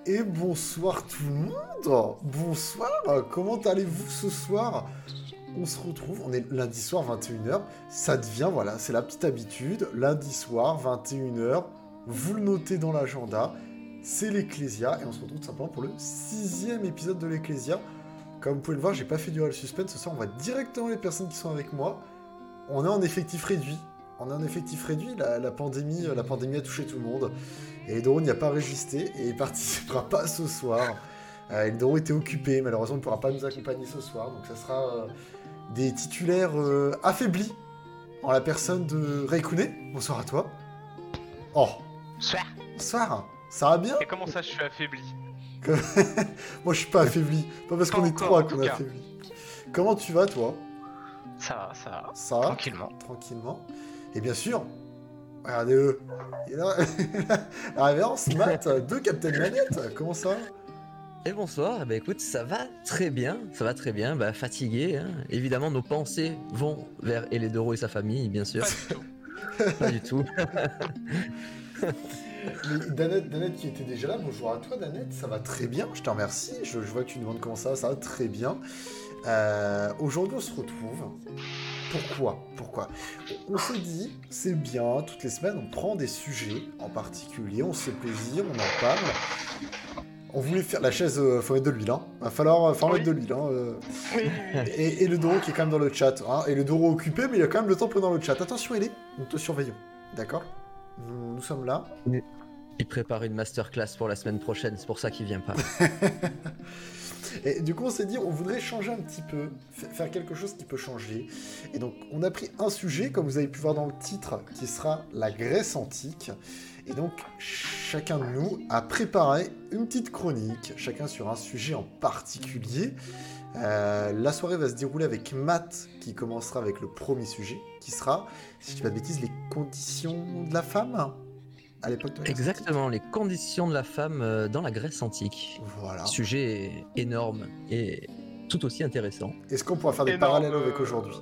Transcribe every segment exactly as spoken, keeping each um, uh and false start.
Et bonsoir tout le monde. Bonsoir, comment allez-vous ce soir? On se retrouve, on est lundi soir vingt et une heures. Ça devient, voilà, c'est la petite habitude. Lundi soir vingt et une heures, vous le notez dans l'agenda. C'est l'Ecclésia et on se retrouve tout simplement pour le sixième épisode de l'Ecclésia. Comme vous pouvez le voir, j'ai pas fait durer le suspense. Ce soir, on va directement les personnes qui sont avec moi. On est en effectif réduit. On est en effectif réduit. La, la pandémie, la pandémie a touché tout le monde. Et Eldoro n'y a pas résisté et il participera pas ce soir. Euh, Eldoro était occupé, malheureusement, il ne pourra pas nous accompagner ce soir. Donc ça sera euh, des titulaires euh, affaiblis en la personne de Raikune. Bonsoir à toi. Oh. Bonsoir. Bonsoir. Ça va bien? Et comment ça, je suis affaibli? Moi, je suis pas affaibli. Pas parce Pas qu'on est encore, trois en tout qu'on est cas. affaibli. Comment tu vas, toi? Ça va, ça va. Ça va? Tranquillement. Tranquillement. Et bien sûr, regardez-le. Il a la révérence, Matt, de Captain Manette. Comment ça va? Et bonsoir, bah écoute, ça va très bien, ça va très bien, bah fatigué, hein. Évidemment nos pensées vont vers Eldoro et sa famille, bien sûr. Pas du tout. Pas du tout. Mais Danette, Danette qui était déjà là, bonjour à toi Danette, ça va très bien, je te remercie, je, je vois que tu me demandes comment ça va, ça va très bien. Euh, aujourd'hui on se retrouve, pourquoi Pourquoi On s'est dit, c'est bien, toutes les semaines on prend des sujets en particulier, on se fait plaisir, on en parle. On voulait faire la chaise, euh, faut mettre de l'huile, hein. Va falloir, euh, faut Oui. mettre de l'huile. Hein, euh. Oui, oui, oui. Et, et le Doro qui est quand même dans le chat, hein. Et le Doro occupé, mais il a quand même le temps pour être dans le chat. Attention, il est, nous te surveillons, d'accord? nous, nous sommes là. Il prépare une masterclass pour la semaine prochaine, c'est pour ça qu'il vient pas. Et du coup, on s'est dit, on voudrait changer un petit peu, fa- faire quelque chose qui peut changer. Et donc, on a pris un sujet, comme vous avez pu voir dans le titre, qui sera la Grèce antique. Et donc, chacun de nous a préparé une petite chronique, chacun sur un sujet en particulier. Euh, la soirée va se dérouler avec Matt, qui commencera avec le premier sujet, qui sera, si je dis pas de bêtises, les conditions de la femme à l'époque de la Grèce antique. Exactement, les conditions de la femme euh, dans la Grèce antique. Voilà. Sujet énorme et tout aussi intéressant. Est-ce qu'on pourra faire des Énorme, parallèles avec euh, aujourd'hui?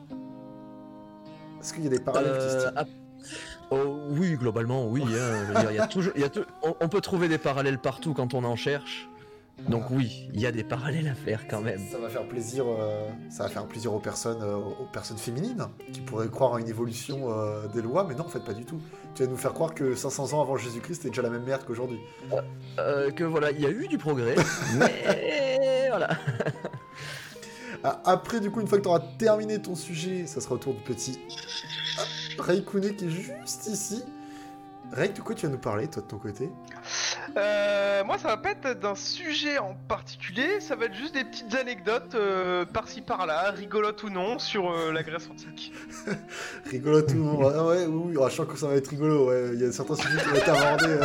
Est-ce qu'il y a des parallèles qui se Euh, tirent? ap- oh, oui, globalement, oui. hein, je veux dire, il y a toujours, il y a tou- on, on peut trouver des parallèles partout quand on en cherche. Donc Voilà. oui, il y a des parallèles à faire quand même. Ça va faire plaisir, euh, ça va faire plaisir aux personnes, euh, aux personnes féminines qui pourraient croire à une évolution euh, des lois, mais non, en fait, pas du tout. Tu vas nous faire croire que cinq cents ans avant Jésus-Christ, c'était déjà la même merde qu'aujourd'hui. Euh, que voilà, il y a eu du progrès, mais voilà. Ah, après, du coup, une fois que tu auras terminé ton sujet, ça sera au tour du petit ah, Raikune qui est juste ici. Raik, de quoi tu vas nous parler, toi, de ton côté? Euh, moi, ça va pas être d'un sujet en particulier, ça va être juste des petites anecdotes euh, par-ci par-là, rigolotes ou non, sur euh, la Grèce antique. Rigolo tout le monde. Ah ouais, oui, oui, ah, je sens que ça va être rigolo. Ouais. Il y a certains sujets qui vont être abordés. euh.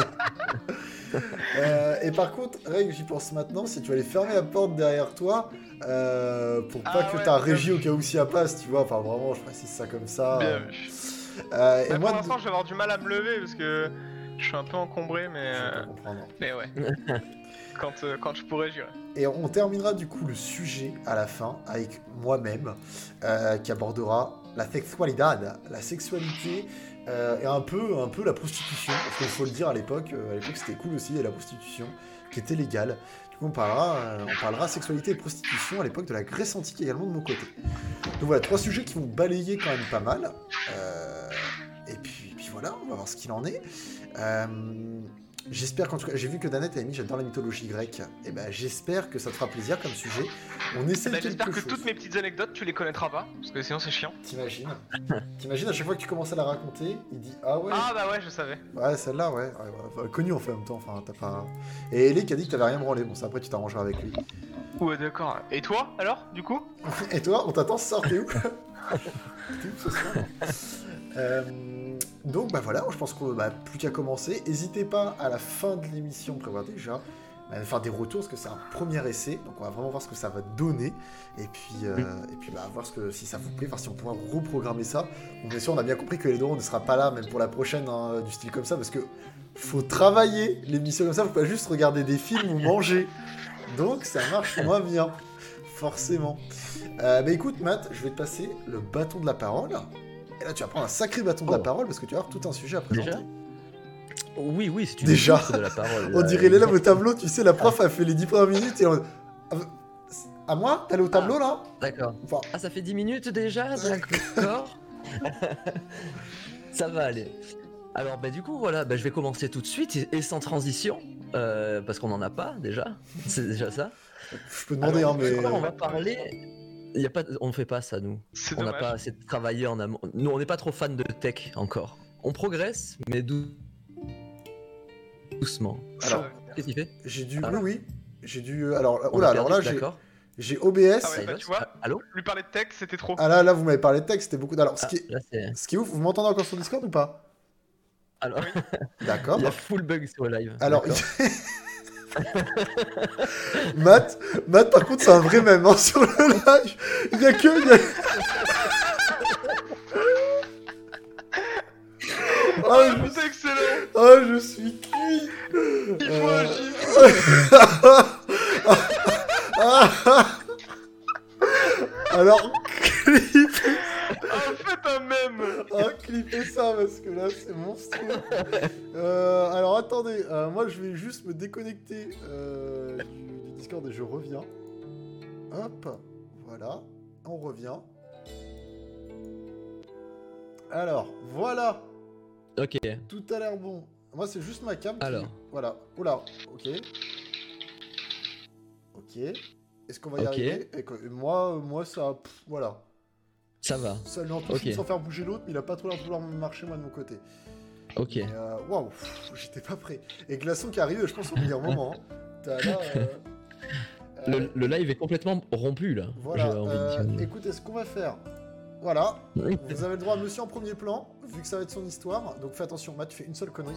Euh, et par contre, Reg, j'y pense maintenant, si tu allais fermer la porte derrière toi, euh, pour pas Ah que ouais, ta bien régie au vu. cas où s'y passe, tu vois. Enfin, vraiment, je précise ça comme ça. Bien euh. vu. Euh, et Mais moi, pour de- l'instant, je vais avoir du mal à me lever parce que je suis un peu encombré, mais, je euh, peux comprendre. mais ouais. quand, euh, quand je pourrai, j'irai. Et on terminera du coup le sujet à la fin avec moi-même, euh, qui abordera la sexualité, la sexualité euh, et un peu, un peu la prostitution, parce qu'il faut le dire à l'époque, euh, à l'époque c'était cool aussi, il y a la prostitution qui était légale. Du coup on parlera, euh, on parlera sexualité et prostitution à l'époque de la Grèce antique également de mon côté. Donc voilà, trois sujets qui vont balayer quand même pas mal. Euh, et puis, puis voilà, on va voir ce qu'il en est. Euh, J'espère qu'en tout cas, j'ai vu que Danette a mis j'adore la mythologie grecque. Et ben j'espère que ça te fera plaisir comme sujet. On essaie Bah, quelque J'espère que chose. toutes mes petites anecdotes, tu les connaîtras pas, parce que sinon c'est chiant. T'imagines T'imagines à chaque fois que tu commences à la raconter, il dit ah ouais. Ah bah ouais, je savais. Ouais, celle-là, ouais. ouais, ouais. Enfin, connu en fait en même temps. Enfin, t'as pas. Et Ellie qui a dit que t'avais rien branlé. Bon, ça après tu t'arrangeras avec lui. Ouais, d'accord. Et toi, alors, du coup? Et toi, on t'attend ce soir, t'es où? T'es où ce soir? Euh, donc bah voilà, je pense qu'on bah, plus qu'à commencer. N'hésitez pas à la fin de l'émission prévoir déjà bah, faire des retours parce que c'est un premier essai, donc on va vraiment voir ce que ça va donner et puis euh, et puis bah voir ce que si ça vous plaît, voir si on pourra reprogrammer ça. Bon, bien sûr, on a bien compris que Eldoro ne sera pas là même pour la prochaine hein, du style comme ça parce que faut travailler l'émission comme ça, faut pas juste regarder des films ou manger. Donc ça marche moins bien, forcément. Euh, bah écoute Matt, je vais te passer le bâton de la parole. Et là tu vas prendre un sacré bâton de la Oh. parole parce que tu vas avoir tout un sujet à présenter. Déjà Oui, oui, c'est une Déjà. source de la parole. On là, dirait l'élève au exactement. tableau, tu sais, la prof a fait les dix premières minutes et on... À moi? T'es allé au tableau, là? D'accord. Enfin, Ah, ça fait dix minutes déjà? D'accord. Ça va aller. Alors, bah, du coup, voilà, bah, je vais commencer tout de suite et, et sans transition, euh, parce qu'on n'en a pas déjà. C'est déjà ça. je peux demander, Alors, hein, ce mais... soir, on va parler. Y a pas, on fait pas ça, nous. C'est On n'a dommage. pas assez travaillé en amont. Nous, on n'est pas trop fans de tech encore. On progresse, mais dou- doucement. Alors, Ça- Qu'est-ce qu'il fait? J'ai dû... Ah. Oui, oui. J'ai dû... Alors, On oh là, a alors perdu, là, j'ai... d'accord. J'ai O B S. Ah ouais, bah, Cyrus, tu vois. ah, allô? Lui parler de tech, c'était trop. Ah là, là, vous m'avez parlé de texte, c'était beaucoup... Alors, ce Ah, qui est... là, c'est... Ce qui est ouf, vous m'entendez encore sur Discord ou pas? Alors, D'accord. il y a full bug sur le live. Alors, d'accord. Matt, Matt, par contre, c'est un vrai mème, hein, sur le live. Il y a que... il y a- Oh, Oh, je... c'est excellent. oh, je suis cuit. Il faut Euh, agir. Alors, clip... Ah, faites un mème. Ah, clippez ça parce que là c'est monstrueux. Euh, alors attendez, euh, moi je vais juste me déconnecter euh, du, du Discord et je reviens. Hop, voilà, on revient. Alors, voilà, Ok. tout a l'air bon. Moi c'est juste ma cam. Qui... Alors. Voilà, oula, ok. Ok. Est-ce qu'on va y Ok. arriver? Et que- moi, moi ça, pff, voilà. Ça va. Ça lui en Ok. sans faire bouger l'autre, mais il a pas trop l'air de vouloir marcher moi de mon côté. Ok. Mais, euh, waouh, pff, j'étais pas prêt. Et Glaçon qui arrive, je pense au meilleur moment. Hein. T'as là, euh, euh, Le, le live est complètement rompu là. voilà. J'ai envie de euh, dire. écoutez, ce qu'on va faire. Voilà. Vous avez le droit à monsieur en premier plan, vu que ça va être son histoire. Donc fais attention, Matt, tu fais une seule connerie.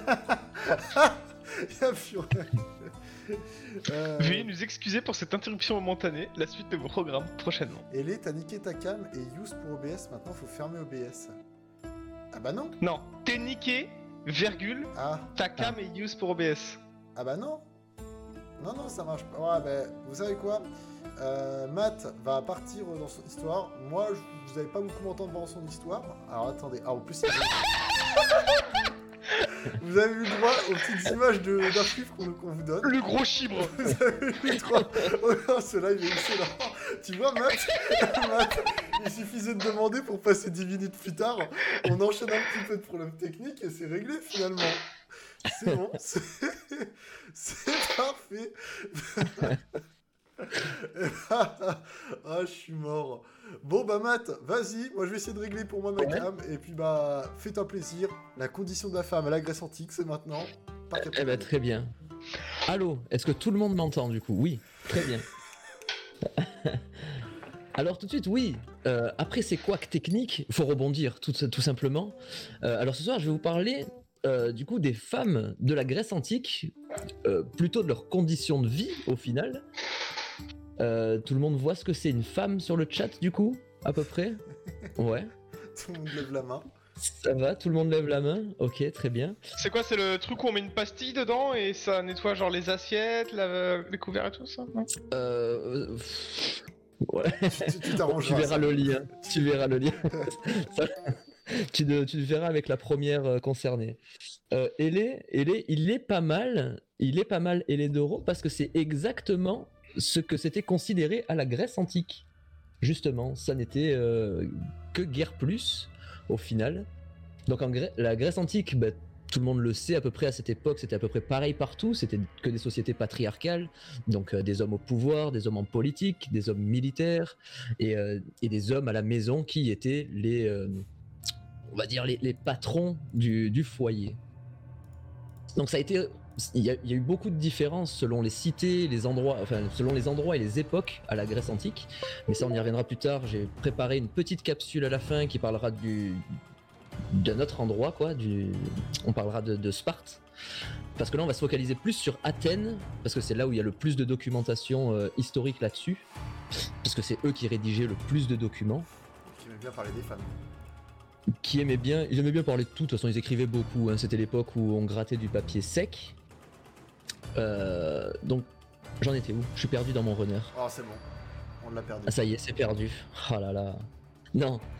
Il a furé. Euh, Veuillez nous excuser pour cette interruption momentanée. La suite de vos programmes prochainement. Elé, t'as niqué ta cam et use pour O B S. Maintenant, faut fermer O B S. Ah bah non. Non, t'es niqué, virgule, Ah, ta cam est use pour O B S. ah bah non. Non, non, ça marche pas. Ouais, bah, vous savez quoi? Euh, Matt va partir dans son histoire. Moi, je- vous avez pas beaucoup m'entendre pendant son histoire. Alors attendez. Ah, en plus, il y a- vous avez eu le droit aux petites images de- d'un chiffre qu'on qu'on vous donne. Le gros chibre. Vous avez eu le droit. Oh non, ce live est excellent. Tu vois, Matt, Matt, il suffisait de demander pour passer dix minutes plus tard. On enchaîne un petit peu de problèmes techniques et c'est réglé finalement. C'est bon, c'est c'est parfait. Ah, je suis mort. Bon, bah, Matt, vas-y. Moi, je vais essayer de régler pour moi ma Ouais. cam. Et puis, bah, fais-toi plaisir. La condition de la femme à la Grèce antique, c'est maintenant. Par Eh Captain ben très bien. Allô, est-ce que tout le monde m'entend du coup? Oui, très bien. Alors tout de suite, oui. Euh, après ces couacs techniques, faut rebondir tout, tout simplement. Euh, alors ce soir, je vais vous parler euh, du coup des femmes de la Grèce antique, euh, plutôt de leurs conditions de vie au final. Euh, tout le monde voit ce que c'est une femme sur le chat du coup, à peu près? Ouais. Tout le monde lève la main. Ça va, tout le monde lève la main? Ok, très bien. C'est quoi, c'est le truc où on met une pastille dedans et ça nettoie genre les assiettes, la... les couverts et tout ça, non? Euh... euh, pff, ouais. Tu- tu t'arrangeras, Tu verras ça. le lien. Tu verras le lien. Ça, tu, de- tu le verras avec la première euh, concernée. Euh, Elé, Elé, il est pas mal. Il est pas mal Elé d'Euro parce que c'est exactement ce que c'était considéré à la Grèce antique. Justement, ça n'était euh, que guère plus au final. Donc en Grè- la Grèce antique, bah, tout le monde le sait à peu près à cette époque, c'était à peu près pareil partout. C'était que des sociétés patriarcales, donc euh, des hommes au pouvoir, des hommes en politique, des hommes militaires et, euh, et des hommes à la maison qui étaient les, euh, on va dire les, les patrons du, du foyer. Donc ça a été, il y, a, il y a eu beaucoup de différences selon les cités, les endroits, enfin selon les endroits et les époques à la Grèce antique. Mais ça, on y reviendra plus tard. J'ai préparé une petite capsule à la fin qui parlera du d'un autre endroit, quoi. Du, on parlera de, de Sparte. Parce que là, on va se focaliser plus sur Athènes, parce que c'est là où il y a le plus de documentation euh, historique là-dessus. Parce que c'est eux qui rédigeaient le plus de documents. Qui aime bien parler des femmes. Qui aimaient bien, ils aimaient bien parler de tout. De toute façon, ils écrivaient beaucoup. Hein. C'était l'époque où on grattait du papier sec. Euh, donc, j'en étais où? Je suis perdu dans mon runner. Oh, c'est bon. On l'a perdu. Ah, ça y est, c'est perdu. Oh là là. Non.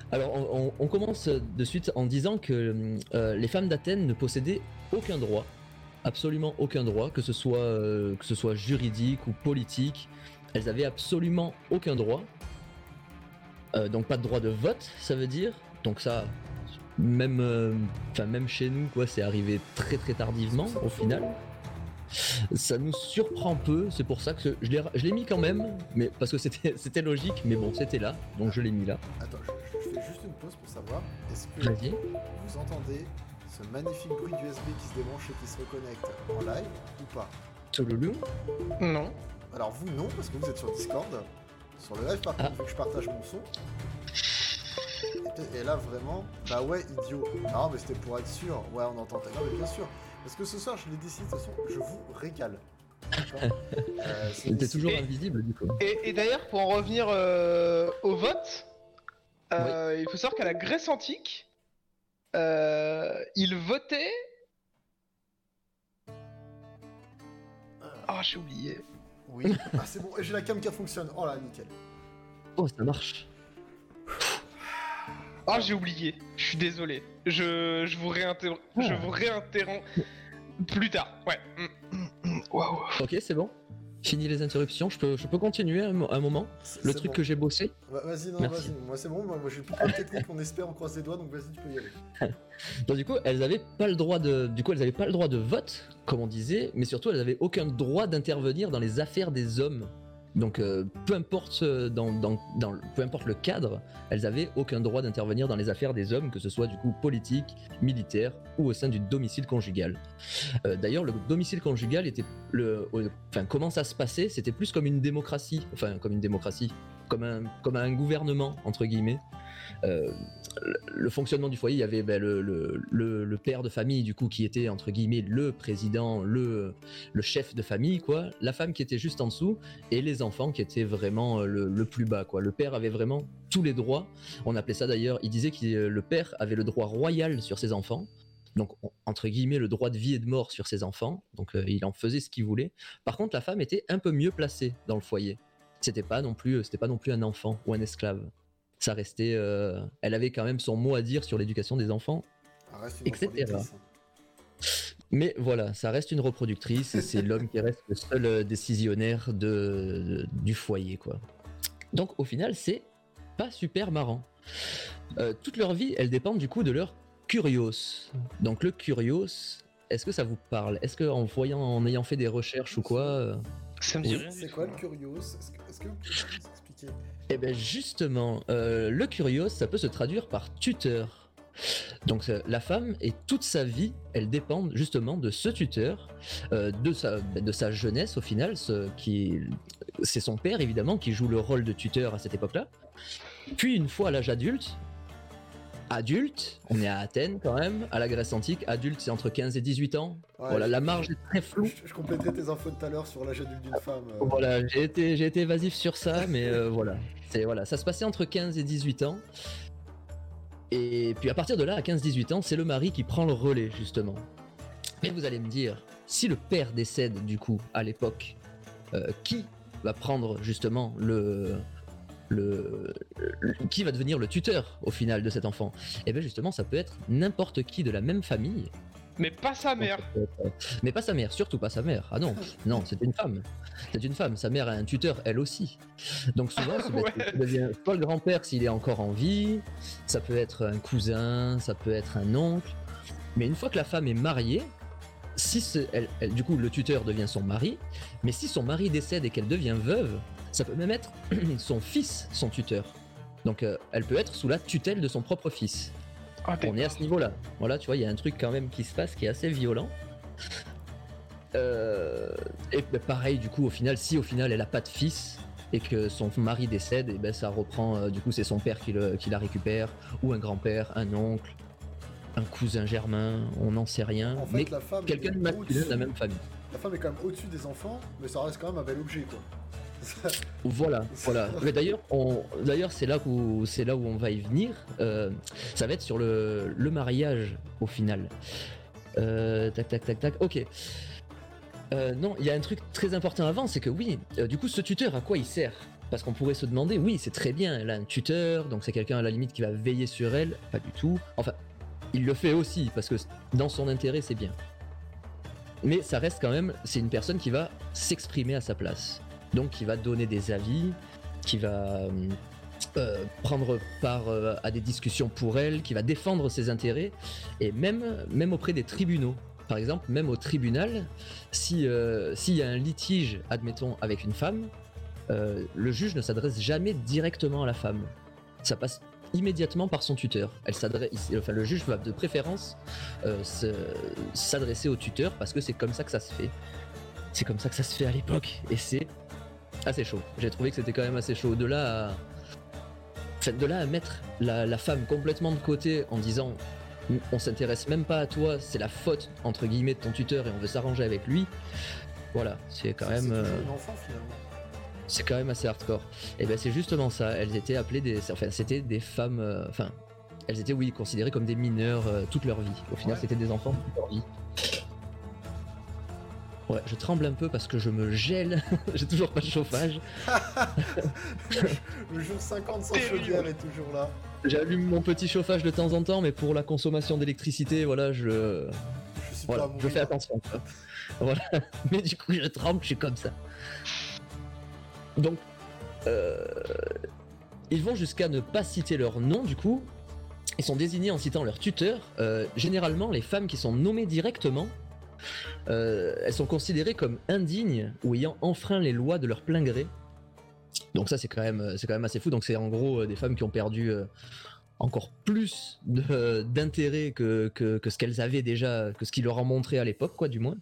Alors, on, on- on commence de suite en disant que euh, les femmes d'Athènes ne possédaient aucun droit, absolument aucun droit, que ce soit, euh, que ce soit juridique ou politique. Elles avaient absolument aucun droit. Euh, donc pas de droit de vote, ça veut dire. Donc ça, même, euh, enfin même chez nous, quoi, c'est arrivé très très tardivement au final. Ça nous surprend peu, c'est pour ça que je l'ai, je l'ai mis quand même, mais parce que c'était, c'était logique, mais bon, c'était là, donc je l'ai mis là. Attends, je, je fais juste une pause pour savoir, est-ce que Vas-y. vous entendez ce magnifique bruit d'U S B qui se débranche et qui se reconnecte en live ou pas? Touloulou. Non. Alors vous non, parce que vous êtes sur Discord. Sur le live par contre, Ah. vu que je partage mon son. Et, peut-être- et là vraiment, bah ouais, idiot. Non mais c'était pour être sûr, ouais on entend. Non mais bien sûr, parce que ce soir je l'ai décidé, de toute façon, je vous régale. D'accord euh, c'est T'es décidé. toujours Et- invisible du coup. Et, et d'ailleurs, pour en revenir euh, au vote, euh, il faut savoir qu'à la Grèce antique, euh, ils votaient. Ah, j'ai oublié. Oui, ah c'est bon, et j'ai la cam qui fonctionne. Oh là, nickel. Oh, ça marche. Ah, j'ai oublié. Je suis désolé. Je, je vous réinterromps. Ah. Je vous réinterromps plus tard. Ouais. Waouh. Ok, c'est bon. Fini les interruptions, je peux, je peux continuer un, mo- un moment. C'est- Le c'est truc bon. que j'ai bossé. Va- Vas-y, non, Merci. vas-y, moi c'est bon, moi, moi j'ai plus de technique, on espère, on croise les doigts, donc vas-y, tu peux y aller. Donc du coup, elles avaient pas le droit de, du coup, elles avaient pas le droit de vote, comme on disait, mais surtout, elles avaient aucun droit d'intervenir dans les affaires des hommes. Donc, euh, peu importe euh, dans, dans, dans, le- peu importe le cadre, elles avaient aucun droit d'intervenir dans les affaires des hommes, que ce soit du coup politique, militaire ou au sein du domicile conjugal. Euh, D'ailleurs, le domicile conjugal était, le, euh, enfin, comment ça se passait, c'était plus comme une démocratie, enfin, comme une démocratie, comme un, comme un gouvernement entre guillemets. Euh, le, le fonctionnement du foyer, il y avait ben, le, le, le, le père de famille du coup qui était entre guillemets le président, le, le chef de famille quoi, la femme qui était juste en dessous et les enfants qui étaient vraiment le, le plus bas quoi. Le père avait vraiment tous les droits. On appelait ça d'ailleurs, il disait que le père avait le droit royal sur ses enfants. Donc entre guillemets le droit de vie et de mort sur ses enfants. Donc euh, il en faisait ce qu'il voulait. Par contre la femme était un peu mieux placée dans le foyer. C'était pas non plus, c'était pas non plus un enfant ou un esclave. Ça restait, euh, elle avait quand même son mot à dire sur l'éducation des enfants. Ah, reste une Et cetera. reproductrice. Mais voilà, ça reste une reproductrice et c'est l'homme qui reste le seul euh, décisionnaire de, de- du foyer, quoi. Donc au final, c'est pas super marrant. Euh, toute leur vie, elles dépendent du coup de leur curios. Donc le curios, est-ce que ça vous parle? Est-ce que en voyant, en ayant fait des recherches ou quoi, euh, Ça me dit Oui. rien. du C'est tout, quoi le hein. curios? Est-ce que, est-ce que vous pouvez nous expliquer? eh bien justement, euh, le curios, ça peut se traduire par tuteur. Donc euh, la femme et toute sa vie, elle dépend justement de ce tuteur, euh, de, sa, de sa jeunesse au final, ce, qui, c'est son père évidemment qui joue le rôle de tuteur à cette époque-là. Puis une fois à l'âge adulte, adulte, on est à Athènes quand même, à la Grèce antique, adulte c'est entre quinze et dix-huit ans. Ouais, Voilà, je- la marge est très floue. Je, je compléterai tes infos de tout à l'heure sur l'âge adulte d'une femme. euh. Voilà, j'ai été, j'ai été évasif sur ça, mais euh, voilà. C'est, voilà. Ça se passait entre quinze et dix-huit ans. Et puis à partir de là, à quinze dix-huit ans, c'est le mari qui prend le relais, justement. Mais vous allez me dire, si le père décède, du coup, à l'époque, euh, qui va prendre justement le, le, le- Qui va devenir le tuteur, au final, de cet enfant? Et bien justement, ça peut être n'importe qui de la même famille. Mais pas sa mère. Mais pas sa mère, surtout pas sa mère. Ah non, non, c'est une femme. C'est une femme. Sa mère a un tuteur, elle aussi. Donc souvent, c'est Ouais. ça devient soit le grand-père s'il est encore en vie, ça peut être un cousin, ça peut être un oncle. Mais une fois que la femme est mariée, si c'est- elle, elle- du coup le tuteur devient son mari, mais si son mari décède et qu'elle devient veuve, ça peut même être son fils, son tuteur. Donc euh, elle peut être sous la tutelle de son propre fils. Ah, On est à ce niveau-là. Voilà, tu vois, il y a un truc quand même qui se passe qui est assez violent. Euh, et ben, pareil, du coup, au final, si au final elle a pas de fils et que son mari décède, et ben ça reprend. euh, du coup, c'est son père qui, le, qui la récupère, ou un grand-père, un oncle, un cousin germain, on n'en sait rien. En fait, mais la femme quelqu'un est de masculin de au-dessus- la même famille. La femme est quand même au-dessus des enfants, mais ça reste quand même un bel objet, quoi. Voilà, voilà. Mais d'ailleurs, on, d'ailleurs, c'est là où c'est là où on va y venir. Euh, ça va être sur le, le mariage au final. Euh, tac, tac, tac, tac. Ok. Euh, non, il y a un truc très important avant, c'est que oui, euh, du coup, ce tuteur, à quoi il sert? Parce qu'on pourrait se demander, oui, c'est très bien, elle a un tuteur, donc c'est quelqu'un à la limite qui va veiller sur elle. Pas du tout. Enfin, il le fait aussi, parce que dans son intérêt, c'est bien. Mais ça reste quand même, c'est une personne qui va s'exprimer à sa place. Donc qui va donner des avis, qui va euh, prendre part euh, à des discussions pour elle, qui va défendre ses intérêts, et même, même auprès des tribunaux. Par exemple, même au tribunal, si, euh, s'il y a un litige, admettons, avec une femme, euh, le juge ne s'adresse jamais directement à la femme. Ça passe immédiatement par son tuteur. Elle s'adresse, enfin, le juge va de préférence euh, se, s'adresser au tuteur parce que c'est comme ça que ça se fait. C'est comme ça que ça se fait à l'époque, et c'est assez chaud. J'ai trouvé que c'était quand même assez chaud. De là à, enfin, de là à mettre la, la femme complètement de côté en disant on s'intéresse même pas à toi, c'est la faute entre guillemets de ton tuteur et on veut s'arranger avec lui. Voilà, c'est quand C'est même. toujours euh, une enfant finalement. C'est quand même assez hardcore. Et ben c'est justement ça. Elles étaient appelées des, enfin c'était des femmes, euh, enfin elles étaient oui considérées comme des mineurs euh, toute leur vie. Au final Ouais. c'était des enfants toute leur vie. Ouais, je tremble un peu parce que je me gèle. J'ai toujours pas de chauffage. Le jour cinquante sans Terrible. chaudière est toujours là. J'allume mon petit chauffage de temps en temps, mais pour la consommation d'électricité, voilà, je, Je suis voilà, pas à je mourir. fais attention. Quoi. Voilà. Mais du coup, je tremble, je suis comme ça. Donc, euh, ils vont jusqu'à ne pas citer leur nom, du coup. Ils sont désignés en citant leur tuteur. Euh, généralement, les femmes qui sont nommées directement, euh, elles sont considérées comme indignes ou ayant enfreint les lois de leur plein gré. Donc ça, c'est quand même, c'est quand même assez fou. Donc c'est en gros euh, des femmes qui ont perdu euh, encore plus de, d'intérêt que, que, que ce qu'elles avaient déjà, que ce qu'ils leur ont montré à l'époque, quoi, du moins.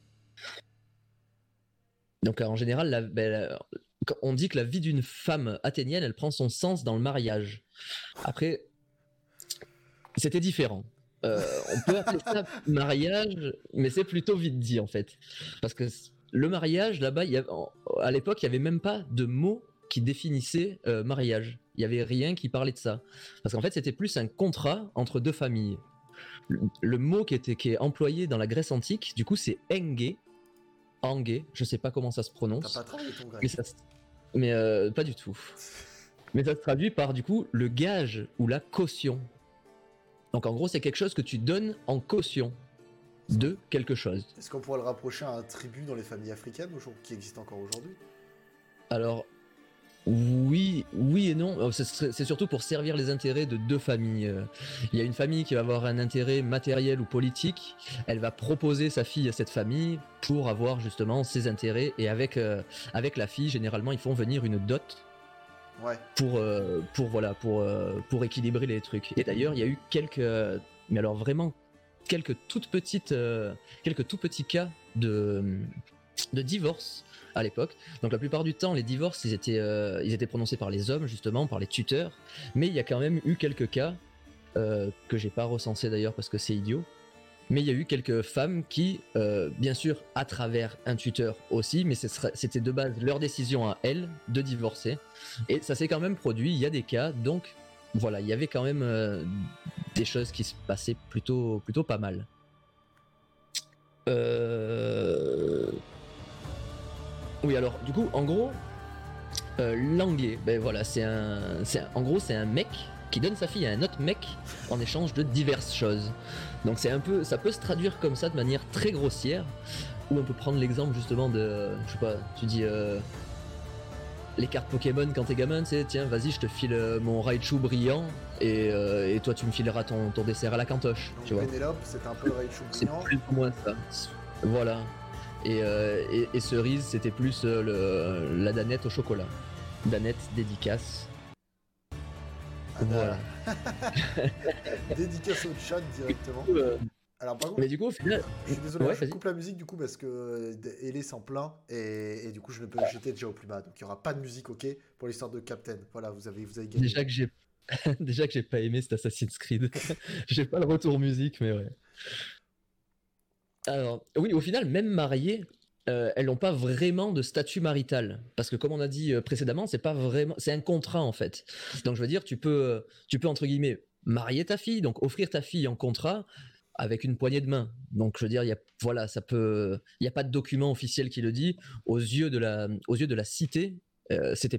Donc en général, la, ben, la- on dit que la vie d'une femme athénienne, elle prend son sens dans le mariage. Après, c'était différent. Euh, on peut appeler ça mariage, mais c'est plutôt vite dit en fait. Parce que le mariage, là-bas, il y avait- à l'époque, il n'y avait même pas de mot qui définissait euh, mariage. Il n'y avait rien qui parlait de ça. Parce qu'en fait, c'était plus un contrat entre deux familles. Le, le mot qui, était, qui est employé dans la Grèce antique, du coup, c'est engue. Engue, je sais pas comment ça se T'as prononce. pas travaillé ton grec. Mais, ça, se- mais euh, pas du tout. Mais ça se traduit par, du coup, le gage ou la caution. Donc en gros, c'est quelque chose que tu donnes en caution de quelque chose. Est-ce qu'on pourrait le rapprocher à un tribut dans les familles africaines aujourd'hui- qui existent encore aujourd'hui? Alors, oui, oui et non. Euh, C'est c'est surtout pour servir les intérêts de deux familles. Euh, Il y a une famille qui va avoir un intérêt matériel ou politique. Elle va proposer sa fille à cette famille pour avoir justement ses intérêts. Et avec, euh, avec la fille, généralement, ils font venir une dot Ouais. pour, euh, pour, voilà, pour, euh, pour équilibrer les trucs. Et d'ailleurs, il y a eu quelques, euh, mais alors vraiment, quelques toutes petites, euh, quelques tout petits cas de, de divorce à l'époque. Donc la plupart du temps, les divorces, ils étaient, euh, ils étaient prononcés par les hommes, justement, par les tuteurs. Mais il y a quand même eu quelques cas, euh, que j'ai pas recensés d'ailleurs parce que c'est idiot. Mais il y a eu quelques femmes qui, euh, bien sûr, à travers un tuteur aussi, mais ce serait- c'était de base leur décision à elles de divorcer. Et ça s'est quand même produit, il y a des cas, donc voilà, il y avait quand même euh, des choses qui se passaient plutôt, plutôt pas mal. Euh... Oui, alors, du coup, en gros, euh, l'anglais, ben voilà, c'est un, c'est un- en gros, c'est un mec qui donne sa fille à un autre mec en échange de diverses choses. Donc c'est un peu, ça peut se traduire comme ça de manière très grossière, ou on peut prendre l'exemple justement de, je sais pas, tu dis euh, les cartes Pokémon quand t'es gamin, tu sais, tiens, vas-y, je te file euh, mon Raichu brillant et, euh, et toi tu me fileras ton, ton dessert à la cantoche, tu vois. Donc Pénélope, c'est un peu le Raichu C'est brillant. plus ou moins ça. Voilà. Et, euh, et, et cerise, c'était plus euh, le, la danette au chocolat. Danette dédicace. Ah, Voilà. Dédicace au chat directement. Euh, Alors par contre, mais du coup, au final, je suis désolé, Ouais, je vas-y. coupe la musique du coup parce que euh, Ellie s'en plaint et, et du coup je ne peux j'étais déjà au plus bas, donc il n'y aura pas de musique, ok, pour l'histoire de Captain. Voilà, vous avez vous avez gagné. déjà que j'ai déjà que j'ai pas aimé cet Assassin's Creed. J'ai pas le retour musique, mais ouais. Alors, oui, au final, même mariées, euh, elles n'ont pas vraiment de statut marital. Parce que comme on a dit euh, précédemment, c'est pas vraiment. C'est un contrat en fait. Donc je veux dire, tu peux, euh, tu peux entre guillemets marier ta fille, donc offrir ta fille en contrat avec une poignée de main. Donc je veux dire, il y a, voilà, ça peut. Il n'y a pas de document officiel qui le dit. Aux yeux de la, aux yeux de la cité, euh, c'était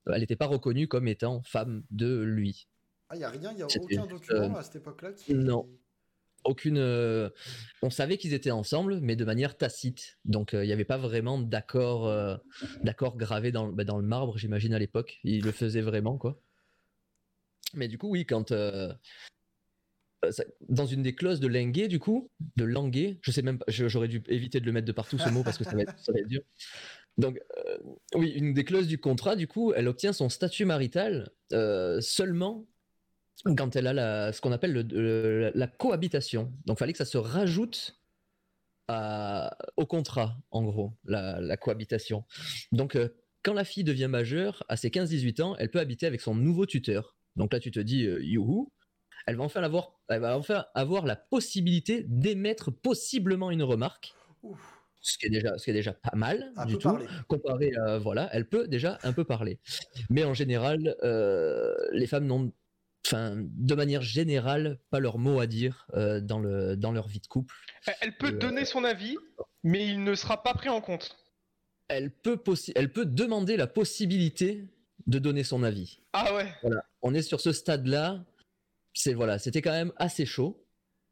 elle n'était pas reconnue comme étant femme de lui. Ah, il n'y a rien, il n'y a C'était aucun juste, document euh, à cette époque-là qui... non. Aucune. euh, On savait qu'ils étaient ensemble, mais de manière tacite. Donc euh, il n'y avait pas vraiment d'accord, euh, d'accord gravé dans, bah, dans le marbre, j'imagine à l'époque. Ils le faisaient vraiment, quoi. Mais du coup, oui, quand euh, ça- dans une des clauses de Lenguet, du coup, de Languet, je sais même pas, je- j'aurais dû éviter de le mettre de partout ce mot parce que ça va être, ça va être dur. Donc, euh, oui, une des clauses du contrat, du coup, elle obtient son statut marital euh, seulement quand elle a la, ce qu'on appelle le- le- la cohabitation. Donc, il fallait que ça se rajoute à- au contrat, en gros, la, la cohabitation. Donc, euh, quand la fille devient majeure, à ses quinze dix-huit ans, elle peut habiter avec son nouveau tuteur. Donc là, tu te dis, euh, youhou, elle va enfin avoir, elle va enfin avoir la possibilité d'émettre possiblement une remarque. Ouf, Ce qui est déjà, ce qui est déjà pas mal un du peu tout, parlé. comparé à, voilà, elle peut déjà un peu parler. Mais en général, euh, les femmes n'ont, enfin, de manière générale, pas leur mot à dire euh, dans, le, dans leur vie de couple. Elle- Elle peut Et, euh, donner son avis, mais il ne sera pas pris en compte. Elle peut, possi- elle peut demander la possibilité de donner son avis. Ah ouais. Voilà, on est sur ce stade-là. C'est voilà, c'était quand même assez chaud.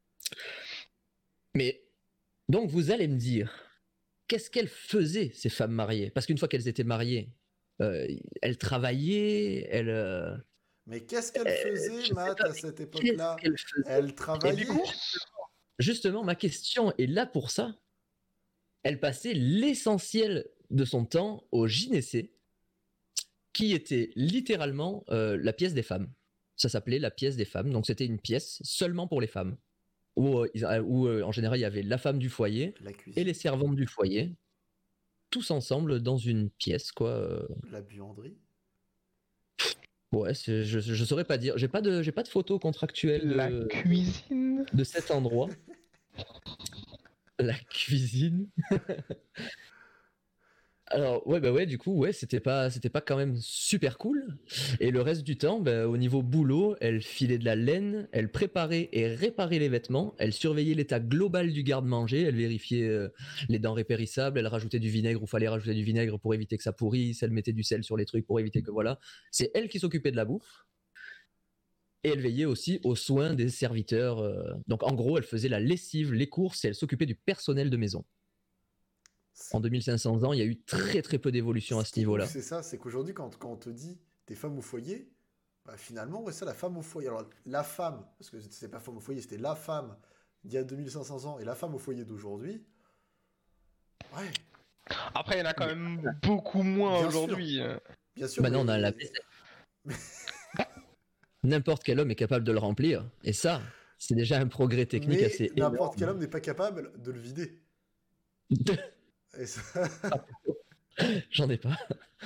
Mais donc vous allez me dire, qu'est-ce qu'elles faisaient ces femmes mariées? Parce qu'une fois qu'elles étaient mariées, euh, elles travaillaient, elles. euh, Mais qu'est-ce qu'elle Euh, faisait, je sais Matt, pas, à cette Qu'est-ce époque-là? qu'elles faisaient? Elle Et travaillait. des courses. Justement, ma question est là pour ça. Elle passait l'essentiel de son temps au gynécée, qui était littéralement euh, la pièce des femmes. Ça s'appelait la pièce des femmes, donc c'était une pièce seulement pour les femmes. Où, euh, ils- euh, où, euh, en général il y avait la femme du foyer La et cuisine, les servantes du foyer, tous ensemble dans une pièce, quoi. euh. la buanderie. Ouais, c'est- je, je saurais pas dire. J'ai pas de, j'ai pas de photo contractuelle La de, cuisine. de cet endroit. La cuisine. Alors ouais bah ouais du coup ouais c'était pas c'était pas quand même super cool et le reste du temps bah, au niveau boulot elle filait de la laine, elle préparait et réparait les vêtements, elle surveillait l'état global du garde-manger, elle vérifiait euh, les denrées périssables, elle rajoutait du vinaigre où fallait rajouter du vinaigre pour éviter que ça pourrisse, elle mettait du sel sur les trucs pour éviter que voilà, c'est elle qui s'occupait de la bouffe. Et elle veillait aussi aux soins des serviteurs. euh. Donc en gros, elle faisait la lessive, les courses et elle s'occupait du personnel de maison. En deux mille cinq cents ans, il y a eu très très peu d'évolution à ce qui est niveau-là. ouf, c'est ça, c'est qu'aujourd'hui, quand, quand on te dit t'es femme au foyer, bah finalement, ouais, ça, la femme au foyer. Alors, la femme, parce que c'était pas femme au foyer, c'était la femme d'il y a deux mille cinq cents ans et la femme au foyer d'aujourd'hui. Ouais, Après, il y en a quand même beaucoup moins Bien aujourd'hui. bien sûr. Maintenant, on a mais- la vaisselle. N'importe quel homme est capable de le remplir. Et ça, c'est déjà un progrès technique mais assez n'importe quel énorme. homme n'est pas capable de le vider. Et ça... J'en ai pas.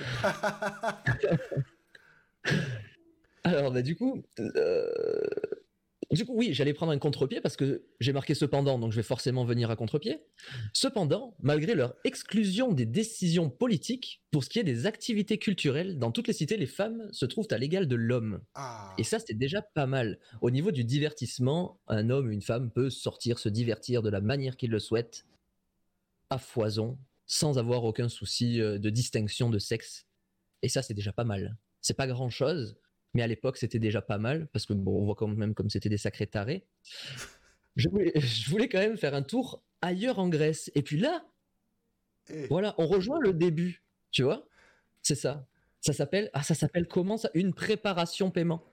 Alors, bah, du coup, euh, du coup, oui, j'allais prendre un contre-pied parce que j'ai marqué cependant, donc je vais forcément venir à contre-pied. Cependant, malgré leur exclusion des décisions politiques, pour ce qui est des activités culturelles, dans toutes les cités, les femmes se trouvent à l'égal de l'homme. Ah, Et ça, c'est déjà pas mal. Au niveau du divertissement, un homme ou une femme peut sortir, se divertir de la manière qu'il le souhaite, à foison, sans avoir aucun souci euh, de distinction de sexe. Et ça, c'est déjà pas mal. C'est pas grand-chose, mais à l'époque, c'était déjà pas mal, parce que bon, on voit quand même comme c'était des sacrés tarés. Je voulais, je voulais quand même faire un tour ailleurs en Grèce. Et puis là, et- voilà, on rejoint le début, tu vois. C'est ça. Ça s'appelle, ah, ça s'appelle comment ça? Une préparation paiement.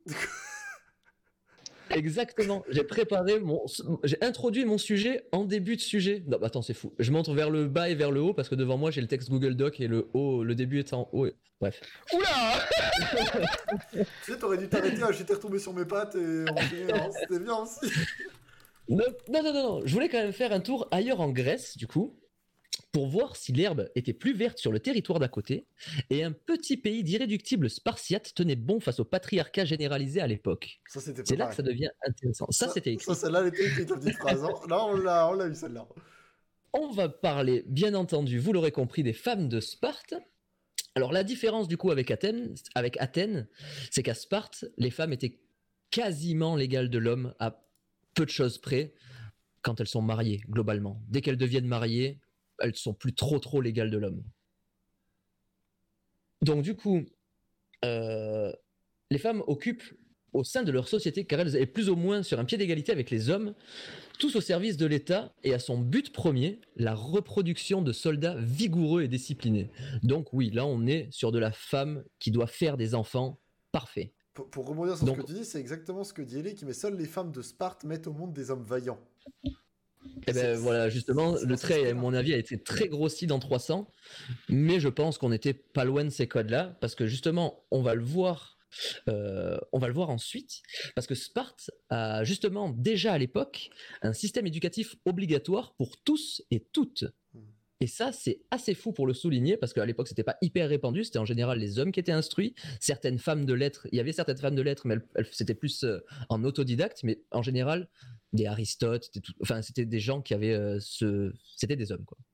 Exactement. J'ai préparé mon, j'ai introduit mon sujet en début de sujet. Non, bah attends, c'est fou. Je montre vers le bas et vers le haut parce que devant moi j'ai le texte Google Doc et le haut, le début est en haut. et- Bref. Oula. Tu sais, t'aurais dû t'arrêter, ah, j'étais retombé sur mes pattes et on fait, hein, c'était bien aussi. Non, non, non, non, non. Je voulais quand même faire un tour ailleurs en Grèce, du coup, pour voir si l'herbe était plus verte sur le territoire d'à côté et un petit pays d'irréductibles spartiates tenait bon face au patriarcat généralisé à l'époque. Ça, c'était pas C'est là que pareil. ça devient intéressant. Ça, c'était écrit. Ça, celle-là, elle était écrite, la petite phrase. Hein. Là, on l'a, on l'a eu, celle-là. On va parler, bien entendu, vous l'aurez compris, des femmes de Sparte. Alors la différence du coup avec Athènes, avec Athènes, c'est qu'à Sparte, les femmes étaient quasiment l'égale de l'homme à peu de choses près quand elles sont mariées, globalement. Dès qu'elles deviennent mariées, elles sont plus trop trop l'égale de l'homme. Donc du coup, euh, les femmes occupent au sein de leur société, car elles sont plus ou moins sur un pied d'égalité avec les hommes, tous au service de l'État et à son but premier, la reproduction de soldats vigoureux et disciplinés. Donc oui, là on est sur de la femme qui doit faire des enfants parfaits. Pour, pour rebondir sur Donc- ce que tu dis, c'est exactement ce que dit Ellie, qui met seules les femmes de Sparte mettent au monde des hommes vaillants. Et C'est- ben voilà, justement, c'est le dans ce trait, à style-là. mon avis, a été très grossi dans trois cents, mais je pense qu'on n'était pas loin de ces codes-là, parce que justement, on va le voir, euh, on va le voir ensuite, parce que Sparte a justement déjà à l'époque un système éducatif obligatoire pour tous et toutes. Hmm. Et ça, c'est assez fou pour le souligner, parce qu'à l'époque, c'était pas hyper répandu, c'était en général les hommes qui étaient instruits, certaines femmes de lettres, il y avait certaines femmes de lettres, mais elles, elles- c'était plus euh, en autodidacte, mais en général, des Aristote, des tout- enfin, c'était des gens qui avaient euh, ce... C'était des hommes, quoi.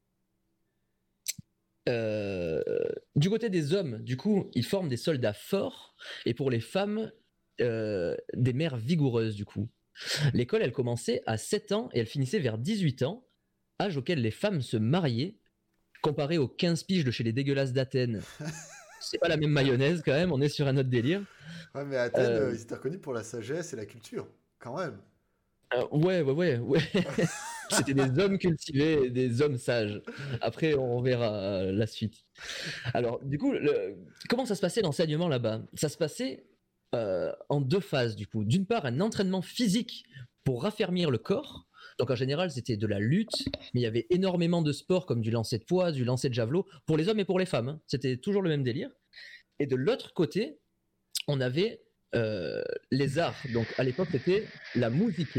Euh, du côté des hommes, du coup, ils forment des soldats forts, et pour les femmes, euh, des mères vigoureuses, du coup. L'école, elle commençait à sept ans et elle finissait vers dix-huit ans, âge auquel les femmes se mariaient, comparé aux quinze piges de chez les dégueulasses d'Athènes. C'est pas la même mayonnaise quand même, on est sur un autre délire. Ouais, mais Athènes, Euh, euh, ils étaient reconnus pour la sagesse et la culture, quand même. Euh, ouais, ouais, ouais, ouais. C'était des hommes cultivés et des hommes sages. Après, on verra euh, la suite. Alors, du coup, le- comment ça se passait l'enseignement là-bas? Ça se passait euh, en deux phases, du coup. D'une part, un entraînement physique pour raffermir le corps. Donc, en général, c'était de la lutte, mais il y avait énormément de sports comme du lancer de poids, du lancer de javelot, pour les hommes et pour les femmes, hein. C'était toujours le même délire. Et de l'autre côté, on avait euh, les arts. Donc, à l'époque, c'était la musique.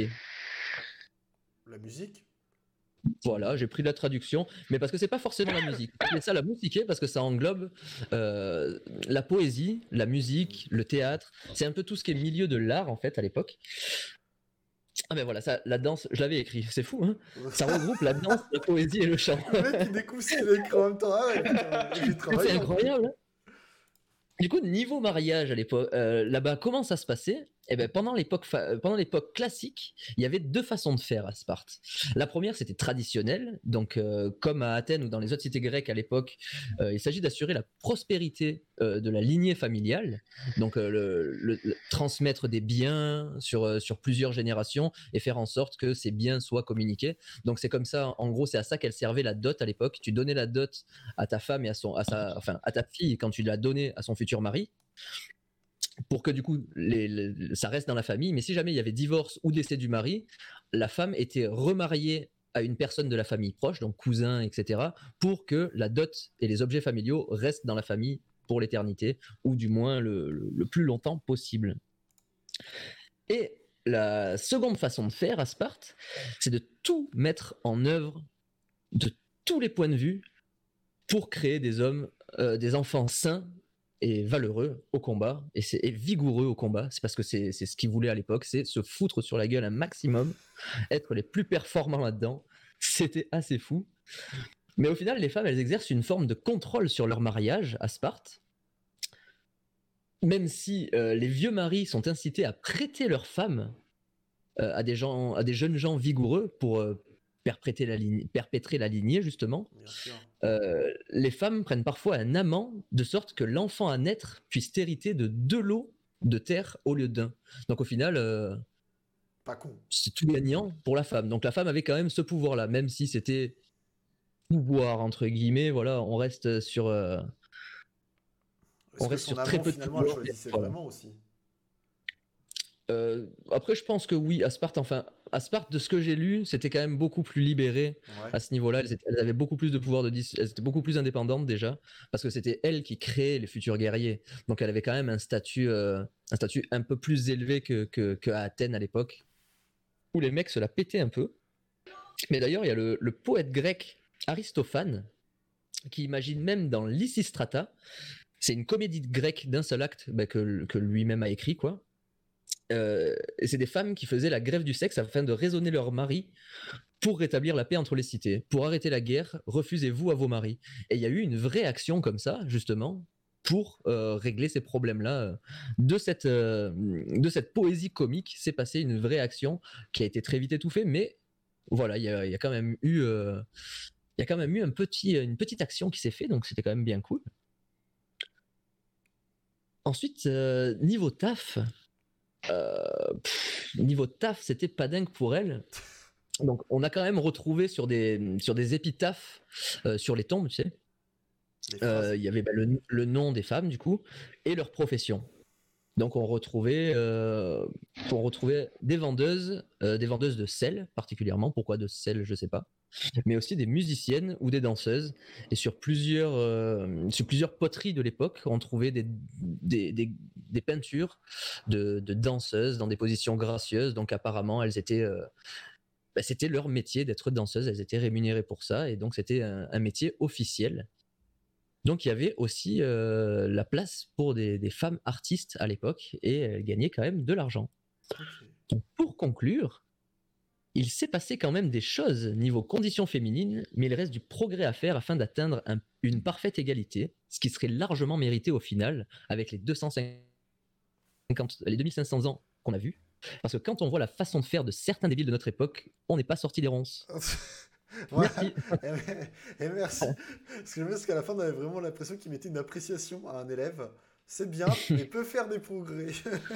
La musique. Voilà, j'ai pris la traduction, mais parce que c'est pas forcément la musique. C'est ça la musique, parce que ça englobe euh, la poésie, la musique, le théâtre. C'est un peu tout ce qui est milieu de l'art en fait à l'époque. Ah ben voilà, ça, la danse, je l'avais écrit, c'est fou, hein. Ça regroupe la danse, la poésie et le chant. Le mec, il découvre ce qu'il a écrit en même temps. Ah ouais, putain, j'ai travaillé. C'est incroyable. hein. Du coup, niveau mariage à l'époque, euh, là-bas, comment ça se passait? Eh ben, pendant l'époque, fa- pendant l'époque classique, il y avait deux façons de faire à Sparte. La première, c'était traditionnel, donc euh, comme à Athènes ou dans les autres cités grecques à l'époque, euh, il s'agit d'assurer la prospérité euh, de la lignée familiale, donc euh, le, le- le- transmettre des biens sur euh, sur plusieurs générations et faire en sorte que ces biens soient communiqués. Donc c'est comme ça, en gros, c'est à ça qu'elle servait la dot à l'époque. Tu donnais la dot à ta femme et à son, à sa, enfin à ta fille quand tu l'as donnée à son futur mari, pour que du coup les, les- ça reste dans la famille. Mais si jamais il y avait divorce ou décès du mari, la femme était remariée à une personne de la famille proche, donc cousin, et cetera, pour que la dot et les objets familiaux restent dans la famille pour l'éternité, ou du moins le, le- le plus longtemps possible. Et la seconde façon de faire à Sparte, c'est de tout mettre en œuvre de tous les points de vue pour créer des hommes, euh, des enfants sains et valeureux au combat et, c'est, et vigoureux au combat. C'est parce que c'est, c'est ce qu'ils voulaient à l'époque, c'est se foutre sur la gueule un maximum, être les plus performants là-dedans. C'était assez fou. Mais au final, les femmes, elles exercent une forme de contrôle sur leur mariage à Sparte. Même si euh, les vieux maris sont incités à prêter leurs femmes euh, à, des gens, à des jeunes gens vigoureux pour euh, perpétrer, la ligne, perpétrer la lignée, justement. Bien sûr. Euh, les femmes prennent parfois un amant de sorte que l'enfant à naître puisse hériter de deux lots de terre au lieu d'un. Donc au final, euh, Pas con. c'est tout gagnant pour la femme. Donc la femme avait quand même ce pouvoir-là, même si c'était pouvoir entre guillemets. Voilà, on reste sur. Euh, Est-ce On que reste son sur amant, très peu de finalement, elle pouvoir, choisissait voilà. vraiment aussi. euh, après, je pense que oui, à Sparte, enfin, à Sparte, de ce que j'ai lu, c'était quand même beaucoup plus libéré Ouais. à ce niveau-là. Elles, étaient- elles avaient beaucoup plus de pouvoir de dis- elles étaient beaucoup plus indépendantes déjà, parce que c'était elles qui créaient les futurs guerriers. Donc, elle avait quand même un statut, euh, un statut un peu plus élevé que, que, que à Athènes à l'époque, où les mecs se la pétaient un peu. Mais d'ailleurs, il y a le, le poète grec Aristophane qui imagine même dans Lysistrata, c'est une comédie grecque d'un seul acte bah, que, que lui-même a écrit, quoi. Euh, et c'est des femmes qui faisaient la grève du sexe afin de raisonner leur mari pour rétablir la paix entre les cités. Pour arrêter la guerre, refusez-vous à vos maris. Et il y a eu une vraie action comme ça, justement, pour euh, régler ces problèmes-là. De cette, euh, de cette poésie comique, s'est passée une vraie action qui a été très vite étouffée, mais voilà, il y a, il y a quand même eu, euh, il y a quand même eu un petit, une petite action qui s'est faite, donc c'était quand même bien cool. ensuite, euh, niveau taf, euh, pff, niveau taf, c'était pas dingue pour elle. Donc, on a quand même retrouvé sur des, sur des épitaphes, euh, sur les tombes, tu sais, Les euh, phrases. il y avait bah, le, le nom des femmes, du coup, et leur profession. Donc, on retrouvait, euh, on retrouvait des vendeuses, euh, des vendeuses de sel, particulièrement. Pourquoi de sel, je sais pas. Mais aussi des musiciennes ou des danseuses. Et sur plusieurs, euh, sur plusieurs poteries de l'époque, on trouvait des, des, des, des peintures de, de danseuses dans des positions gracieuses. Donc, apparemment, elles étaient... Euh, bah, c'était leur métier d'être danseuse, elles étaient rémunérées pour ça, et donc c'était un, un métier officiel. Donc il y avait aussi euh, la place pour des, des femmes artistes à l'époque, et elles gagnaient quand même de l'argent. Ok. Donc pour conclure, il s'est passé quand même des choses niveau conditions féminines, mais il reste du progrès à faire afin d'atteindre un, une parfaite égalité, ce qui serait largement mérité au final, avec les deux cent cinquante, les deux mille cinq cents ans qu'on a vus. Parce que quand on voit la façon de faire de certains débiles de notre époque, on n'est pas sorti des ronces. Ouais. Merci. Et, et merci. Parce que j'aime bien parce qu'à la fin, on avait vraiment l'impression qu'il mettait une appréciation à un élève. C'est bien, mais peut faire des progrès.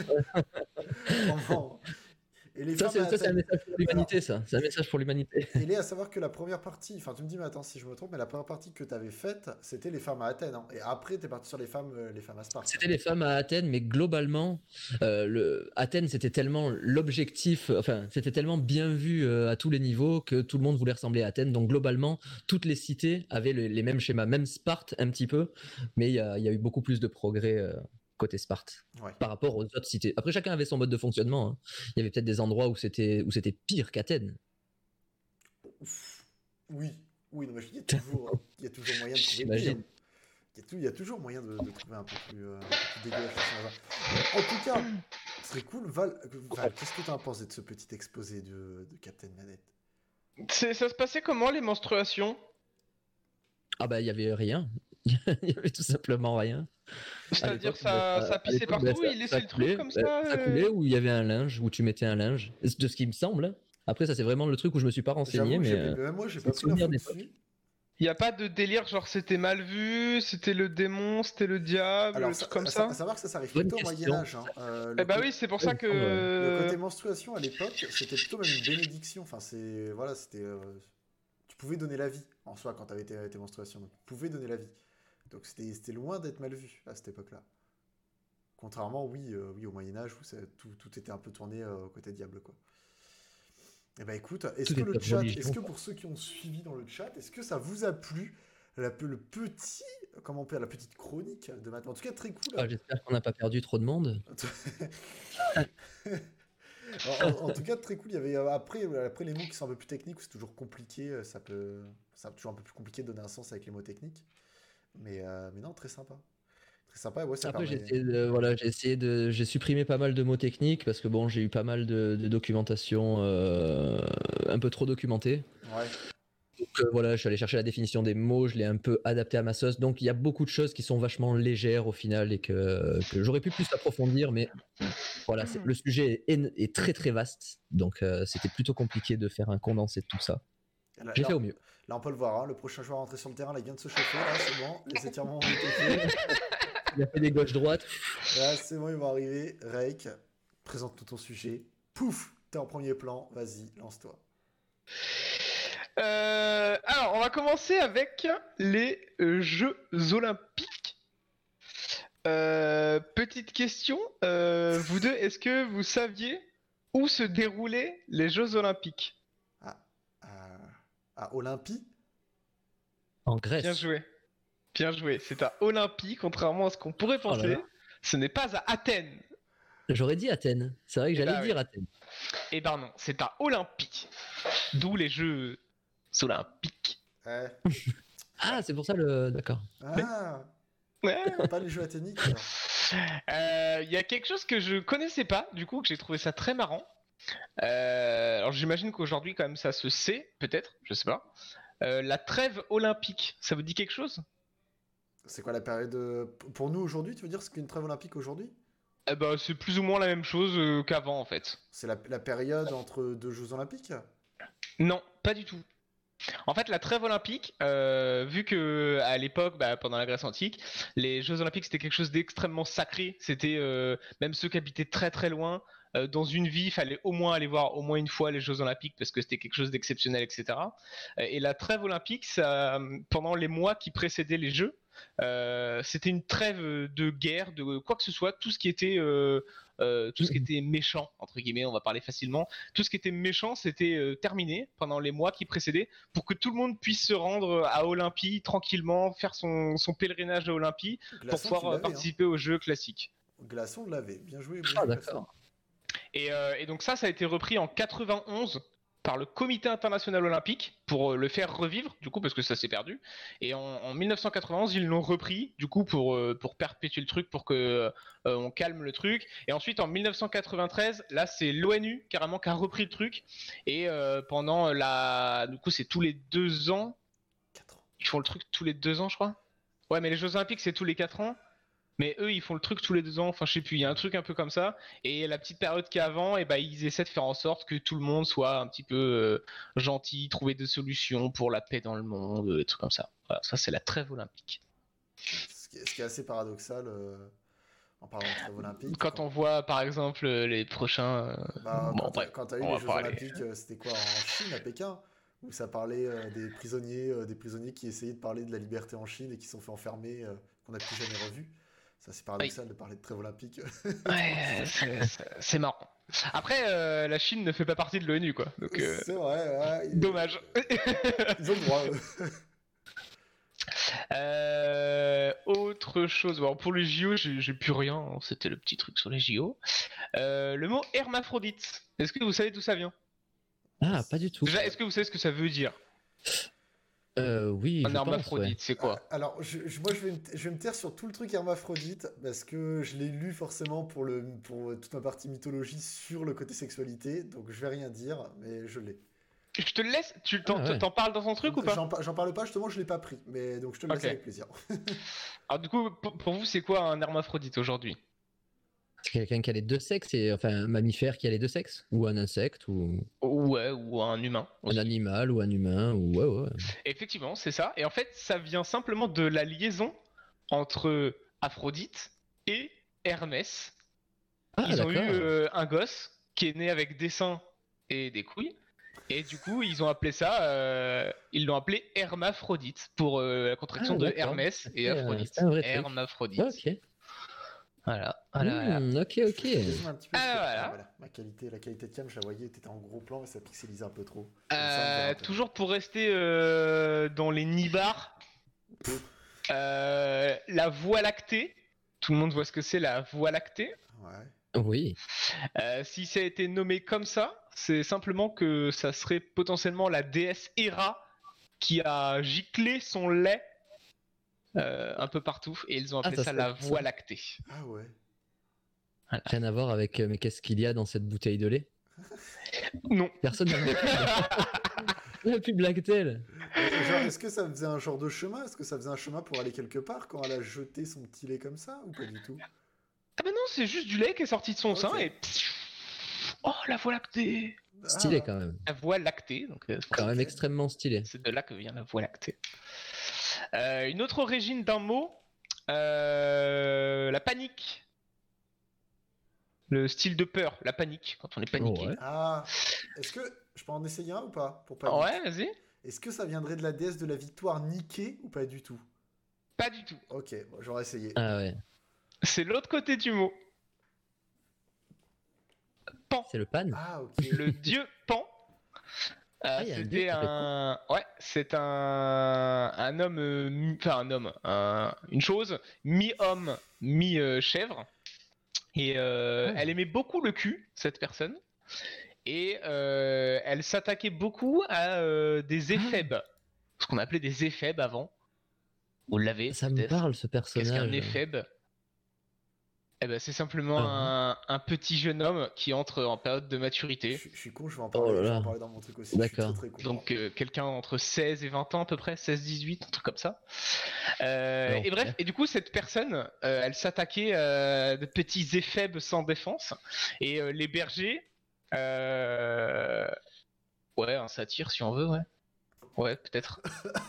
Vraiment. Et les Ça, femmes c'est, ça, c'est un à- message pour l'humanité, ça. C'est un message pour l'humanité. Il est à savoir que la première partie, enfin tu me dis mais attends si je me trompe, mais la première partie que tu avais faite, c'était les femmes à Athènes. Hein. Et après, tu es parti sur les femmes, euh, les femmes à Sparte. C'était les femmes à Athènes, mais globalement, euh, le... Athènes, c'était tellement l'objectif, enfin, c'était tellement bien vu euh, à tous les niveaux que tout le monde voulait ressembler à Athènes. Donc, globalement, toutes les cités avaient le- les mêmes schémas, même Sparte un petit peu, mais il y a, il y a eu beaucoup plus de progrès euh, côté Sparte Ouais. par rapport aux autres cités. Après, chacun avait son mode de fonctionnement. Hein. Il y avait peut-être des endroits où c'était, où c'était pire qu'Athènes. Ouf. Oui, oui, non, mais je dis, il y a toujours, il y a toujours moyen de trouver pire. J'imagine. Il y, a tout- il y a toujours moyen de, de trouver un peu plus, euh, un peu plus dégueulasse. En tout cas, ce serait cool. Val, Val, qu'est-ce que tu en penses de ce petit exposé de, de Captain Manette? C'est, ça se passait comment les menstruations? Ah bah, il y avait rien. Il y avait tout simplement rien. À C'est-à-dire l'époque, ça, bah, ça à pissait l'époque, partout, bah, il laissait ça le coulait, truc comme bah, ça ça euh coulait, où il y avait un linge, où tu mettais un linge, de ce qui me semble. Hein. Après, ça c'est vraiment le truc où je me suis pas renseigné, J'avoue, mais j'ai- euh, même moi, j'ai c'est pas le pris souvenir l'info d'époque. dessus. Il y a pas de délire genre c'était mal vu, c'était le démon, c'était le diable, Alors, le ça, truc comme à, ça. à savoir que ça, ça arrive Bonne plutôt au question. Moyen-Âge. Hein. Euh, le Eh bah co- oui, c'est pour Ouais, ça il me semble, ouais. Le que. côté menstruation à l'époque, c'était plutôt même une bénédiction. Enfin, c'est. Voilà, c'était. euh, Tu pouvais donner la vie en soi quand t'avais tes, tes menstruations. Donc, tu pouvais donner la vie. Donc, c'était c'était loin d'être mal vu à cette époque-là. Contrairement, oui, euh, oui au Moyen-Âge où ça- tout, tout était un peu tourné euh, au côté diable, quoi. Eh ben écoute, est-ce Tout que est le chat, religion. est-ce que pour ceux qui ont suivi dans le chat, est-ce que ça vous a plu la, le petit, comment on peut dire, la petite chronique de maths? En tout cas, très cool. Ah, j'espère qu'on n'a pas perdu trop de monde. En, en- en tout cas, très cool. Il y avait euh, après, euh, après les mots qui sont un peu plus techniques, où c'est toujours compliqué. euh, Ça peut, c'est toujours un peu plus compliqué de donner un sens avec les mots techniques. Mais, euh, mais non, très sympa. Très sympa. Ouais, ça Après, j'ai permet. essayé de, voilà, j'ai essayé de, j'ai supprimé pas mal de mots techniques parce que bon, j'ai eu pas mal de, de documentation euh, un peu trop documentée. Ouais. Donc euh, voilà, je suis allé chercher la définition des mots, je l'ai un peu adapté à ma sauce. Donc il y a beaucoup de choses qui sont vachement légères au final et que, que j'aurais pu plus approfondir, mais voilà, c'est- le sujet est, est très très vaste. Donc euh, c'était plutôt compliqué de faire un condensé de tout ça. Là, J'ai là, fait au mieux. là, on peut le voir. Hein, le prochain joueur à rentrer sur le terrain, là, il vient de se chauffer. Là, c'est bon. Les étirements ont été faits. Il a fait des gauches-droites. Là, c'est bon, ils vont arriver. Reik, présente-nous ton sujet. Pouf, t'es en premier plan. Vas-y, lance-toi. Euh, alors, on va commencer avec les euh, Jeux Olympiques. Euh, petite question, euh, vous deux, est-ce que vous saviez où se déroulaient les Jeux Olympiques? Ah, à, à Olympie. En Grèce. Bien joué. Bien joué. C'est à Olympie, contrairement à ce qu'on pourrait Oh là penser. là. Ce n'est pas à Athènes. J'aurais dit Athènes. C'est vrai que Eh j'allais bah dire oui. Athènes. Eh ben non, c'est à Olympie. D'où les Jeux Olympiques. Ouais. Ah, c'est pour ça le. D'accord. Ah, Ouais. pas les jeux athéniques. alors. Euh, Il y a quelque chose que je connaissais pas, du coup, que j'ai trouvé ça très marrant. Euh, alors j'imagine qu'aujourd'hui, quand même, ça se sait, peut-être, je sais pas. Euh, la trêve olympique, ça vous dit quelque chose? C'est quoi la période euh, pour nous aujourd'hui? Tu veux dire ce qu'est une trêve olympique aujourd'hui? Eh ben, c'est plus ou moins la même chose euh, qu'avant, en fait. C'est la, la période entre deux Jeux olympiques? Non, pas du tout. En fait, la trêve olympique, euh, vu que à l'époque, bah, pendant la Grèce antique, les Jeux olympiques c'était quelque chose d'extrêmement sacré. C'était euh, même ceux qui habitaient très très loin. Euh, dans une vie, il fallait au moins aller voir au moins une fois les Jeux olympiques parce que c'était quelque chose d'exceptionnel, et cetera. Et la trêve olympique, ça, pendant les mois qui précédaient les Jeux, euh, c'était une trêve de guerre, de quoi que ce soit, tout ce qui était euh, euh, tout ce qui était méchant entre guillemets, on va parler facilement. Tout ce qui était méchant, c'était euh, terminé pendant les mois qui précédaient, pour que tout le monde puisse se rendre à Olympie tranquillement, faire son, son pèlerinage à Olympie Glaçon, pour pouvoir tu l'avais, participer aux Jeux classiques. Hein. Glaçon l'avait. Bien joué. Bien Ah, joué, d'accord. Et, euh, et donc ça, ça a été repris en quatre-vingt-onze par le Comité international olympique pour euh, le faire revivre, du coup, parce que ça s'est perdu. Et en, en mille neuf cent quatre-vingt-onze, ils l'ont repris, du coup, pour, euh, pour perpétuer le truc, pour que euh, on calme le truc. Et ensuite, en mille neuf cent quatre-vingt-treize, là, c'est l'ONU carrément qui a repris le truc. Et euh, pendant la, du coup, c'est tous les deux ans. quatre ans. Ils font le truc tous les deux ans, je crois. Ouais, mais les Jeux olympiques, c'est tous les quatre ans. Mais eux, ils font le truc tous les deux ans. Enfin, je sais plus. Il y a un truc un peu comme ça. Et la petite période qu'il y a avant, et ben, ils essaient de faire en sorte que tout le monde soit un petit peu euh, gentil, trouver des solutions pour la paix dans le monde, des trucs comme ça. Voilà, ça, c'est la trêve olympique. Ce qui est, ce qui est assez paradoxal euh, en parlant de trêve olympique. Quand on voit, par exemple, les prochains. euh, Bah, bon, quand t'as bref, quand t'as eu on les va Jeux parler. olympiques, euh, c'était quoi en Chine, à Pékin, où ça parlait euh, des prisonniers, euh, des prisonniers qui essayaient de parler de la liberté en Chine et qui se sont fait enfermer, euh, qu'on n'a plus jamais revus. Ça, c'est paradoxal de parler de trêve olympique. Ouais, c'est- c'est c'est marrant. Après, euh, la Chine ne fait pas partie de l'ONU, quoi. Donc, euh, C'est vrai, ouais, ils- dommage. Ils ont le droit, eux. Euh, autre chose, bon, pour les J O, j'ai j'ai plus rien, hein, c'était le petit truc sur les J O. Euh, le mot hermaphrodite, est-ce que vous savez d'où ça vient? Ah, pas du tout. Déjà, est-ce que vous savez ce que ça veut dire? Euh, oui, Un je pense, ouais. hermaphrodite, c'est quoi? Ah, alors, je, je- moi, je vais, me, je vais me taire sur tout le truc hermaphrodite, parce que je l'ai lu forcément pour, le, pour toute ma partie mythologie sur le côté sexualité, donc je vais rien dire, mais je l'ai. Je te le laisse, tu t'en Ah ouais. t'en parles dans ton truc ou pas? J'en par- j'en parle pas, justement, je l'ai pas pris, mais donc je te le laisse Ok. avec plaisir. Alors du coup, pour, pour vous, c'est quoi un hermaphrodite aujourd'hui? C'est quelqu'un qui a les deux sexes, et, enfin un mammifère qui a les deux sexes, ou un insecte, ou Ouais, ou un humain un aussi. animal, ou un humain, ou ouais, ouais. Effectivement, c'est ça. Et en fait, ça vient simplement de la liaison entre Aphrodite et Hermès. Ah, Ils ont eu d'accord. euh, un gosse qui est né avec des seins et des couilles. Et du coup, ils ont appelé ça, euh, ils l'ont appelé hermaphrodite pour euh, la contraction Ah, de d'accord. Hermès et C'est, euh, Aphrodite. c'est un vrai truc. Hermaphrodite. Ok. Voilà, voilà, voilà. Hmm, ok, ok. Je un petit peu, Ah, parce que- voilà. ah, voilà. Ma qualité, la qualité de cam, je la voyais, t'étais en gros plan, mais ça pixelisait un peu trop. Comme ça, on Euh, verra un peu. toujours pour rester euh, dans les nibards, euh, la voie lactée. Tout le monde voit ce que c'est la voie lactée. Ouais. Oui. Euh, si ça a été nommé comme ça, c'est simplement que ça serait potentiellement la déesse Héra qui a giclé son lait euh, un peu partout et ils ont appelé Ah, ça ça serait la ça. voie lactée. Ah ouais. Rien à voir avec. euh, Mais qu'est-ce qu'il y a dans cette bouteille de lait? Non. Personne n'a la pub Lactel. Et genre, est-ce que ça faisait un genre de chemin? Est-ce que ça faisait un chemin pour aller quelque part quand elle a jeté son petit lait comme ça? Ou pas du tout? Ah bah non, c'est juste du lait qui est sorti de son Ok. sein et... Oh, la voie lactée. Stylé Ah. quand même. La voie lactée, donc euh, Quand même Ok. extrêmement stylé. c'est de là que vient la voie lactée. Euh, une autre origine d'un mot, euh, la panique. Le style de peur, la panique, quand on est paniqué. Ouais. Ah. Est-ce que je peux en essayer un ou pas? Pour pas Ouais, vas-y. Est-ce que ça viendrait de la déesse de la victoire Niké ou pas du tout? Pas du tout. Ok, bon, j'aurais essayé. Ah ouais. C'est l'autre côté du mot. Pan. C'est le pan. Ah ok. Le dieu Pan. Euh, Ah, il y a un dieu qui c'était s'appelle un, ouais, c'est un, un homme, euh, mi- enfin un homme, un- une chose mi-homme, mi-chèvre. Et euh, Oh. elle aimait beaucoup le cul, cette personne. Et euh, elle s'attaquait beaucoup à euh, des éphèbes, ce qu'on appelait des éphèbes avant. Vous l'avez Ça me peut-être. parle ce Qu'est-ce qu'un personnage. éphèbe? Eh ben, c'est simplement Ah un, un petit jeune homme qui entre en période de Je, maturité. suis- je suis con, je vais en parler, Oh là je vais là. en parler dans mon truc aussi. Je suis D'accord. très, très con. Donc euh, quelqu'un entre seize et vingt ans à peu près, seize dix-huit, un truc comme ça. Euh, Alors, et bref, ouais. et du coup cette personne, euh, elle s'attaquait à de petits éphèbes sans défense. Et euh, les bergers, euh... ouais, un satyre si on veut, ouais. Ouais, peut-être.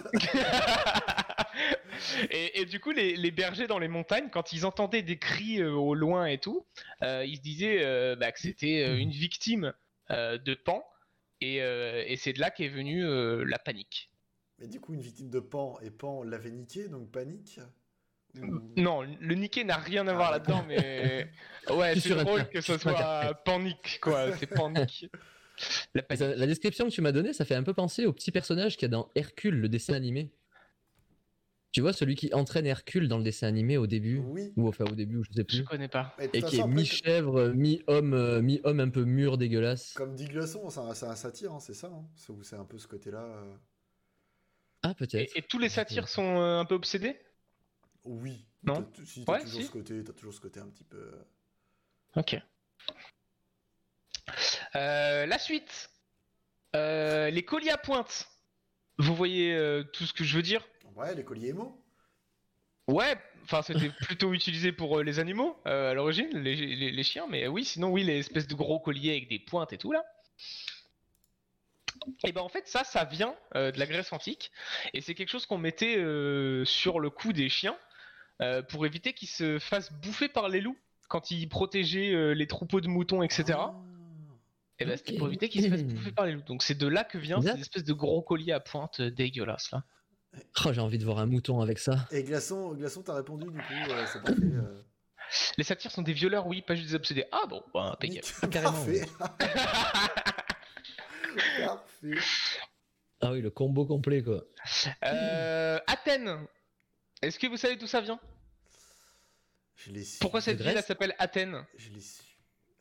et, et du coup, les, les bergers dans les montagnes, quand ils entendaient des cris euh, au loin et tout, euh, ils se disaient euh, bah, que c'était euh, une victime euh, de Pan, et, euh, et c'est de là qu'est venue euh, la panique. Mais du coup, une victime de Pan, et Pan l'avait niqué, donc panique. Ou- Non, le niqué n'a rien à Ah, voir d'accord. là-dedans, mais ouais, Je suis c'est sur drôle Inter- que je suis ce sur soit Internet. panique, quoi. C'est panique. La Et ça- panique. la description que tu m'as donnée, ça fait un peu penser au petit personnage qu'il y a dans Hercule, le dessin animé. Tu vois, celui qui entraîne Hercule dans le dessin animé au début, Oui. ou enfin au début, ou je sais Je plus, connais pas. Mais de et toute qui est façon, après, mi-chèvre, mi-homme, euh, mi-homme un peu mûr, dégueulasse. comme dit Glaçon, c'est un, c'est un satire, hein, c'est ça. Hein. C'est c'est un peu ce côté-là. euh. Ah, peut-être. Et, et tous les satyres sont euh, un peu obsédés? Oui. Non. T'as- Si, t'as Ouais, toujours si. ce côté, t'as toujours ce côté un petit peu. euh, Ok. Euh, la suite. Euh, les colis à pointe. Vous voyez euh, tout ce que je veux dire? Ouais, les colliers émo. Ouais, enfin c'était plutôt utilisé pour euh, les animaux euh, à l'origine, les, les- les chiens, mais oui, sinon oui, les espèces de gros colliers avec des pointes et tout là. Et ben en fait ça, ça vient euh, de la Grèce antique, et c'est quelque chose qu'on mettait euh, sur le cou des chiens euh, pour éviter qu'ils se fassent bouffer par les loups quand ils protégeaient euh, les troupeaux de moutons, et cetera. Ah. Et ben c'était Ok. pour éviter qu'ils se fassent bouffer par les loups. Donc c'est de là que vient D'accord. ces espèces de gros colliers à pointe euh, dégueulasses là. Oh, j'ai envie de voir un mouton avec ça. Et Glaçon, Glaçon t'as répondu du coup, euh, c'est parfait. euh. Les satyres sont des violeurs, oui, pas juste des obsédés. Ah bon, bah impeccable. Nickel, carrément, parfait. Parfait. Ah oui, le combo complet, quoi. Euh, Athènes. Est-ce que vous savez d'où ça vient? Je l'ai su. Pourquoi cette De ville Grèce elle s'appelle Athènes? Je l'ai su.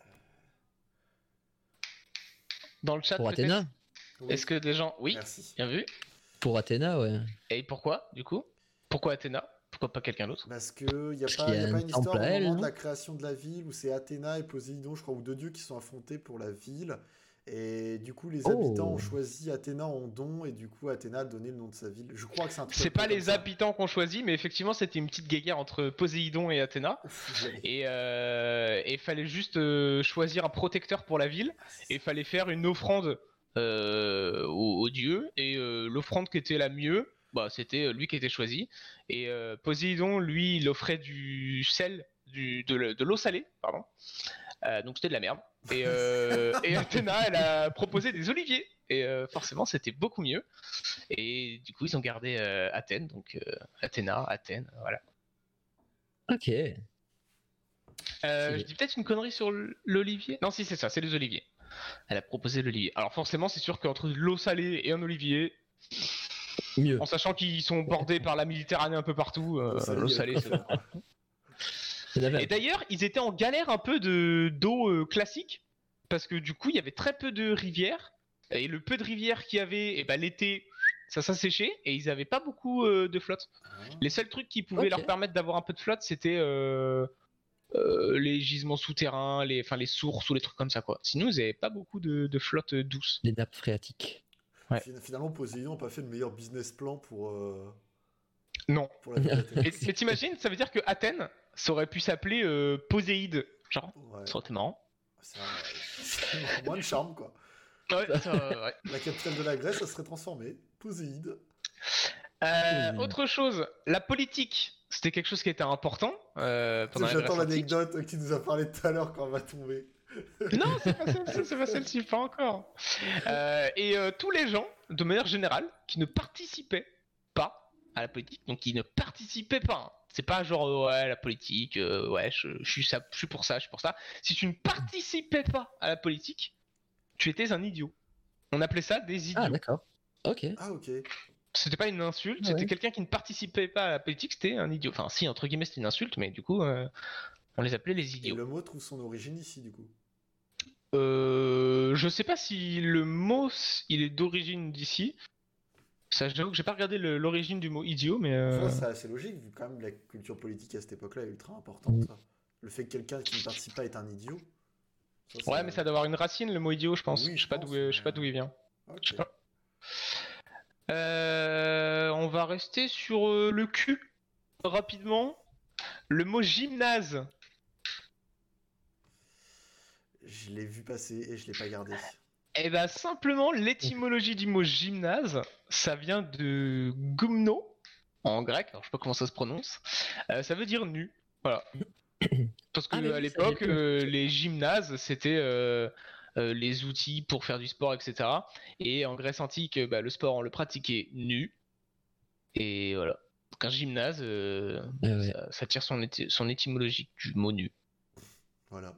Dans le chat Pour peut-être. Athéna. Oui. Est-ce que des gens... Oui, Merci. bien vu. Pour Athéna, ouais. Et pourquoi, du coup? Pourquoi Athéna? Pourquoi pas quelqu'un d'autre? Parce que y a Parce pas, qu'il y y a a un pas une histoire temple au à elle, moment de non la création de la ville où c'est Athéna et Poséidon, je crois, ou deux dieux qui sont affrontés pour la ville. Et du coup, les Oh. habitants ont choisi Athéna en don, et du coup, Athéna a donné le nom de sa ville. Je crois que c'est un truc. C'est un peu pas comme les ça. habitants qu'on choisit, mais effectivement c'était une petite guéguerre entre Poséidon et Athéna. Ouf, je l'avais. Et euh, il fallait juste euh, choisir un protecteur pour la ville. Et il fallait faire une offrande euh, au, au dieu. Et euh, l'offrande qui était la mieux, bah, c'était lui qui était choisi. Et euh, Poséidon, lui, il offrait du sel, du, de, le- de l'eau salée, pardon. Euh, donc c'était de la merde. Et, euh, et Athéna, elle a proposé des oliviers. Et euh, forcément, c'était beaucoup mieux. Et du coup, ils ont gardé euh, Athènes. Donc euh, Athéna, Athènes, voilà. Ok. Euh, Stylé. je dis peut-être une connerie sur l- l'olivier. Non, si c'est ça, c'est les oliviers. Elle a proposé l'olivier. Alors forcément, c'est sûr qu'entre de l'eau salée et un olivier, Mieux. en sachant qu'ils sont bordés par la Méditerranée un peu partout, euh, L'eau salée, l'eau il y a salée, quoi c'est dedans. bon. Il y en avait un. Et d'ailleurs, ils étaient en galère un peu de d'eau euh, classique, parce que du coup, il y avait très peu de rivières, et le peu de rivières qu'il y avait, et ben l'été, ça s'asséchait, et ils avaient pas beaucoup euh, de flotte. Ah. Les seuls trucs qui pouvaient Ok. leur permettre d'avoir un peu de flotte, c'était euh, euh, les gisements souterrains, les, enfin les sources ou les trucs comme ça quoi. Sinon, ils avaient pas beaucoup de, de flotte euh, douce. Les nappes phréatiques. Ouais. Fin- Finalement, Poséidon n'a pas fait le meilleur business plan pour, euh, Non. pour la ville d'Athènes. Et, mais t'imagines, ça veut dire que Athènes, ça aurait pu s'appeler euh, Poséide. Genre, Ouais. ça aurait été marrant. Ça, euh, moins de charme, quoi. Ouais, ça, ouais. La capitale de la Grèce, ça serait transformée. Poséide. Euh, Oui. autre chose, la politique, c'était quelque chose qui était important euh, pendant la J'attends Grèce antique. l'anecdote que tu nous as parlé tout à l'heure quand on va tomber. Non, c'est pas celle- c'est pas celle-ci, pas encore. Euh, et euh, tous les gens, de manière générale, qui ne participaient pas à la politique, donc qui ne participaient pas. Hein. C'est pas genre euh, ouais la politique, euh, ouais je, je suis ça, je suis pour ça, je suis pour ça. Si tu ne participais pas à la politique, tu étais un idiot. On appelait ça des idiots. Ah, d'accord. Ok. Ah, ok. C'était pas une insulte, Ah c'était ouais. quelqu'un qui ne participait pas à la politique, c'était un idiot. Enfin, si, entre guillemets, c'était une insulte, mais du coup, euh, on les appelait les Et idiots. le mot trouve son origine ici, du coup. Euh, je sais pas si le mot, il est d'origine d'ici. Ça, j'avoue que j'ai pas regardé le- l'origine du mot idiot, mais. Tu euh, vois, c'est assez logique, vu quand même la culture politique à cette époque-là est ultra importante. Mm. Ça. Le fait que quelqu'un qui ne participe pas est un idiot. ça, Ouais, c'est- mais ça doit avoir une racine, le mot idiot, je pense. Oui, je sais je pas pense, d'où, je sais pas mais- d'où il vient. Ok. Je sais pas. Euh, on va rester sur euh, le cul rapidement. Le mot gymnase. Je l'ai vu passer et je l'ai pas gardé. Eh ben simplement, l'étymologie du mot gymnase, ça vient de gumno, en grec, alors je sais pas comment ça se prononce, euh, ça veut dire nu, voilà. Parce que Ah, mais à oui, l'époque, ça, j'ai vu. euh, les gymnases, c'était euh, euh, les outils pour faire du sport, et cetera. Et en Grèce antique, euh, bah, le sport, on le pratiquait nu, et voilà. Donc un gymnase, euh, Ah ouais. ça, ça tire son, éty- son étymologie du mot nu. Voilà.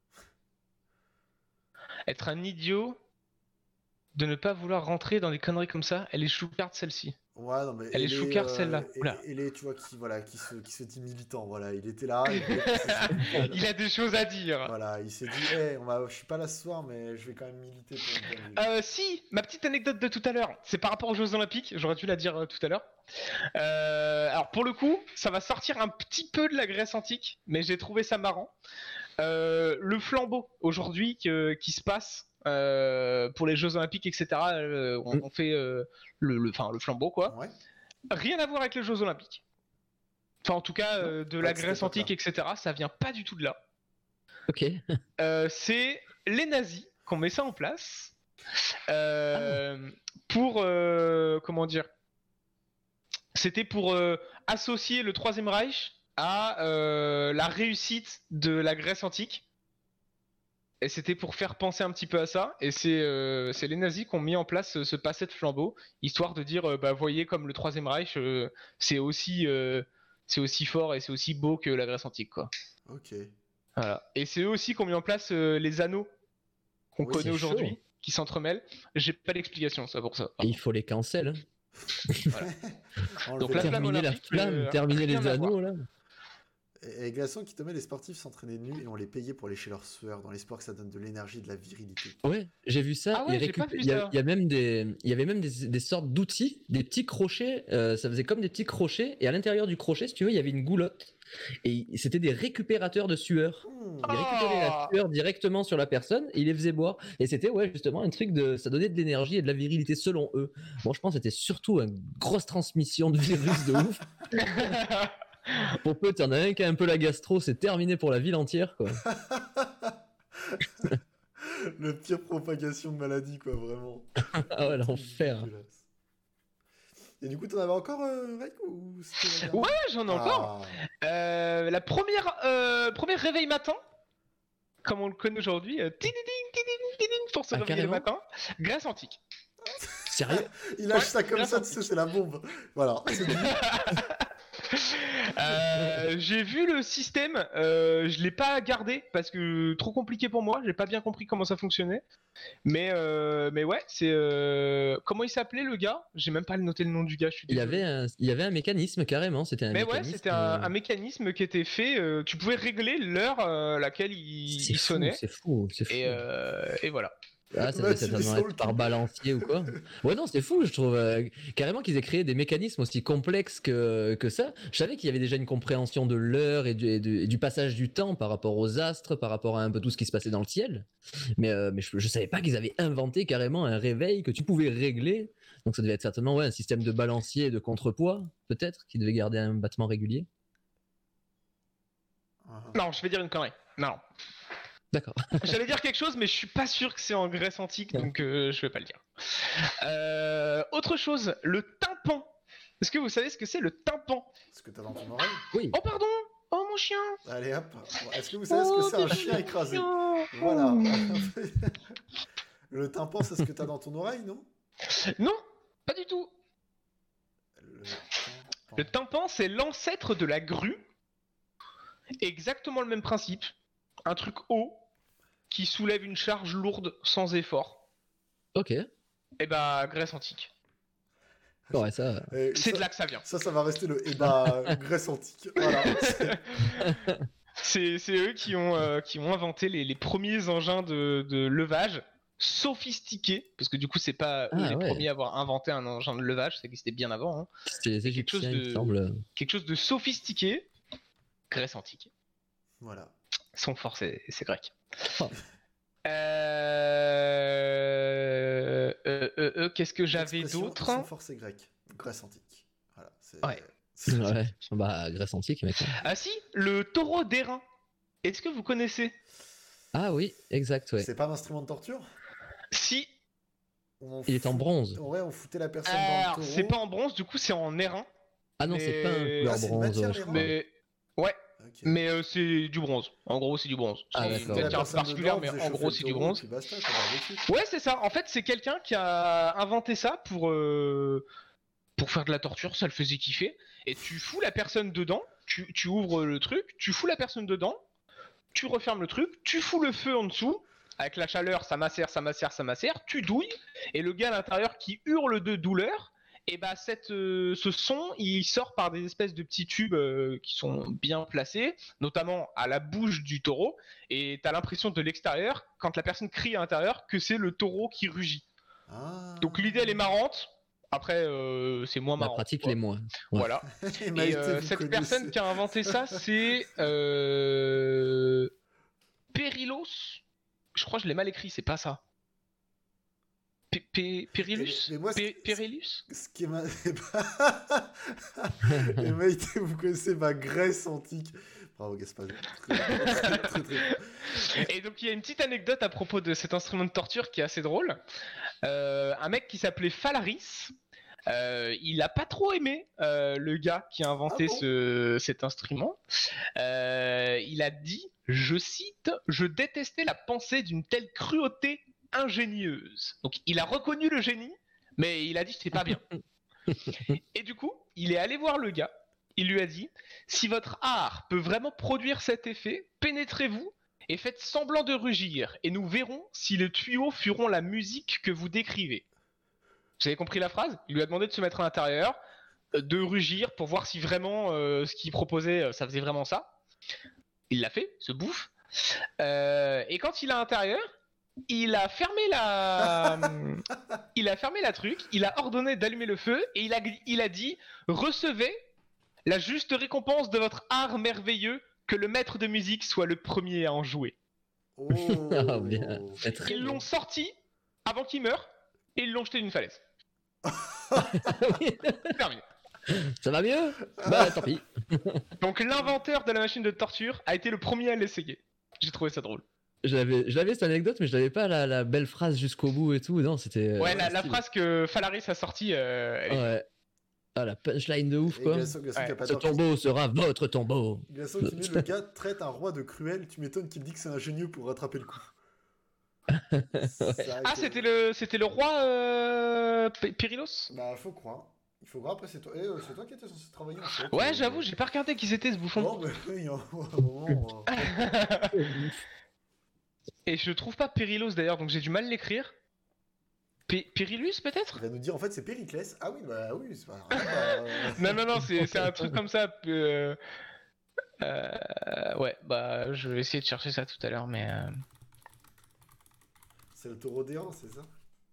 Être un idiot de ne pas vouloir rentrer dans des conneries comme ça, elle est choucarde celle-ci. Ouais, non, mais Elle est elle est, choucarde, euh, celle-là. et- Oula. et- elle est, tu vois, qui, voilà, qui, se, qui se dit militant. Voilà, il était là, il voulait pousser ses coups. Il a des choses à dire. Voilà, il s'est dit, hey, on va, je suis pas là ce soir, mais je vais quand même militer pour une bonne vie. Euh, si, ma petite anecdote de tout à l'heure, c'est par rapport aux Jeux Olympiques, j'aurais dû la dire euh, tout à l'heure. Euh, alors pour le coup, ça va sortir un petit peu de la Grèce antique, mais j'ai trouvé ça marrant. Euh, le flambeau aujourd'hui que- qui se passe euh, pour les Jeux Olympiques, et cetera. euh, on, on fait euh, le, le, enfin, le flambeau quoi. Ouais. Rien à voir avec les Jeux Olympiques. Enfin en tout cas euh, de pas la de cette Grèce antique, époque-là. et cetera. Ça vient pas du tout de là. Ok. Euh, c'est les nazis qu'on met ça en place euh, pour euh, comment dire, c'était pour euh, associer le Troisième Reich à euh, la réussite de la Grèce antique, et c'était pour faire penser un petit peu à ça, et c'est euh, c'est les nazis qui ont mis en place ce, ce passé de flambeau, histoire de dire euh, bah voyez comme le Troisième Reich euh, c'est aussi euh, c'est aussi fort et c'est aussi beau que la Grèce antique quoi. Ok. Voilà. Et c'est eux aussi qui ont mis en place euh, les anneaux qu'on Oui, connaît c'est aujourd'hui, chaud. qui s'entremêlent. J'ai pas l'explication, ça pour ça. Et il faut les cancel. Hein. Enlever Donc la la- flamme Terminer la olympique, flamme, euh, terminer rien les à anneaux, voir. là. Et, et Glaçon qui te met les sportifs s'entraîner nus et on les payait pour lécher leur sueur dans l'espoir que ça donne de l'énergie et de la virilité. Ouais, j'ai vu ça. Ah ouais, ils j'ai pas récup- vu il y, a- ça. il y a même des, il y avait même des, des sortes d'outils, des petits crochets. euh, ça faisait comme des petits crochets. Et à l'intérieur du crochet, si tu veux, il y avait une goulotte. Et c'était des récupérateurs de sueur. Hmm. Il récupérait la Oh sueur directement sur la personne et il les faisait boire. Et c'était ouais justement un truc de, ça donnait de l'énergie et de la virilité selon eux. Bon, je pense que c'était surtout une grosse transmission de virus de ouf. Pour peu, t'en as un qui a un peu la gastro, c'est terminé pour la ville entière, quoi. Le pire propagation de maladie, quoi, vraiment. Ah ouais, l'enfer. Dégueulasse. Et du coup, t'en avais encore, euh, Rek, ou c'était la Ouais, dernière j'en ai encore. Ah. Euh, la première, euh, premier réveil matin, comme on le connaît aujourd'hui, euh, tididing, tididing, tididing, pour se Ah, réveiller le carrément. matin, Grèce antique. Sérieux? Il lâche Ouais, ça comme grâce ça, à- tu sais, c'est la bombe. Voilà. c'est dit. Euh, j'ai vu le système, euh, je l'ai pas gardé parce que trop compliqué pour moi, j'ai pas bien compris comment ça fonctionnait. Mais euh, mais ouais, c'est euh, comment il s'appelait le gars? J'ai même pas noté le nom du gars. Je suis Il y désolé. avait un, il y avait un mécanisme carrément. C'était un Mais ouais, mécanisme. c'était un, euh, un mécanisme qui était fait. euh, tu pouvais régler l'heure euh, laquelle il, C'est il fou, sonnait. c'est fou, c'est fou. Et, euh, et voilà. Ah, ça Bah, devait tu certainement descends le être par cul. balancier ou quoi. Ouais, non, c'est fou, je trouve. euh, carrément qu'ils aient créé des mécanismes aussi complexes que, que ça. Je savais qu'il y avait déjà une compréhension de l'heure et du, et du- et du passage du temps par rapport aux astres, par rapport à un peu tout ce qui se passait dans le ciel. Mais, euh, mais je, je savais pas qu'ils avaient inventé carrément un réveil que tu pouvais régler. Donc ça devait être certainement ouais, un système de balancier et de contrepoids, peut-être, qui devait garder un battement régulier. Ah. Non, je vais dire une connerie. Non. D'accord. J'allais dire quelque chose, mais je suis pas sûr que c'est en Grèce antique, donc euh, je vais pas le dire. Euh, autre chose, le tympan. Est-ce que vous savez ce que c'est le tympan? Ce que t'as dans ton oreille. Oui. Oh pardon. Oh mon chien. Allez hop. Bon, est-ce que vous savez ce Oh, que c'est un petit chien écrasé? chien. Voilà. Le tympan, c'est ce que t'as dans ton oreille, non? Non, pas du tout. Le Le tympan. tympan, c'est l'ancêtre de la grue. Exactement le même principe. Un truc haut qui soulève une charge lourde sans effort. Ok. Et bah, Grèce antique. Ouais, ça. Et C'est ça- de là que ça vient. Ça, ça va rester le Eba Grèce antique. Voilà. C'est- C'est c'est eux qui ont, euh, qui ont inventé les, les premiers engins de, de levage sophistiqués, parce que du coup c'est pas eux Ah, les ouais. premiers à avoir inventé un engin de levage, ça existait bien avant. Hein. C'était les quelque chose Égyptiens, il de- me semble. Quelque chose de sophistiqué, Grèce antique. Voilà. Ils sont forts, c'est c'est grec. Oh. Euh... euh, euh, euh, Qu'est-ce que j'avais L'expression, d'autre? Sans force est grecque. Grèce antique. Voilà. C'est... Ouais. c'est- Ouais. Bah, Grèce antique, mec. Ah si, le taureau d'airain. Est-ce que vous connaissez? Ah oui, exact, ouais. C'est pas un instrument de torture? Si, On Il est en fout- bronze. Ouais, on foutait la personne dans Alors, le taureau. c'est pas en bronze, du coup, c'est en airain. Ah non, c'est pas un Mais- couleur Ah, c'est une bronze, matière, ouais, je les crois. Mais ouais, Ok. mais euh, c'est du bronze. En gros, c'est du bronze. Ah, C'est d'accord. une Foutait la matière un peu personne particulière, dedans, mais faisait en chauffer gros, le c'est du taureau, bronze. puis basta, quoi, barbecue. Ouais, c'est ça. En fait, c'est quelqu'un qui a inventé ça pour euh, pour faire de la torture. Ça le faisait kiffer. Et tu fous la personne dedans. Tu, tu ouvres le truc. Tu fous la personne dedans. Tu refermes le truc. Tu fous le feu en dessous. Avec la chaleur, ça macère, ça macère, ça macère. Tu douilles. Et le gars à l'intérieur qui hurle de douleur. Et bah cette, euh, ce son, il sort par des espèces de petits tubes euh, qui sont bien placés, notamment à la bouche du taureau. Et t'as l'impression de l'extérieur, quand la personne crie à l'intérieur, que c'est le taureau qui rugit. Ah. Donc l'idée elle est marrante. Après euh, c'est moins La marrant. pratique, quoi. les moins. Ouais. Voilà. Et Et Maïté, euh, vous cette connaissez. personne qui a inventé ça, c'est euh... Perilos. Je crois que je l'ai mal écrit, c'est pas ça. P- P- Perilus Et- mais moi, ce- P- Perilus Ce qui m'a. Et Maïté, vous connaissez ma Grèce antique. Bravo, Gaspard. Très, très, très, très. Et donc il y a une petite anecdote à propos de cet instrument de torture qui est assez drôle. Euh, un mec qui s'appelait Phalaris, euh, il a pas trop aimé euh, le gars qui a inventé Ah bon ce, cet instrument. Euh, il a dit, je cite, je détestais la pensée d'une telle cruauté ingénieuse. Donc il a reconnu le génie, mais il a dit c'était pas bien. Et du coup, il est allé voir le gars. Il lui a dit, si votre art peut vraiment produire cet effet, pénétrez-vous et faites semblant de rugir, et nous verrons si les tuyaux feront la musique que vous décrivez. Vous avez compris la phrase ? Il lui a demandé de se mettre à l'intérieur, euh, de rugir pour voir si vraiment euh, ce qu'il proposait, euh, ça faisait vraiment ça. Il l'a fait, se bouffe. Euh, et quand il est à l'intérieur, il a fermé la, il a fermé la truc, il a ordonné d'allumer le feu et il a, il a dit recevez la juste récompense de votre art merveilleux, que le maître de musique soit le premier à en jouer. Oh. Ah, bien. C'est très Ils bon. l'ont sorti avant qu'il meure et ils l'ont jeté d'une falaise. Terminé. Ça va mieux? Bah tant pis. Donc l'inventeur de la machine de torture a été le premier à l'essayer. J'ai trouvé ça drôle. J'avais, je l'avais cette anecdote, mais je n'avais pas la, la belle phrase jusqu'au bout et tout. Non, c'était. Ouais, euh, la, la stylé. phrase que Phalaris a sortie, euh, elle est- Ouais. Ah, la punchline de ouf, Et quoi. Glaçon, Glaçon Ouais. qui a pas Ce tort. tombeau sera votre tombeau. Glaçon qui met le gars traite un roi de cruel. Tu m'étonnes qu'il dit que c'est ingénieux pour rattraper le coup. C'est vrai Ah, que- c'était le, c'était le roi euh, P- Pyrilos. Bah, faut croire. Il faut croire, après, c'est toi. Eh, euh, c'est toi qui étais censé travailler en fait. Ouais, Euh, j'avoue, j'ai pas regardé qui c'était ce bouffon. Bon, bah, il y a un moment. euh, Et je trouve pas Pyrilos d'ailleurs, donc j'ai du mal à l'écrire. P- Pyrillus peut-être? Il va nous dire en fait c'est Périclès. Ah oui, bah oui, c'est pas. Bah, euh, Non, non, non, c'est c'est un truc comme ça. euh, euh, ouais, bah je vais essayer de chercher ça tout à l'heure, mais. euh, C'est le taureau d'Héran, c'est ça?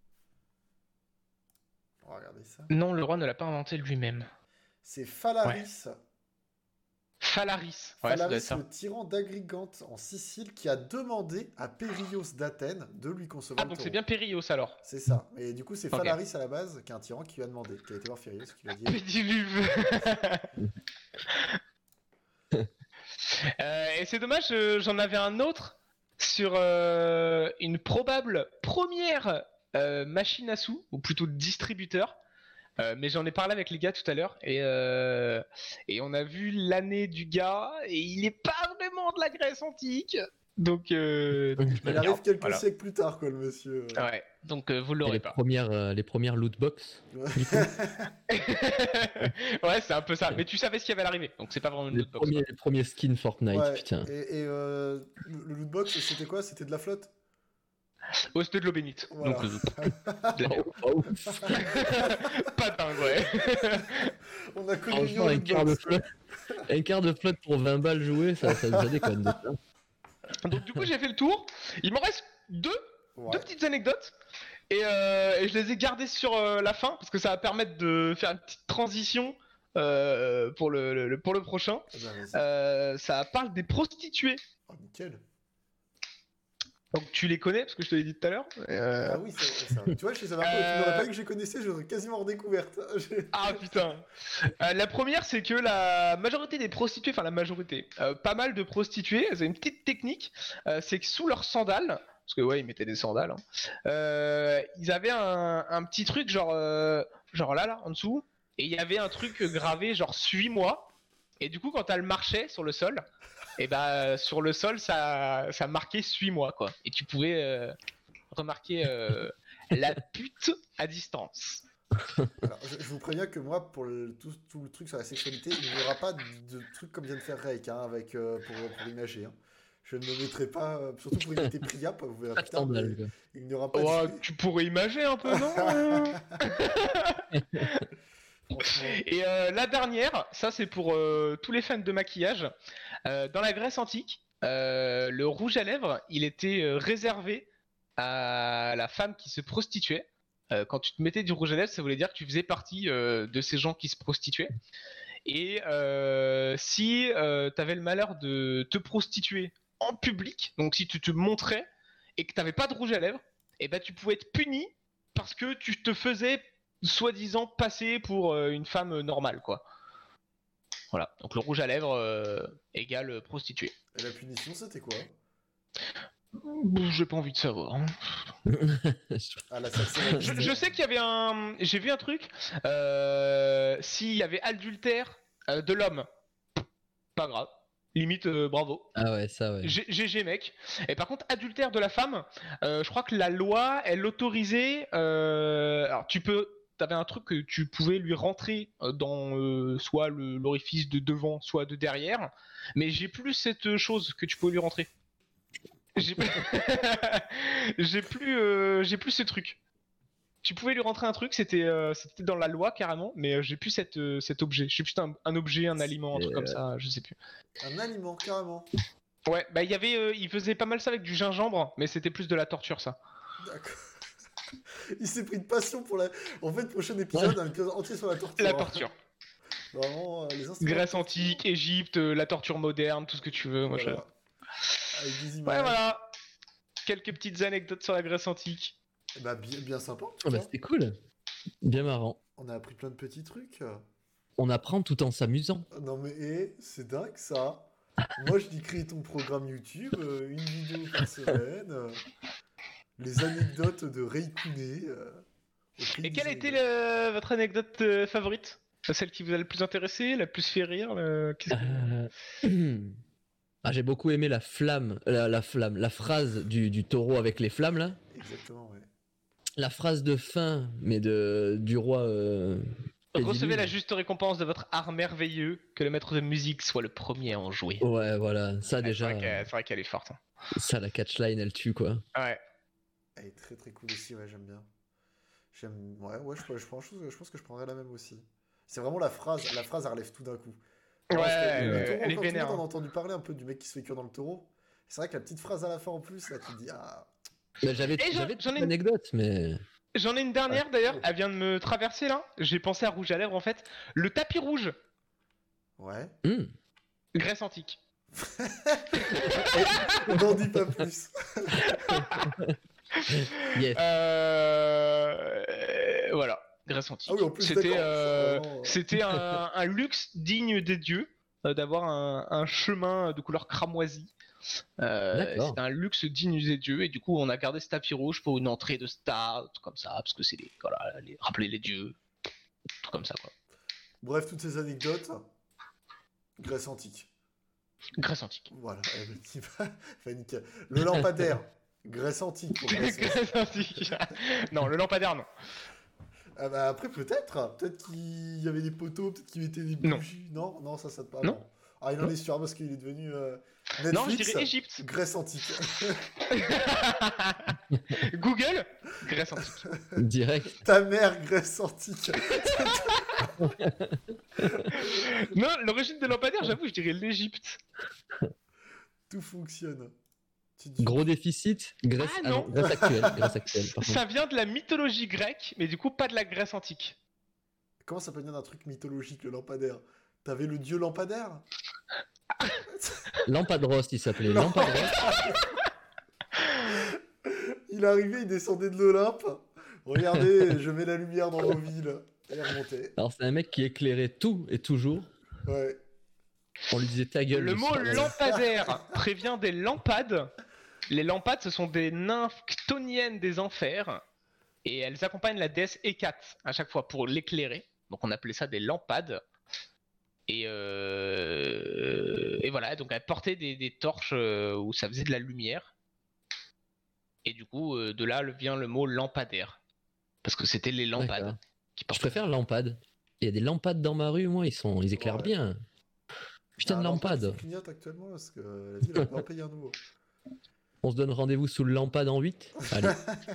On va regarder ça. Non, le roi ne l'a pas inventé lui-même. C'est Phalaris. Phalaris. Ouais, ça doit être Phalaris, ça. le tyran d'Agrigante en Sicile, qui a demandé à Périos d'Athènes de lui concevoir Ah, le donc taureau. c'est bien Périos alors. C'est ça. Et du coup, c'est Ok. Phalaris à la base, qui est un tyran qui lui a demandé, qui a été voir Périos, qui lui a dit. Pédiluve. Euh, et c'est dommage, euh, j'en avais un autre sur euh, une probable première euh, machine à sous, ou plutôt distributeur. Euh, mais j'en ai parlé avec les gars tout à l'heure et, euh, et on a vu l'année du gars et il est pas vraiment de la Grèce antique. Donc, euh, donc je me Il le arrive garde, quelques voilà. siècles plus tard, quoi, le monsieur. Ouais, donc euh, vous Et l'aurez les pas. premières, euh, les premières loot box. Ouais. Ouais, c'est un peu ça. Mais tu savais ce qui avait à l'arrivée, donc c'est pas vraiment une Les loot box. premiers, les premiers skins Fortnite, Ouais. putain. Et, et, euh, le le lootbox, c'était quoi? C'était de la flotte? Oh, c'était de l'eau bénite. Voilà. Donc, euh, de la merde. Oh, oh. Pas dingue, ouais. On a connu Franchement, un une quart de lootbox. flotte, un quart de flotte pour vingt balles jouées, ça, ça, ça déconne. Donc du coup j'ai fait le tour. Il m'en reste deux, Ouais. deux petites anecdotes. Et, euh, et je les ai gardées sur euh, la fin parce que ça va permettre de faire une petite transition euh, pour, le, le- pour le prochain. Eh ben, vas-y. Euh, ça parle des prostituées. Oh, nickel. Donc tu les connais parce que je te l'ai dit tout à l'heure. Euh, Ah oui, c'est c'est vrai. Tu vois, je les avais un peu. Tu Euh, m'aurais pas dit que je les connaissais, j'aurais quasiment redécouverte. J'ai- Ah putain. Euh, la première c'est que la majorité des prostituées, enfin la majorité, euh, pas mal de prostituées, elles ont une petite technique, euh, c'est que sous leurs sandales, parce que ouais, ils mettaient des sandales. Hein. Euh, ils avaient un, un petit truc genre, euh, genre là, là, en dessous, et il y avait un truc gravé genre suis-moi. Et du coup, quand elle marchait sur le sol, et bah sur le sol, ça, ça marquait suis-moi quoi. Et tu pouvais euh, remarquer euh, la pute à distance. Alors, je, je vous préviens que moi, pour le, tout, tout le truc sur la sexualité, il n'y aura pas de, de truc comme vient de faire Rake hein, avec, euh, pour, pour imager. Hein. Je ne me mettrai pas, euh, surtout pour imiter Priap, vous verrez plus tard, mais il n'y aura pas oh, de... Tu pourrais imager un peu, non? Et euh, la dernière, ça c'est pour euh, tous les fans de maquillage. Euh, dans la Grèce antique, euh, le rouge à lèvres, il était euh, réservé à la femme qui se prostituait. Euh, quand tu te mettais du rouge à lèvres, ça voulait dire que tu faisais partie euh, de ces gens qui se prostituaient. Et euh, si euh, tu avais le malheur de te prostituer en public, donc si tu te montrais et que tu n'avais pas de rouge à lèvres, et ben tu pouvais être puni parce que tu te faisais soi-disant passer pour euh, une femme normale, quoi. Voilà, donc le rouge à lèvres euh, égale prostituée. Et la punition, c'était quoi? J'ai pas envie de savoir. Hein. Ah, la je, je sais qu'il y avait un... J'ai vu un truc. Euh... S'il y avait adultère euh, de l'homme, pas grave. Limite, euh, bravo. Ah ouais, ça ouais. G G mec. Et par contre, adultère de la femme, euh, je crois que la loi, elle autorisait... Euh... Alors, tu peux... T'avais un truc que tu pouvais lui rentrer dans euh, soit l'orifice de devant, soit de derrière. Mais j'ai plus cette chose que tu peux lui rentrer. J'ai j'ai plus, euh, j'ai plus ce truc. Tu pouvais lui rentrer un truc, c'était euh, c'était dans la loi carrément, mais euh, j'ai plus cette, euh, cet objet. Je sais plus un, un objet, un aliment, un truc euh... comme ça, je sais plus. Un aliment carrément. Ouais, bah il y avait, euh, il faisait pas mal ça avec du gingembre, mais c'était plus de la torture ça. D'accord. Il s'est pris de passion pour la. En fait, prochain épisode, un épisode entier sur la torture. La torture. Vraiment, euh, les Grèce antique, Égypte, euh, la torture moderne, tout ce que tu veux. Moi, voilà. je... Avec des images. Ouais, voilà. Quelques petites anecdotes sur la Grèce antique. Bah, bien, bien sympa. Oh bah, c'était cool. Bien marrant. On a appris plein de petits trucs. On apprend tout en s'amusant. Non, mais hé, c'est dingue ça. Moi, je dis créer ton programme YouTube, euh, une vidéo par semaine. Euh, les anecdotes de Reikune. Euh, Et quelle a été le... votre anecdote euh, favorite? Celle qui vous a le plus intéressé, la plus fait rire le... que... euh... Ah, j'ai beaucoup aimé la flamme, la, la flamme, la phrase du, du taureau avec les flammes là. Exactement, ouais. La phrase de fin, mais de du roi. Euh, Recevez la juste récompense de votre art merveilleux, que le maître de musique soit le premier à en jouer. Ouais, voilà, ça ouais, déjà. C'est vrai qu'elle est forte. Hein. Ça, la catchline, elle tue quoi. Ouais. Elle est très très cool aussi, ouais, j'aime bien. J'aime, ouais, ouais, je, je, pense, je pense que je prendrais la même aussi. C'est vraiment la phrase, la phrase elle relève tout d'un coup. Ouais, ouais, euh, taureau, elle est vénère. On a entendu parler un peu du mec qui se fait cuire dans le taureau. C'est vrai que la petite phrase à la fin en plus, là, tu te dis ah. Bah, j'avais j'en ai une anecdote, mais. J'en ai une dernière d'ailleurs, elle vient de me traverser là. J'ai pensé à rouge à lèvres en fait. Le tapis rouge. Ouais. Mmh. Grèce antique. On n'en dit pas plus. Yes. Euh... Voilà. Grèce antique. Ah oui, en plus, c'était euh, vraiment... c'était un, un luxe digne des dieux euh, d'avoir un, un chemin de couleur cramoisie. Euh, c'est un luxe digne des dieux et du coup on a gardé ce tapis rouge pour une entrée de star comme ça parce que c'est les voilà les, rappeler les dieux tout comme ça quoi. Bref, toutes ces anecdotes Grèce antique. Grèce antique. Voilà. Le lampadaire. Grèce antique. Pour Grèce, Grèce antique. Non, le lampadaire non. Ah bah après peut-être, peut-être qu'il y avait des poteaux, peut-être qu'il mettait des bougies. Non, non, non ça ça te parle. Non. non. Ah il en non. est sûr parce qu'il est devenu euh, Netflix, non, je dirais Égypte. Grèce antique. Google, Grèce antique. Direct. Ta mère, Grèce antique. Non, l'origine de lampadaire, j'avoue, je dirais l'Égypte. Tout fonctionne. Gros déficit, Grèce, ah, non. Ah non, Grèce actuelle. Grèce actuelle ça vient de la mythologie grecque, mais du coup pas de la Grèce antique. Comment ça peut venir d'un truc mythologique, le lampadaire? T'avais le dieu lampadaire? Lampadros, il s'appelait. Lampadros. Il arrivait, il descendait de l'Olympe. Regardez, je mets la lumière dans vos villes. Elle est remontée. Alors c'est un mec qui éclairait tout et toujours. Ouais. On lui disait ta gueule. Le mot lampadaire prévient des lampades Les lampades, ce sont des nymphes chtoniennes des enfers, et elles accompagnent la déesse Hécate à chaque fois pour l'éclairer. Donc on appelait ça des lampades. Et, euh... et voilà, donc elles portaient des, des torches euh, où ça faisait de la lumière. Et du coup, euh, de là vient le mot lampadaire. Parce que c'était les lampades D'accord. qui Je portaient. préfère lampade. Il y a des lampades dans ma rue, moi, ils sont, ils éclairent Ouais. bien. Putain Ah, de alors, pas lampade. qui clignote actuellement parce que la ville a pas payé un nouveau. On se donne rendez-vous sous le lampade en huit. Allez.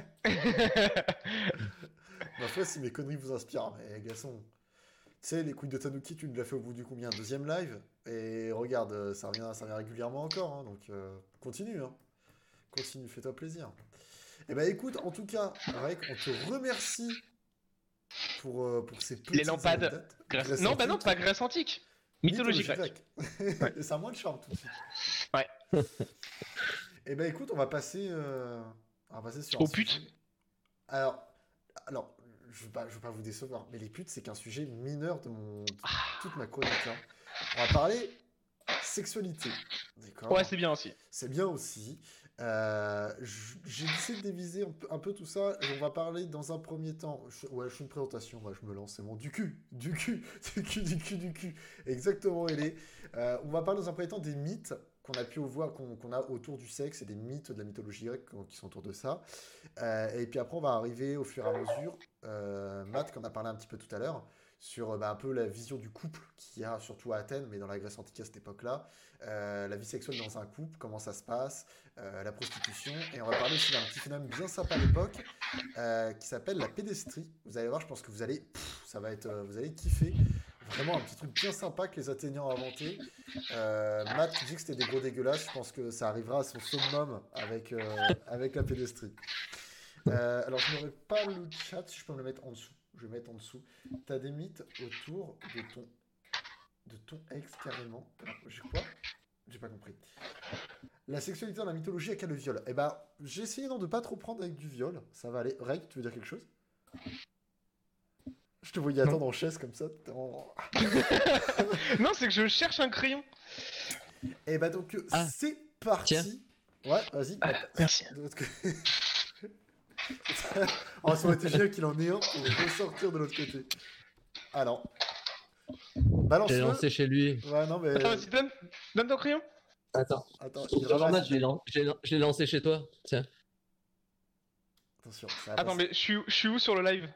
Ma foi, si mes conneries vous inspirent, mais Gasson, tu sais, les couilles de Tanuki, tu nous l'as fait au bout du combien? Deuxième live? Et regarde, euh, ça revient, ça revient régulièrement encore, hein, donc euh, continue, hein. Continue, fais-toi plaisir. Et bah écoute, en tout cas, Rek, on te remercie pour, euh, pour ces petites Les lampades. anecdotes. Grèce- Grèce Non, bah non, antique. pas Grèce antique. Mythologie grecque. grecque. Et ça a moins de charme tout de suite. Ouais. Et bah écoute, on va passer, euh, on va passer sur Aux un putes. sujet. Alors, alors, je veux pas, je veux pas vous décevoir, mais les putes, c'est qu'un sujet mineur de mon, de toute ma chronique, hein. On va parler sexualité, d'accord? Ouais, c'est bien aussi. C'est bien aussi. Euh, j- j'ai décidé de déviser un peu, un peu tout ça. Et on va parler dans un premier temps. Je- ouais, je fais une présentation. Moi, je me lance. C'est bon. Du cul. Du cul. Du cul, du cul, du cul. Exactement, elle est. Euh, on va parler dans un premier temps des mythes qu'on a pu voir, qu'on qu'on a autour du sexe et des mythes de la mythologie grecque qui sont autour de ça. Euh, et puis après, on va arriver au fur et à mesure. Euh, Matt, qu'on a parlé un petit peu tout à l'heure, sur euh, bah, un peu la vision du couple qu'il y a surtout à Athènes, mais dans la Grèce antique à cette époque-là. Euh, la vie sexuelle dans un couple, comment ça se passe, euh, la prostitution, et on va parler aussi d'un petit phénomène bien sympa à l'époque euh, qui s'appelle la pédestrie. Vous allez voir, je pense que vous allez, pff, ça va être, euh, vous allez kiffer. Vraiment un petit truc bien sympa que les Athéniens ont inventé. Euh, Matt qui dit que c'était des gros dégueulasses, je pense que ça arrivera à son summum avec, euh, avec la pédestrie. Euh, alors je n'aurai pas le chat, si je peux me le mettre en dessous. Je vais mettre en dessous. T'as des mythes autour de ton de ton ex carrément. J'ai quoi? J'ai pas compris. La sexualité dans la mythologie avec le viol. Eh ben, j'ai essayé non, de pas trop prendre avec du viol. Ça va aller. Reg, tu veux dire quelque chose? Je te voyais attendre en chaise comme ça. t'es en- Non, c'est que je cherche un crayon. Eh ben donc, euh, Ah, c'est parti. tiens. Ouais, vas-y. Ah, Attends, merci. de l'autre côté. Oh, ça aurait été génial qu'il en ait un pour ressortir de l'autre côté. Alors. J'ai Balance-le. lancé chez lui. Ouais, non, mais. Attends, vas-y, donne, donne ton crayon. Attends. Attends, il Jordan, ramasse. je l'ai lan- je l'ai lan- je l'ai lancé chez toi. Tiens. Attention, ça va Attends, passer. mais je suis, je suis où sur le live?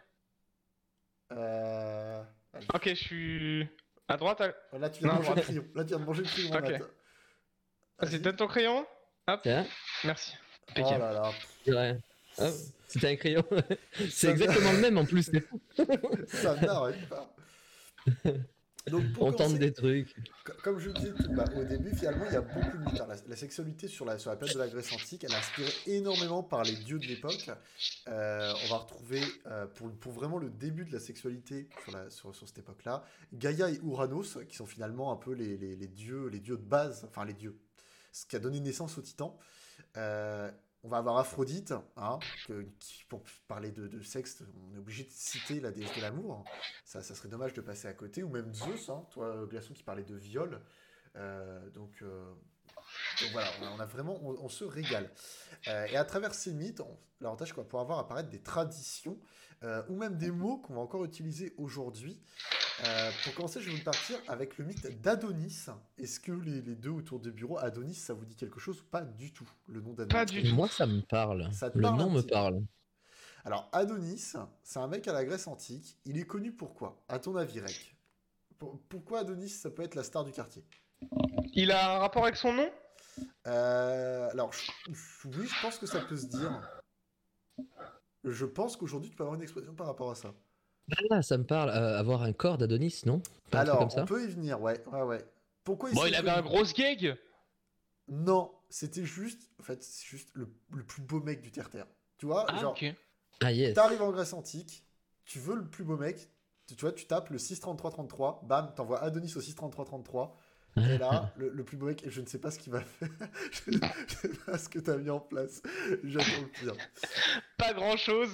Euh... allez. Ok, je suis à droite. À... Là, tu viens Non, de manger le droite. crayon. Là, tu viens de manger le crayon, Ok. Matt. Vas-y, donne ton crayon. Hop, Tiens. merci. Oh Impeccable. là là. C'est vrai. Hop, c'était un crayon. Ça- C'est exactement le même en plus. Ça n'arrête pas. Donc, pour On tente commencer, des trucs. co- comme je le disais tout- bah, au début, finalement, il y a beaucoup de mythes, hein. La, la sexualité sur la, sur la période de la Grèce antique, elle est inspirée énormément par les dieux de l'époque. Euh, on va retrouver, euh, pour, pour vraiment le début de la sexualité sur, la, sur, sur cette époque-là, Gaïa et Ouranos, qui sont finalement un peu les, les, les dieux, les dieux de base, enfin les dieux, ce qui a donné naissance aux titans. Euh, on va avoir Aphrodite, hein, que- qui, pour parler de, de sexe, on est obligé de citer la déesse de l'amour. Ça, ça serait dommage de passer à côté. Ou même Zeus, hein, toi, Glaçon, qui parlait de viol. Euh, donc, euh, donc voilà, on a, on a vraiment, on, on se régale. Euh, et à travers ces mythes, on- l'avantage qu'on va pouvoir voir apparaître des traditions, euh, ou même des mots qu'on va encore utiliser aujourd'hui. Euh, pour commencer, je vais vous partir avec le mythe d'Adonis. Est-ce que les, les deux autour du bureau, Adonis, ça vous dit quelque chose ou pas du tout, le nom d'Adonis? Pas du tout. Moi, ça me parle. Ça te Le parle nom un me petit peu. parle. Alors, Adonis, c'est un mec à la Grèce antique. Il est connu pour quoi, à ton avis, Rek? Pour- Pourquoi Adonis, ça peut être la star du quartier? Il a un rapport avec son nom? Euh, alors, je- je- oui, je pense que ça peut se dire. Je pense qu'aujourd'hui, tu peux avoir une expression par rapport à ça. Ah, ça me parle. Euh, avoir un corps d'Adonis, non? Pas un truc Alors, comme on ça? peut y venir, ouais, ouais, ouais. Pourquoi il Bon, s'est il avait connu? un gros gag. Non, c'était juste, en fait, c'est juste le, le plus beau mec du terre-terre. Tu vois, Ah, genre, ok. Ah, yes. t'arrives en Grèce antique, tu veux le plus beau mec, tu, tu vois, tu tapes le six trente-trois trente-trois, bam, t'envoies Adonis au six trente-trois trente-trois, et là, le, le plus beau mec, et je ne sais pas ce qu'il va faire, je ne sais pas ce que t'as mis en place, j'attends le pire. Pas grand chose.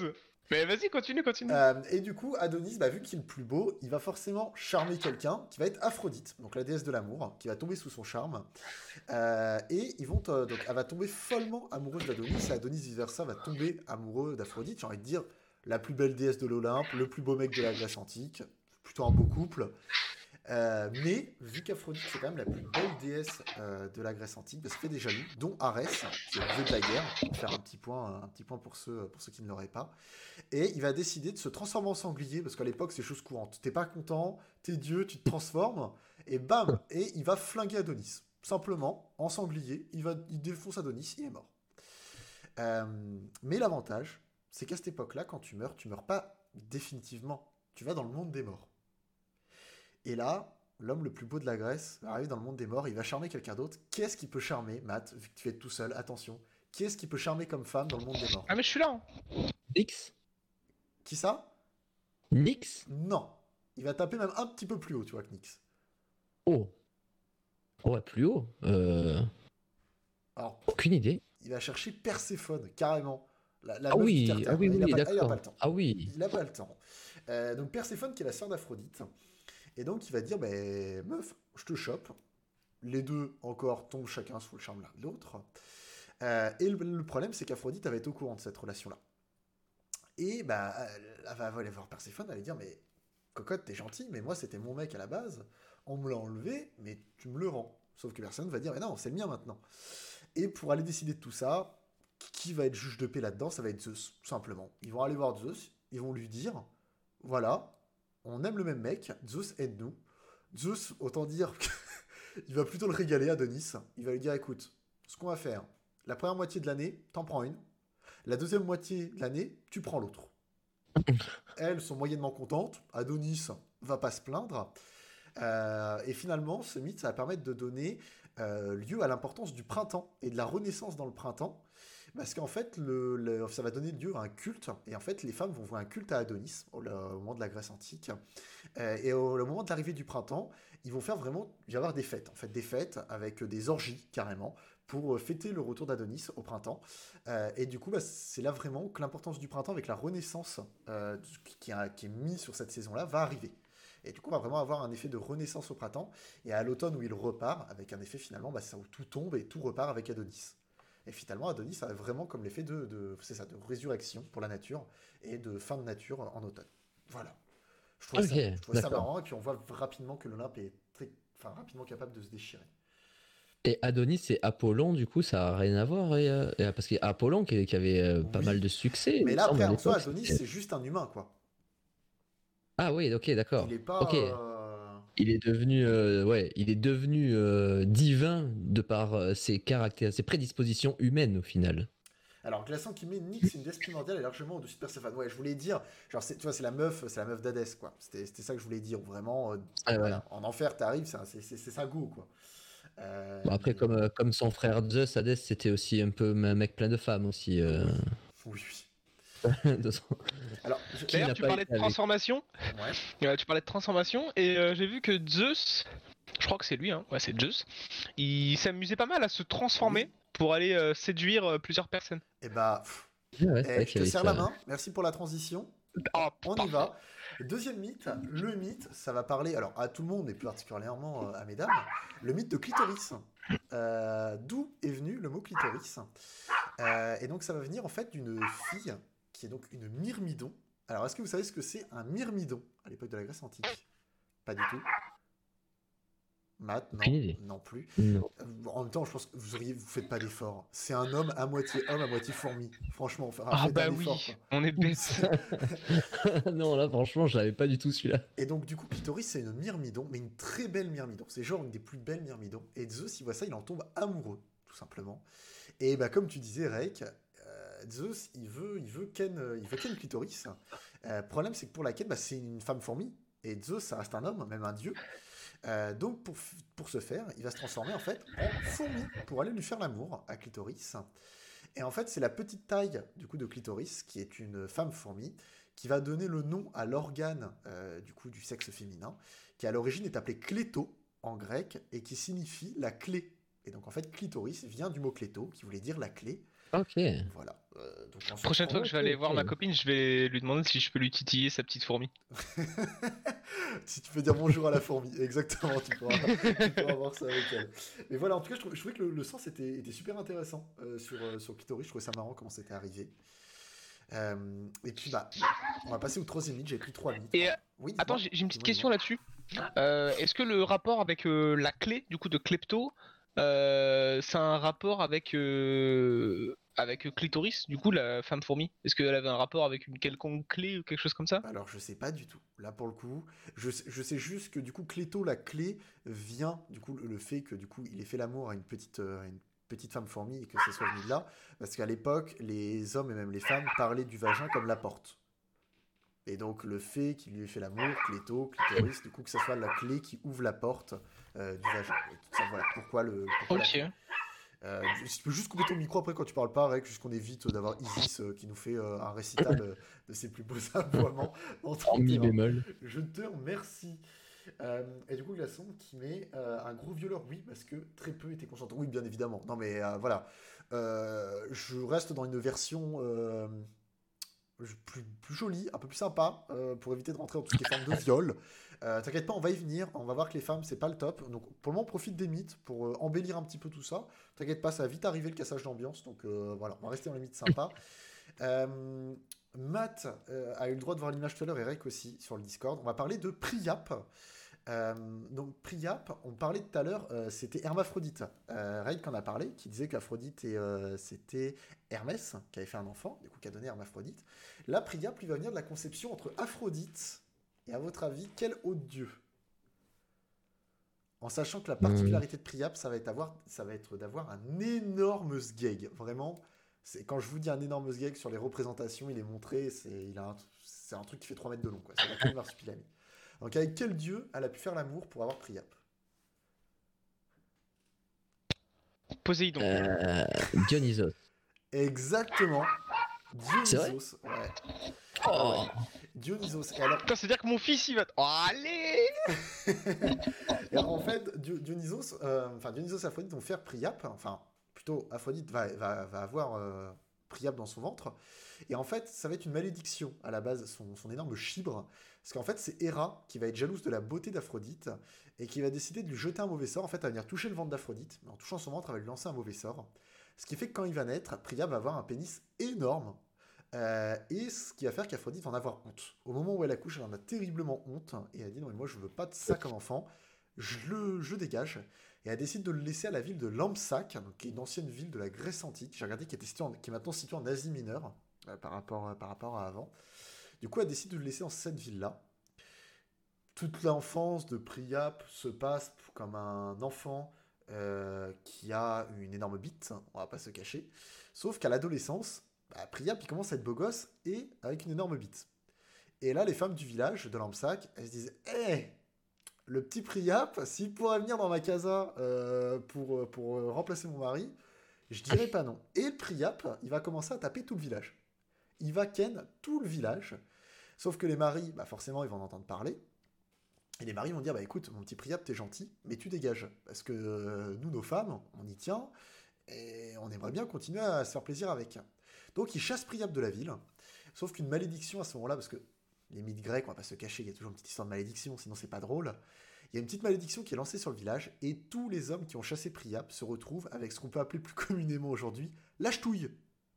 Mais vas-y, continue, continue. Euh, et du coup, Adonis, bah, vu qu'il est le plus beau, il va forcément charmer quelqu'un qui va être Aphrodite, donc la déesse de l'amour, qui va tomber sous son charme. Euh, et ils vont, euh, donc, elle va tomber follement amoureuse d'Adonis, et Adonis vice-versa va tomber amoureux d'Aphrodite. J'ai envie de dire, la plus belle déesse de l'Olympe, le plus beau mec de la Grèce antique, plutôt un beau couple. Euh, mais vu qu'Aphrodite c'est quand même la plus belle déesse euh, de la Grèce antique, bah, ça fait des jaloux, dont Arès, qui est le dieu de la guerre. On va faire un petit point, un petit point pour ceux, pour ceux qui ne l'auraient pas. Et il va décider de se transformer en sanglier, parce qu'à l'époque c'est chose courante. T'es pas content, t'es dieu, tu te transformes, et bam, et il va flinguer Adonis. Simplement, en sanglier, il, va, il défonce Adonis, il est mort. Euh, mais l'avantage, c'est qu'à cette époque-là, quand tu meurs, tu meurs pas définitivement. Tu vas dans le monde des morts. Et là, l'homme le plus beau de la Grèce arrive dans le monde des morts, il va charmer quelqu'un d'autre. Qu'est-ce qui peut charmer, Matt, vu que tu es tout seul, attention. Qui est-ce qui peut charmer comme femme dans le monde des morts? Ah, mais je suis là. Hein. Nyx. Qui ça? Nyx. Non. Il va taper même un petit peu plus haut, tu vois, que Nyx. Oh. Ouais, plus haut. Euh... Alors, Aucune idée. il va chercher Perséphone, carrément. La, la Ah meuf du oui, terre-terre. ah oui, il, a oui, pas, ah, il a d'accord. pas le temps. Ah oui. Il a pas le temps. Euh, donc Perséphone, qui est la sœur d'Aphrodite. Et donc, il va dire, ben, meuf, je te chope. Les deux, encore, tombent chacun sous le charme l'un de l'autre. Euh, et le, le problème, c'est qu'Aphrodite avait été au courant de cette relation-là. Et bah, elle va aller voir Perséphone, elle va lui dire, mais cocotte, t'es gentil, mais moi, c'était mon mec à la base. On me l'a enlevé, mais tu me le rends. Sauf que Perséphone va dire, mais non, c'est le mien maintenant. Et pour aller décider de tout ça, qui va être juge de paix là-dedans? Ça va être Zeus, tout simplement. Ils vont aller voir Zeus, ils vont lui dire, voilà, on aime le même mec, Zeus aide-nous. Zeus, autant dire qu'il va plutôt le régaler, Adonis. Il va lui dire, écoute, ce qu'on va faire, la première moitié de l'année, t'en prends une. La deuxième moitié de l'année, tu prends l'autre. Elles sont moyennement contentes. Adonis va pas se plaindre. Euh, et finalement, ce mythe, ça va permettre de donner euh, lieu à l'importance du printemps et de la renaissance dans le printemps. Parce qu'en fait, le, le, ça va donner lieu à un culte. Et en fait, les femmes vont voir un culte à Adonis au, le, au moment de la Grèce antique. Euh, et au, au moment de l'arrivée du printemps, ils vont faire vraiment... Il va y avoir des fêtes. En fait, des fêtes avec des orgies, carrément, pour fêter le retour d'Adonis au printemps. Euh, et du coup, bah, c'est là vraiment que l'importance du printemps avec la renaissance euh, qui, a, qui est mise sur cette saison-là va arriver. Et du coup, on va vraiment avoir un effet de renaissance au printemps. Et à l'automne où il repart, avec un effet finalement, bah, c'est ça où tout tombe et tout repart avec Adonis. Et finalement, Adonis a vraiment comme l'effet de, de, c'est ça, de résurrection pour la nature et de fin de nature en automne. Voilà. Je trouve okay, ça, ça marrant. Et puis on voit rapidement que l'Olympe est très, enfin, rapidement capable de se déchirer. Et Adonis et Apollon, du coup, ça n'a rien à voir. Et, euh, parce qu'il y a Apollon qui, qui avait euh, pas oui. mal de succès. Mais là, après, en soi, Adonis, c'est juste un humain, quoi. Ah oui, ok, d'accord. Il est pas... Okay. Euh... Il est devenu, euh, ouais, il est devenu euh, divin de par euh, ses caractères, ses prédispositions humaines, au final. Alors, Glaçon qui met Nyx, c'est une déesse primordiale et largement au-dessus de Perséphone. Ouais, je voulais dire, genre, tu vois, c'est la meuf, c'est la meuf d'Hadès, quoi. C'était ça que je voulais dire, vraiment. Euh, ah, voilà, ouais. En enfer, t'arrives, c'est sa go, quoi. Euh, bon, après, mais... comme, euh, comme son frère Zeus, Hadès, c'était aussi un peu un mec plein de femmes aussi. Euh... Oui, oui. de son... Alors, d'ailleurs, tu parlais de transformation. Ouais. Euh, tu parlais de transformation et euh, j'ai vu que Zeus, je crois que c'est lui, hein. Ouais, c'est Zeus. Il s'amusait pas mal à se transformer oui. pour aller euh, séduire euh, plusieurs personnes. Et bah, ouais, eh, je te serre ça. la main. Merci pour la transition. Oh, on y va. Deuxième mythe, le mythe, ça va parler alors à tout le monde, mais plus particulièrement à mesdames, le mythe de clitoris. Euh, D'où est venu le mot clitoris euh, Et donc ça va venir en fait d'une fille qui est donc une myrmidon. Alors est-ce que vous savez ce que c'est un myrmidon à l'époque de la Grèce antique? Pas du tout. Matt, non, non plus. Non. En même temps, je pense que vous auriez, vous faites pas d'effort. C'est un homme à moitié homme, à moitié fourmi. Franchement, enfin, ah faites bah un oui, effort, quoi. On est bête. Non, là, franchement, je l'avais pas du tout celui-là. Et donc, du coup, clitoris, c'est une myrmidon, mais une très belle myrmidon. C'est genre une des plus belles myrmidons. Et Zeus, il voit ça, il en tombe amoureux, tout simplement. Et bah, comme tu disais, Rek, euh, Zeus, il veut, il veut ken, euh, il veut ken clitoris. Le euh, problème, c'est que pour la ken, bah, c'est une femme fourmi. Et Zeus, ça reste un homme, même un dieu. Euh, donc pour, pour ce faire, il va se transformer en fait en fourmi pour aller lui faire l'amour à clitoris. Et en fait, c'est la petite taille du coup de clitoris qui est une femme fourmi qui va donner le nom à l'organe euh, du coup du sexe féminin qui à l'origine est appelé kléto en grec et qui signifie la clé. Et donc en fait, clitoris vient du mot kléto qui voulait dire la clé. Ok. Voilà. Euh, donc on se Prochaine fois retrouve- que je vais aller ok, voir ok. ma copine, je vais lui demander si je peux lui titiller sa petite fourmi. Si tu peux dire bonjour à la fourmi, exactement, tu pourras, tu pourras voir ça avec elle. Mais voilà, en tout cas, je, trou- je trouvais que le, le sens était, était super intéressant euh, sur, euh, sur Clitoris. Je trouvais ça marrant comment c'était arrivé. Euh, et puis, bah, on va passer au troisième mythe. J'ai pris trois mythes. Et, euh, Oui, Attends, dis-moi. j'ai j'ai une petite Dis-moi, question là-dessus. Euh, Est-ce que le rapport avec euh, la clé, du coup, de Klepto, euh, c'est un rapport avec, euh, avec Clitoris, du coup, la femme fourmi? Est-ce qu'elle avait un rapport avec une quelconque clé ou quelque chose comme ça? Alors, je sais pas du tout. Là, pour le coup, je, sais- je sais juste que du coup, Cléto, la clé, vient du coup le le fait que du coup, il ait fait l'amour à une petite, euh, à une petite femme fourmi et que ça soit venu de là, parce qu'à l'époque, les hommes et même les femmes parlaient du vagin comme la porte. Et donc, le fait qu'il lui ait fait l'amour, Cléto, clitoris, du coup, que ça soit la clé qui ouvre la porte euh, du vagin. Et tout ça, voilà. Pourquoi le, pourquoi la Ok. clé. Euh, si tu peux juste couper ton micro après quand tu parles pas, Rek, juste qu'on évite d'avoir Isis euh, qui nous fait euh, un récital euh, de ses plus beaux aboiements en En mi trente et un. bémol. Je te remercie. Euh, et du coup, Glaçon qui met euh, un gros violeur, oui, parce que très peu étaient consentants. Oui, bien évidemment. Non, mais euh, voilà. Euh, je reste dans une version euh, plus, plus jolie, un peu plus sympa, euh, pour éviter de rentrer dans tout ce qui est forme de viol. Euh, T'inquiète pas, on va y venir. On va voir que les femmes, c'est pas le top. Donc, pour le moment, on profite des mythes pour euh, embellir un petit peu tout ça. T'inquiète pas, ça va vite arriver le cassage d'ambiance. Donc, euh, voilà, on va rester dans les mythes sympas. Euh, Matt euh, a eu le droit de voir l'image tout à l'heure et Rek aussi sur le Discord. On va parler de Priap. Euh, donc Priap, on parlait tout à l'heure, euh, c'était Hermaphrodite. Euh, Rek en a parlé, qui disait qu'Aphrodite et, euh, c'était Hermès qui avait fait un enfant, du coup qui a donné Hermaphrodite. Là, Priap lui va venir de la conception entre Aphrodite et, à votre avis, quel autre dieu? En sachant que la particularité de Priap, ça va être, avoir, ça va être d'avoir un énorme sgeg. Vraiment, c'est, quand je vous dis un énorme sgeg sur les représentations, il est montré, c'est, il a un, c'est un truc qui fait trois mètres de long. Quoi. C'est la queue de Marsupilami. Donc avec quel dieu elle a pu faire l'amour pour avoir Priap? Poséidon. Euh, Dionysos. Exactement. C'est vrai? Dionysos. Ouais. Oh. Ah ouais. Dionysos. Et alors, Putain, c'est-à-dire que mon fils, il va... Oh, allez. et alors, en fait, Dio- Dionysos, euh, enfin Dionysos et Aphrodite vont faire Priap, enfin plutôt Aphrodite va, va, va avoir euh, Priap dans son ventre, et en fait ça va être une malédiction à la base, son, son énorme chibre, parce qu'en fait c'est Héra qui va être jalouse de la beauté d'Aphrodite, et qui va décider de lui jeter un mauvais sort, en fait elle va venir toucher le ventre d'Aphrodite, mais en touchant son ventre elle va lui lancer un mauvais sort, ce qui fait que quand il va naître, Priap va avoir un pénis énorme, euh, et ce qui va faire qu'Aphrodite va en avoir honte. Au moment où elle accouche, elle en a terriblement honte, et elle dit non mais moi je veux pas de ça comme enfant, je le, je le dégage, et elle décide de le laisser à la ville de Lampsaque, donc, qui est une ancienne ville de la Grèce antique, j'ai regardé, qui, était située en- qui est maintenant située en Asie mineure, euh, par, rapport, euh, par rapport à avant. Du coup, elle décide de le laisser dans cette ville-là. Toute l'enfance de Priap se passe comme un enfant euh, qui a une énorme bite, on va pas se cacher, sauf qu'à l'adolescence, bah, Priap il commence à être beau gosse et avec une énorme bite. Et là, les femmes du village de Lampsaque, elles se disent hé, le petit Priap, s'il pourrait venir dans ma casa euh, pour, pour euh, remplacer mon mari, je dirais pas non. Et le Priap, il va commencer à taper tout le village. Il va ken tout le village. Sauf que les maris, bah forcément, ils vont en entendre parler. Et les maris vont dire, bah écoute, mon petit Priap, t'es gentil, mais tu dégages. Parce que euh, nous, nos femmes, on y tient, et on aimerait bien continuer à se faire plaisir avec. Donc ils chassent Priap de la ville. Sauf qu'une malédiction à ce moment-là, parce que les mythes grecs, on va pas se cacher, il y a toujours une petite histoire de malédiction, sinon c'est pas drôle. Il y a une petite malédiction qui est lancée sur le village, et tous les hommes qui ont chassé Priap se retrouvent avec ce qu'on peut appeler plus communément aujourd'hui la ch'touille.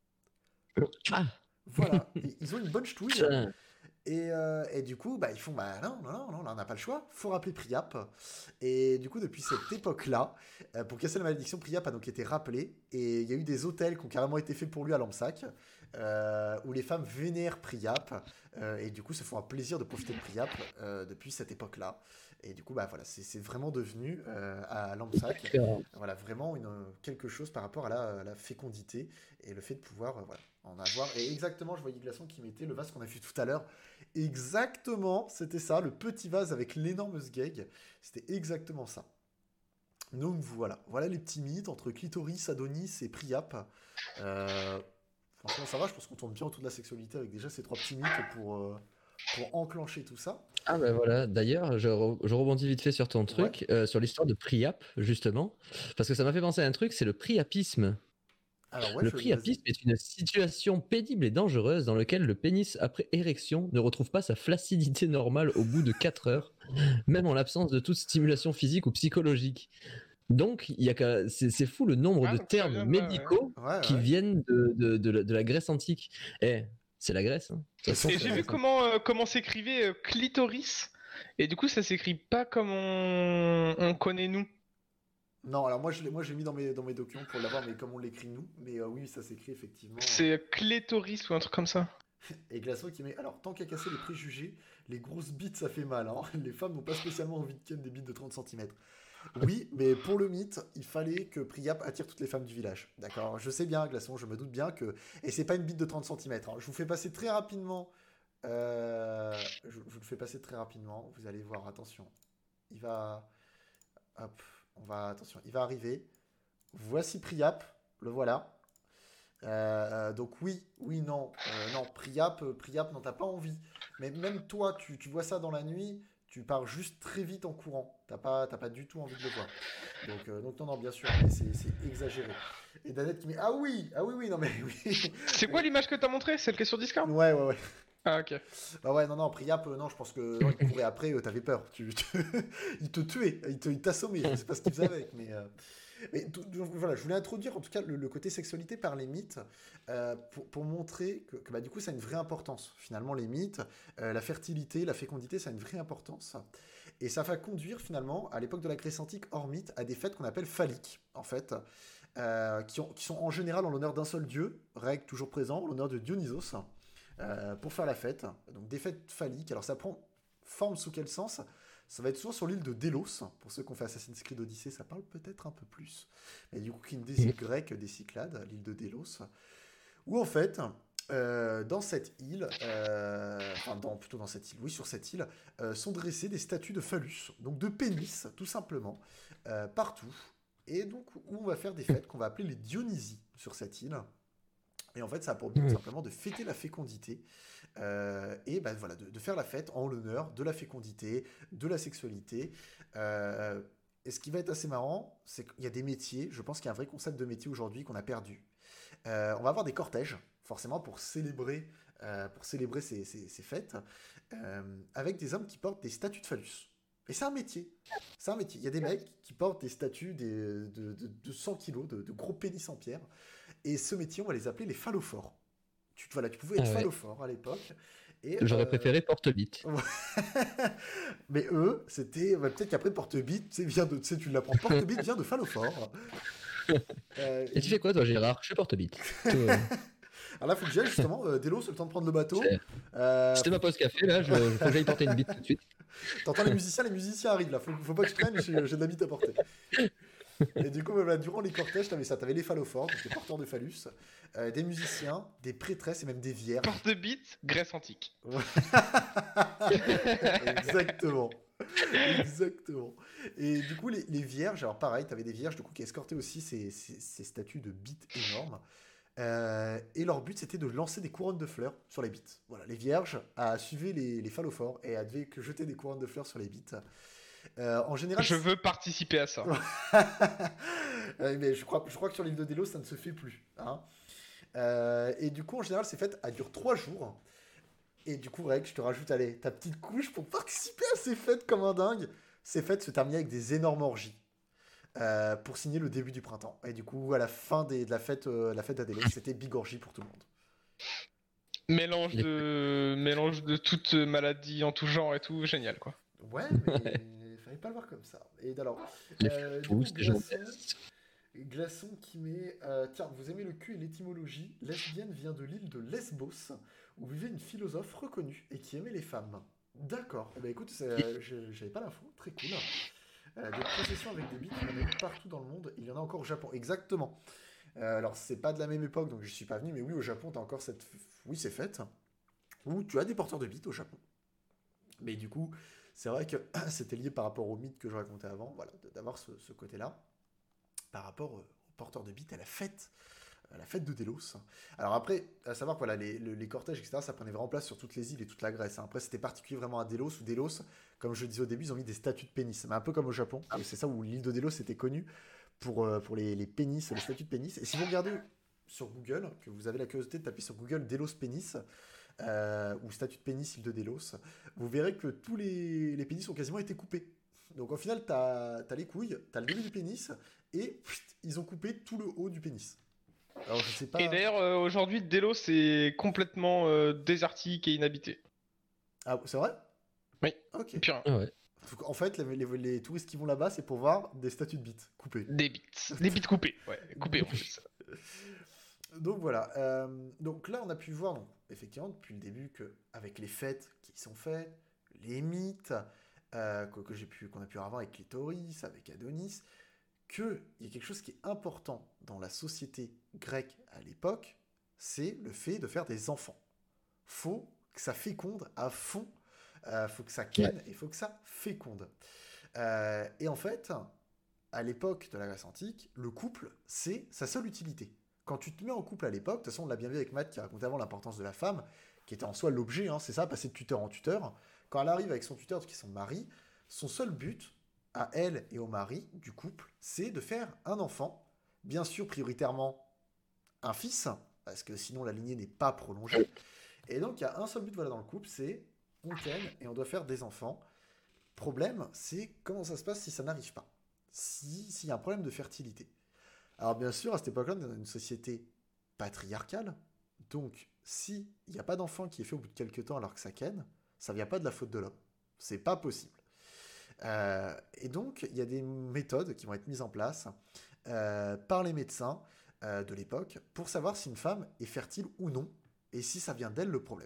Ah, Voilà, Et ils ont une bonne ch'touille. putain. Et, euh, et du coup, bah, ils font, bah non, non, non, non, là on n'a pas le choix, faut rappeler Priap. Et du coup, depuis cette époque-là, euh, pour casser la malédiction, Priap a donc été rappelé, et il y a eu des hôtels qui ont carrément été faits pour lui à Lampsaque, euh, où les femmes vénèrent Priap, euh, et du coup se font un plaisir de profiter de Priap euh, depuis cette époque-là. Et du coup, bah voilà, c'est c'est vraiment devenu euh, à Lampsaque, D'accord. voilà, vraiment une, quelque chose par rapport à la, à la fécondité, et le fait de pouvoir euh, voilà, en avoir. Et exactement, je voyais Glaçon qui mettait le vase qu'on a vu tout à l'heure. Exactement, c'était ça, le petit vase avec l'énorme sgeg. C'était exactement ça. Donc voilà, voilà les petits mythes entre clitoris, Adonis et Priap. Euh, franchement, ça va, je pense qu'on tourne bien autour de la sexualité avec déjà ces trois petits mythes pour, euh, pour enclencher tout ça. Ah ben voilà, d'ailleurs, je, re- je rebondis vite fait sur ton truc, euh, sur l'histoire de Priap, justement, parce que ça m'a fait penser à un truc, c'est le priapisme. Alors ouais, Le je vas-y. priapisme est une situation pénible et dangereuse dans laquelle le pénis, après érection, ne retrouve pas sa flaccidité normale au bout de quatre heures, même en l'absence de toute stimulation physique ou psychologique. Donc, il y a qu'à- c'est c'est fou le nombre Ah, de donc ça termes vient de là, ouais. médicaux Ouais, qui ouais. viennent de, de, de la, de la Grèce antique. Eh, c'est la Grèce. Hein. De toute façon, Et c'est j'ai la vu Grèce antique. comment, euh, comment s'écrivait euh, clitoris. Et du coup, ça s'écrit pas comme on, on connaît nous. Non, alors moi je l'ai moi j'ai mis dans mes dans mes documents pour l'avoir, mais comme on l'écrit nous, mais euh, oui, ça s'écrit effectivement. euh, C'est clitoris ou un truc comme ça. Et Glaçon qui met alors tant qu'à casser les préjugés, les grosses bites ça fait mal, hein. Les femmes n'ont pas spécialement envie de ken des bites de trente centimètres. Oui, mais pour le mythe, il fallait que Priap attire toutes les femmes du village. D'accord? Je sais bien, Glaçon, je me doute bien que. Et c'est pas une bite de trente centimètres, hein. Je vous fais passer très rapidement. euh, Je, je vous le fais passer très rapidement. Vous allez voir, attention. Il va. Hop, on va. Attention, il va arriver. Voici Priap, le voilà. Euh, donc oui, oui, non, euh, non, Priap, euh, Priap, non, t'as pas envie. Mais même toi, tu, tu vois ça dans la nuit, tu pars juste très vite en courant. T'as pas, t'as pas du tout envie de le voir. Donc, euh, donc non, non, bien sûr, mais c'est c'est exagéré. Et Danette qui met, ah oui, ah oui, oui, non, mais oui. C'est quoi l'image que t'as montrée? Celle qui est sur Discord? Ouais, ouais, ouais. Ah, ok. Bah ouais, non, non, Priap, euh, non, je pense que non, il courait après, euh, t'avais peur. Tu, tu- il te tuait, il te- il t'assommait, je sais pas ce qu'il faisait avec, mais... euh, Mais tout- donc, voilà, je voulais introduire en tout cas le, le côté sexualité par les mythes euh, pour, pour montrer que, que, bah, du coup ça a une vraie importance. Finalement, les mythes, euh, la fertilité, la fécondité, ça a une vraie importance. Et ça va conduire finalement, à l'époque de la Grèce antique, hors mythe, à des fêtes qu'on appelle phalliques, en fait, euh, qui, ont- qui sont en général en l'honneur d'un seul dieu, règle toujours présent, en l'honneur de Dionysos, euh, pour faire la fête. Donc des fêtes phalliques. Alors ça prend forme sous quel sens? Ça va être souvent sur l'île de Délos. Pour ceux qui ont fait Assassin's Creed Odyssey, ça parle peut-être un peu plus. Mais du coup, qui est une des îles grecques des Cyclades, l'île de Délos. Où en fait, euh, dans cette île, euh, enfin dans, plutôt dans cette île, oui, sur cette île, euh, sont dressées des statues de phallus, donc de pénis, tout simplement, euh, partout. Et donc, où on va faire des fêtes qu'on va appeler les Dionysies sur cette île. Et en fait, ça a pour but simplement de fêter la fécondité euh, et ben, voilà, de, de faire la fête en l'honneur de la fécondité, de la sexualité. Euh, et ce qui va être assez marrant, c'est qu'il y a des métiers, je pense qu'il y a un vrai concept de métier aujourd'hui qu'on a perdu. Euh, on va avoir des cortèges, forcément, pour célébrer, euh, pour célébrer ces, ces- ces fêtes, euh, avec des hommes qui portent des statues de phallus. Et c'est un métier. C'est un métier. Il y a des mecs qui portent des statues des- de, de- de cent kilos, de, de gros pénis en pierre. Et ce métier, on va les appeler les phallophores. Tu, voilà, tu pouvais être Ah ouais. phallophore à l'époque. Et, J'aurais euh, préféré porte-bite. Mais eux, c'était. bah, peut-être qu'après porte-bite, tu sais, vient de. Tu sais, tu l'apprends, porte-bite vient de phallophore. Euh, Et tu fais quoi, toi, Gérard? Je suis porte-bite. Tout, euh, Alors là, faut que j'y aille justement. Euh, Délos, c'est le temps de prendre le bateau. c'est- Euh, C'était ma pause café, là. Je, je faut que j'aille porter une bite tout de suite. T'entends les musiciens, les musiciens arrivent là. Faut, faut pas que je traîne, j'ai j'ai de la bite à porter. Et du coup, bah, voilà, durant les cortèges, t'avais ça. T'avais les phallophores, donc les porteurs de phallus, euh, des musiciens, des prêtresses et même des vierges. Porte de bite, Grèce antique. Exactement. Exactement. Et du coup, les, les vierges, alors pareil, t'avais des vierges du coup, qui escortaient aussi ces, ces, ces statues de bites énormes. Euh, et leur but, c'était de lancer des couronnes de fleurs sur les bites. Voilà, les vierges a suivi les, les phallophores et a devaient que jeter des couronnes de fleurs sur les bites. Euh, en général, Je veux participer à ça. Euh, mais je crois, je crois que sur l'île de Délos, ça ne se fait plus. Hein. Euh, et du coup, en général, ces fêtes, elles durent trois jours. Et du coup, Reg, je te rajoute, allez, ta petite couche pour participer à ces fêtes comme un dingue. Ces fêtes se terminaient avec des énormes orgies. Euh, pour signer le début du printemps. Et du coup, à la fin des- de la fête, euh, la fête d'Adélos, c'était bigorgie pour tout le monde. Mélange Les- de... Mélange de toutes maladies en tout genre et tout, génial quoi. Ouais, mais fallait pas le voir comme ça. Et alors, Les euh, du fous, coup, les gens Glaçon, Glaçon qui met euh, tiens, vous aimez le cul et l'étymologie? Lesbienne vient de l'île de Lesbos, où vivait une philosophe reconnue et qui aimait les femmes. D'accord. Eh ben écoute, c'est- je- j'avais pas l'info, très cool. Euh, des processions avec des bites, il y en a partout dans le monde. Il y en a encore au Japon. Exactement. Euh, alors, c'est pas de la même époque, donc je suis pas venu, mais oui, au Japon, t'as encore cette. Oui, c'est fait. Où tu as des porteurs de bites au Japon. Mais du coup, c'est vrai que c'était lié par rapport au mythe que je racontais avant, voilà, de- d'avoir ce, ce côté-là, par rapport euh, aux porteurs de bites à la fête, à la fête de Délos. Alors après, à savoir que voilà, les, le- les cortèges, et cetera, ça prenait vraiment place sur toutes les îles et toute la Grèce. Hein. Après, c'était particulier vraiment à Délos, où Délos, comme je le disais au début, ils ont mis des statues de pénis. Mais un peu comme au Japon, et c'est ça où l'île de Délos était connue pour, euh, pour les, les pénis, les statues de pénis. Et si vous regardez sur Google, que vous avez la curiosité de taper sur Google Delos pénis, euh, ou statut de pénis île de Delos, vous verrez que tous les, les pénis ont quasiment été coupés. Donc au final, t'as as les couilles, t'as le début du pénis, et pfft, ils ont coupé tout le haut du pénis. Alors je sais pas... Et d'ailleurs, euh, aujourd'hui, Delos est complètement euh, désertique et inhabité. Ah, c'est vrai? Oui. Ok. Plus rien. Ah ouais. En fait, les, les- les touristes qui vont là-bas, c'est pour voir des statues de bites coupées. Des bites. Des bites coupées. Ouais, coupées en plus. Donc voilà. euh, donc là, on a pu voir, donc, effectivement, depuis le début, que avec les fêtes qui sont faites, les mythes euh, que, que j'ai pu, qu'on a pu avoir avec Clitoris, avec Adonis, qu'il y a quelque chose qui est important dans la société grecque à l'époque, c'est le fait de faire des enfants. Faut que ça féconde à fond. Euh, faut que ça ken et faut que ça féconde. Euh, et en fait, à l'époque de la Grèce antique, le couple, c'est sa seule utilité. Quand tu te mets en couple à l'époque, de toute façon, on l'a bien vu avec Matt qui racontait avant l'importance de la femme, qui était en soi l'objet, hein, c'est ça, passer de tuteur en tuteur. Quand elle arrive avec son tuteur, qui est son mari, son seul but, à elle et au mari du couple, c'est de faire un enfant, bien sûr prioritairement un fils, parce que sinon la lignée n'est pas prolongée. Et donc il y a un seul but voilà, dans le couple, c'est on ken et on doit faire des enfants. Problème, c'est comment ça se passe si ça n'arrive pas, si s'il y a un problème de fertilité. Alors bien sûr, à cette époque-là, on est dans une société patriarcale, donc s'il n'y a pas d'enfant qui est fait au bout de quelques temps alors que ça ken, ça vient pas de la faute de l'homme. C'est pas possible. Euh, et donc, il y a des méthodes qui vont être mises en place euh, par les médecins euh, de l'époque pour savoir si une femme est fertile ou non, et si ça vient d'elle le problème.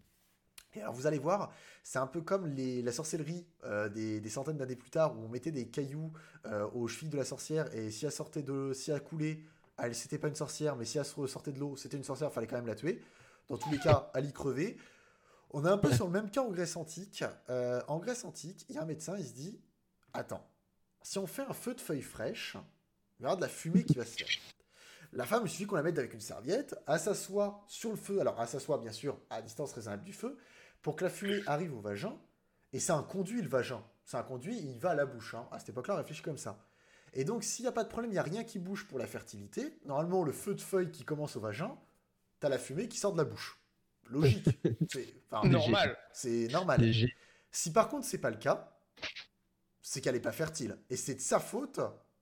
Et alors vous allez voir, c'est un peu comme les, la sorcellerie euh, des, des centaines d'années plus tard, où on mettait des cailloux euh, aux chevilles de la sorcière, et si elle sortait de, si elle coulait, elle c'était pas une sorcière, mais si elle sortait de l'eau, c'était une sorcière, il fallait quand même la tuer. Dans tous les cas, elle y crevait. On est un peu sur le même cas en Grèce antique. Euh, en Grèce antique, il y a un médecin, il se dit, attends, si on fait un feu de feuilles fraîches, il y aura de la fumée qui va se faire. La femme, il suffit qu'on la mette avec une serviette, elle s'assoit sur le feu, alors elle s'assoit bien sûr à distance raisonnable du feu, pour que la fumée arrive au vagin, et c'est un conduit le vagin. C'est un conduit, il va à la bouche. Hein. À cette époque-là, on réfléchit comme ça. Et donc, s'il n'y a pas de problème, il n'y a rien qui bouge pour la fertilité, normalement, le feu de feuilles qui commence au vagin, t'as la fumée qui sort de la bouche. Logique. C'est enfin, Normal. C'est normal. Léger. Si par contre, c'est pas le cas, c'est qu'elle n'est pas fertile. Et c'est de sa faute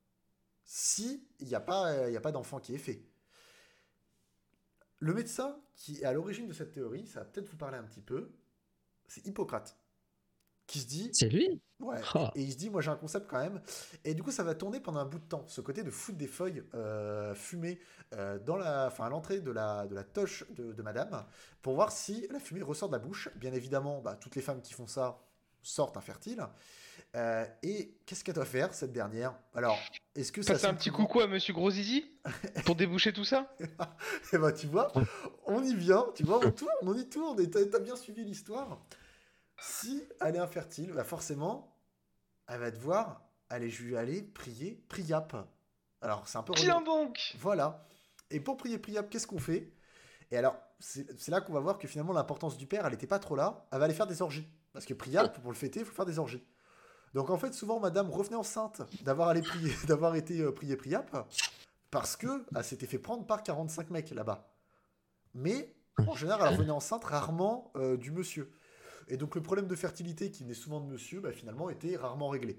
si il n'y a pas, y a pas d'enfant qui est fait. Le médecin qui est à l'origine de cette théorie, ça va peut-être vous parler un petit peu, c'est Hippocrate, qui se dit... C'est lui? Ouais, Oh. et, et il se dit, moi j'ai un concept quand même, et du coup ça va tourner pendant un bout de temps, ce côté de foutre des feuilles euh, fumées euh, dans la, enfin, à l'entrée de la, de la toche de, de madame, pour voir si la fumée ressort de la bouche. Bien évidemment, bah, toutes les femmes qui font ça sortent infertiles. Euh, et qu'est-ce qu'elle doit faire, cette dernière? Alors, est-ce que ça... Passer un petit coucou à Monsieur Groszizi pour déboucher tout ça. Et bah tu vois, on y vient, tu vois, on tourne, on y tourne, et t'as t'as bien suivi l'histoire. Si elle est infertile, bah forcément, elle va devoir aller, ju- aller prier Priap. Alors, c'est un peu... Tiens redondant. donc. Voilà. Et pour prier Priap, qu'est-ce qu'on fait? Et alors, c'est c'est là qu'on va voir que finalement, l'importance du père, elle n'était pas trop là. Elle va aller faire des orgies. Parce que Priap, pour le fêter, il faut faire des orgies. Donc en fait, souvent, madame revenait enceinte d'avoir allé prier, d'avoir été euh, prier Priap, parce que elle s'était fait prendre par quarante-cinq mecs là-bas. Mais, en général, elle revenait enceinte rarement euh, du monsieur. Et donc le problème de fertilité qui naît souvent de monsieur, bah, finalement, était rarement réglé.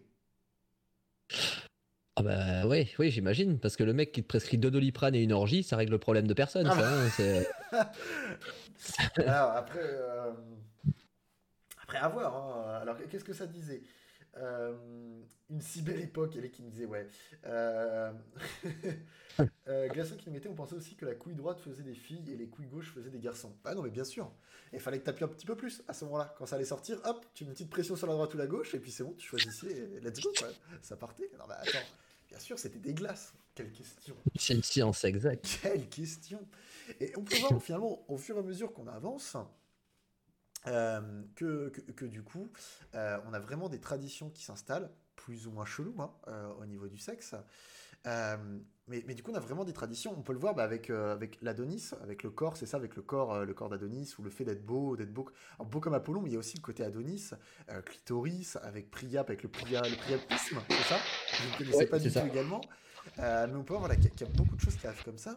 Ah bah ouais, oui, j'imagine, parce que le mec qui te prescrit deux Doliprane et une orgie, ça règle le problème de personne, Ah ça. Hein, c'est... Alors, après, euh, après à voir. Hein. Alors, qu'est-ce que ça disait? Euh, une si belle époque, elle est qui me disait, ouais. Euh... euh, Glaçon qui nous mettait, on pensait aussi que la couille droite faisait des filles et les couilles gauches faisaient des garçons. Ah non, mais bien sûr. Il fallait que tu appuies un petit peu plus à ce moment-là. Quand ça allait sortir, hop, tu mets une petite pression sur la droite ou la gauche, et puis c'est bon, tu choisissais, et let's go, quoi. Ça partait. Non, bah attends, bien sûr, c'était des glaces. Quelle question. c'est une science exacte. Quelle question. Et on peut voir finalement, au fur et à mesure qu'on avance, euh, que, que, que du coup, euh, on a vraiment des traditions qui s'installent, plus ou moins chelou hein, euh, au niveau du sexe. Euh, mais, mais du coup, on a vraiment des traditions. On peut le voir bah, avec, euh, avec l'Adonis, avec le corps, c'est ça, avec le corps, euh, le corps d'Adonis, ou le fait d'être beau, d'être beau, alors, beau comme Apollon, mais il y a aussi le côté Adonis, euh, clitoris, avec Priap, avec le, pria, le priapisme, c'est ça? Je ne connaissais Ouais, pas c'est du ça. tout également. Euh, mais on peut voir voilà, qu'il y, a- qu'il y a beaucoup de choses qui arrivent comme ça.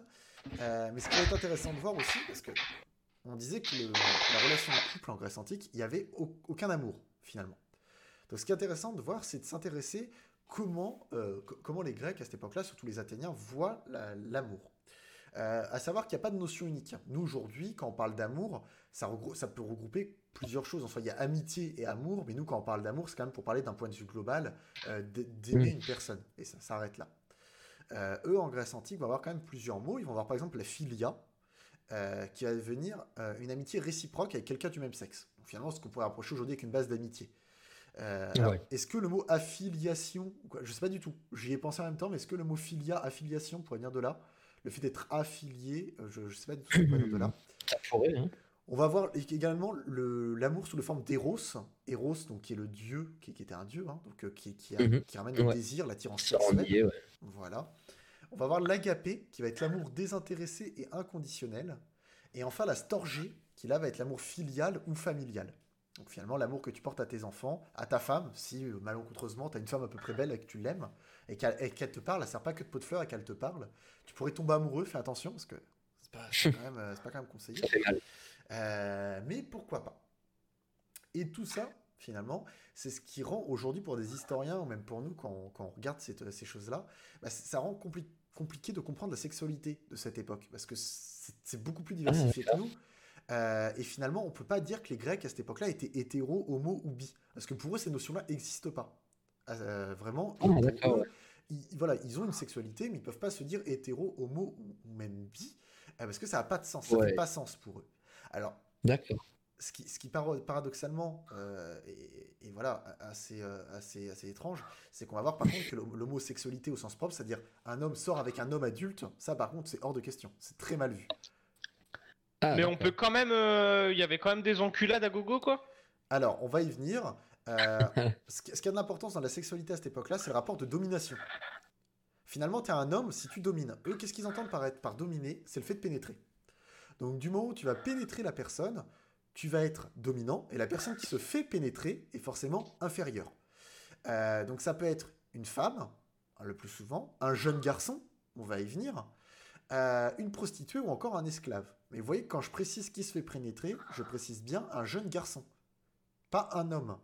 Euh, mais ce qui va être intéressant de voir aussi, parce que on disait que le- la relation de couple en Grèce antique, il n'y avait au- aucun amour, finalement. Donc ce qui est intéressant de voir, c'est de s'intéresser comment, euh, co- comment les Grecs, à cette époque-là, surtout les Athéniens, voient la- l'amour. Euh, à savoir qu'il n'y a pas de notion unique. Nous, aujourd'hui, quand on parle d'amour, ça, regrou- ça peut regrouper plusieurs choses. En soi, il y a amitié et amour, mais nous, quand on parle d'amour, c'est quand même pour parler d'un point de vue global, euh, d- d'aimer Mm. une personne. Et ça s'arrête là. Euh, eux, en Grèce antique, vont avoir quand même plusieurs mots. Ils vont avoir par exemple la philia, euh, qui va devenir euh, une amitié réciproque avec quelqu'un du même sexe. Donc, finalement, ce qu'on pourrait approcher aujourd'hui avec une base d'amitié. Euh, alors, Ouais. est-ce que le mot affiliation, ou quoi, je sais pas du tout, j'y ai pensé en même temps, mais est-ce que le mot filia, affiliation pourrait venir de là? Le fait d'être affilié, euh, je, je sais pas du tout ce qui pourrait venir de là. Ça pourrait, hein. On va voir également le- l'amour sous la forme d'Eros. Eros, donc qui est le dieu, qui, qui était un dieu, hein, donc euh, qui, qui, a- Mhm. qui ramène le Ouais. désir, l'attirance Ça sexuelle. ennuyait, ouais. Voilà. On va voir l'agapé, qui va être l'amour désintéressé et inconditionnel. Et enfin la storgé, qui là va être l'amour filial ou familial. Donc finalement l'amour que tu portes à tes enfants, à ta femme, si euh, malencontreusement tu as une femme à peu près belle et que tu l'aimes, et qu'elle et qu'elle te parle, elle sert pas que de pot de fleurs et qu'elle te parle, tu pourrais tomber amoureux, fais attention, parce que c'est pas, c'est pas quand même, euh, c'est pas quand même conseillé. Ça fait mal. Euh, mais pourquoi pas? Et tout ça, finalement, c'est ce qui rend aujourd'hui pour des historiens, ou même pour nous, quand on, quand on regarde cette- ces choses-là, bah, c- ça rend compli- compliqué de comprendre la sexualité de cette époque, parce que c'est c'est beaucoup plus Ah, diversifié que d'accord. nous. Euh, et finalement, on peut pas dire que les Grecs à cette époque-là étaient hétéro, homo ou bi, parce que pour eux, ces notions-là n'existent pas. Euh, vraiment, Ah, et pour d'accord, eux, ouais. ils, voilà, ils ont une sexualité, mais ils peuvent pas se dire hétéro, homo ou ou même bi, euh, parce que ça n'a pas de sens, ça fait Ouais, pas sens pour eux. Alors, d'accord. ce qui, ce qui paro- paradoxalement euh, et, et voilà assez, euh, assez, assez étrange, c'est qu'on va voir par contre que l'hom- l'homosexualité au sens propre, c'est-à-dire un homme sort avec un homme adulte, ça par contre c'est hors de question, c'est très mal vu. Ah, Mais on peut d'accord. quand même. euh, Il y avait quand même des enculades à gogo, quoi. Alors on va y venir. Euh, ce qui, ce qui a de l'importance dans la sexualité à cette époque-là, c'est le rapport de domination. Finalement, tu es un homme si tu domines. Eux, qu'est-ce qu'ils entendent par, être, par dominer? C'est le fait de pénétrer. Donc du moment où tu vas pénétrer la personne, tu vas être dominant, et la personne qui se fait pénétrer est forcément inférieure. Euh, donc ça peut être une femme, hein, le plus souvent, un jeune garçon, on va y venir, euh, une prostituée ou encore un esclave. Mais vous voyez que quand je précise qui se fait pénétrer, je précise bien un jeune garçon, pas un homme.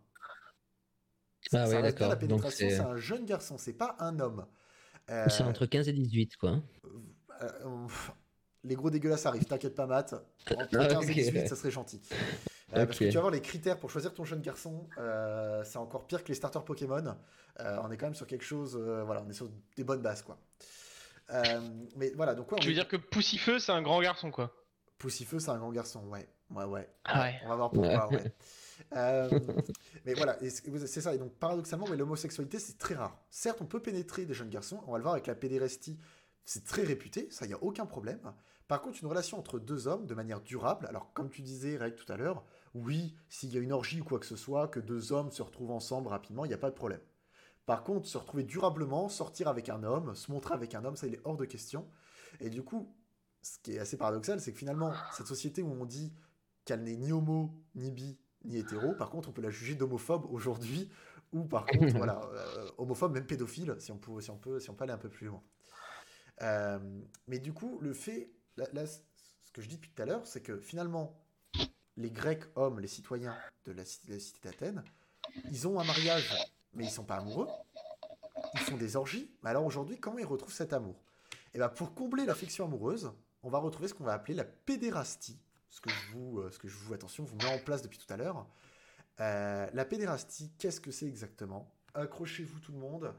Ça, Ah ça ouais, reste bien la d'accord. Donc pénétration, c'est c'est un jeune garçon, c'est pas un homme. c'est Euh, entre quinze et dix-huit, quoi, hein. euh, euh, les gros dégueulasses arrivent, t'inquiète pas, Matt. Entre Ah, quinze et dix-huit, ok. ça serait gentil. Euh, parce que tu vas Ok. voir les critères pour choisir ton jeune garçon, euh, c'est encore pire que les starters Pokémon. Euh, on est quand même sur quelque chose, euh, voilà, on est sur des bonnes bases, quoi. Euh, mais voilà, donc ouais, on Tu veux est. dire que Poussifeu, c'est un grand garçon, quoi. Poussifeu, c'est un grand garçon, ouais. Ouais, ouais, Ah ouais. ouais. On va voir pourquoi, Ouais. ouais. Euh, mais voilà, et c'est c'est ça. Et donc, paradoxalement, ouais, l'homosexualité, c'est très rare. Certes, on peut pénétrer des jeunes garçons, on va le voir avec la pédérastie, c'est très réputé, ça, il n'y a aucun problème. Par contre, une relation entre deux hommes, de manière durable, alors comme tu disais, Règle, tout à l'heure, oui, s'il y a une orgie ou quoi que ce soit, que deux hommes se retrouvent ensemble rapidement, il n'y a pas de problème. Par contre, se retrouver durablement, sortir avec un homme, se montrer avec un homme, ça, il est hors de question. Et du coup, ce qui est assez paradoxal, c'est que finalement, cette société où on dit qu'elle n'est ni homo, ni bi, ni hétéro, par contre, on peut la juger d'homophobe aujourd'hui, ou par contre, voilà, euh, homophobe, même pédophile, si on peut, si on peut, si on peut aller un peu plus loin. Euh, mais du coup, le fait, là, là, ce que je dis depuis tout à l'heure, c'est que finalement, les Grecs hommes, les citoyens de la, ci- de la cité d'Athènes, ils ont un mariage, mais ils sont pas amoureux, ils font des orgies, mais alors aujourd'hui, comment ils retrouvent cet amour? Et bien, pour combler l'affection amoureuse, on va retrouver ce qu'on va appeler la pédérastie, ce que je vous, euh, ce que je vous, attention, vous mets en place depuis tout à l'heure. Euh, la pédérastie, qu'est-ce que c'est exactement? Accrochez-vous tout le monde.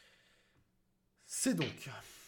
C'est donc,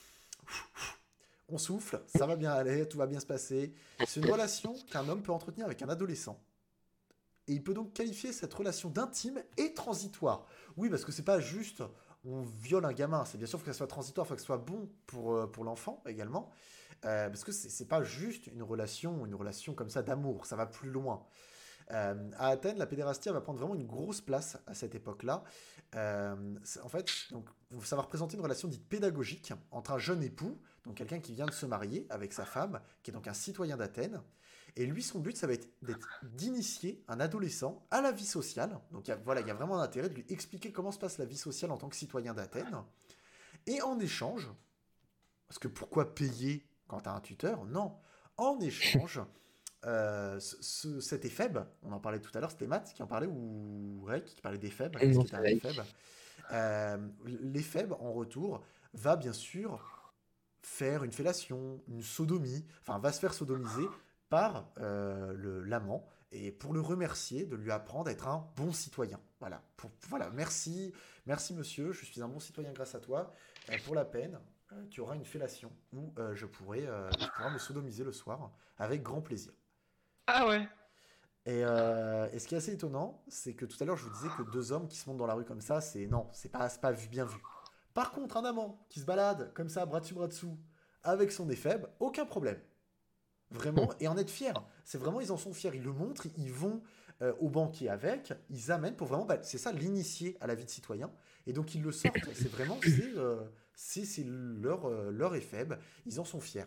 on souffle, ça va bien aller, tout va bien se passer. C'est une relation qu'un homme peut entretenir avec un adolescent. Et il peut donc qualifier cette relation d'intime et transitoire. Oui, parce que c'est pas juste on viole un gamin, c'est bien sûr qu'il faut que ça soit transitoire, il faut que ce soit bon pour, euh, pour l'enfant également. Euh, parce que c'est c'est pas juste une relation, une relation comme ça d'amour, ça va plus loin. Euh, à Athènes, la pédérastie elle va prendre vraiment une grosse place à cette époque-là. Euh, c'est- en fait, donc, ça va représenter une relation dite pédagogique entre un jeune époux, donc quelqu'un qui vient de se marier avec sa femme, qui est donc un citoyen d'Athènes. Et lui, son but, ça va être d'être- d'initier un adolescent à la vie sociale. Donc il y a, voilà, il y a vraiment un intérêt de lui expliquer comment se passe la vie sociale en tant que citoyen d'Athènes. Et en échange, parce que pourquoi payer quand tu as un tuteur, non. En échange, euh, ce, ce- cet éphèbe, on en parlait tout à l'heure, c'était Matt qui en parlait, ou Rek qui parlait d'éphèbe, qu'est-ce Non, qui était c'est un vrai. éphèbe? Euh, L'éphèbe, en retour, va bien sûr faire une fellation, une sodomie, enfin va se faire sodomiser par euh, le- l'amant, et pour le remercier, de lui apprendre à être un bon citoyen. Voilà, pour, voilà, merci, merci monsieur, je suis un bon citoyen grâce à toi. Euh, pour la peine, euh, tu auras une fellation où euh, je pourrai, euh, tu pourras me sodomiser le soir avec grand plaisir. Ah ouais. Et, euh, et ce qui est assez étonnant, c'est que tout à l'heure je vous disais que deux hommes qui se montent dans la rue comme ça, c'est non, c'est pas, c'est pas vu, bien vu. Par contre, un amant qui se balade comme ça, bras dessus bras dessous, avec son éphèbe, aucun problème. Vraiment, et en être fiers. C'est vraiment, ils en sont fiers, ils le montrent, ils vont euh, au banquier avec, ils amènent pour vraiment, bah, c'est ça, l'initier à la vie de citoyen. Et donc ils le sortent, c'est vraiment, c'est euh, c'est c'est leur, euh, leur éphèbe, ils en sont fiers.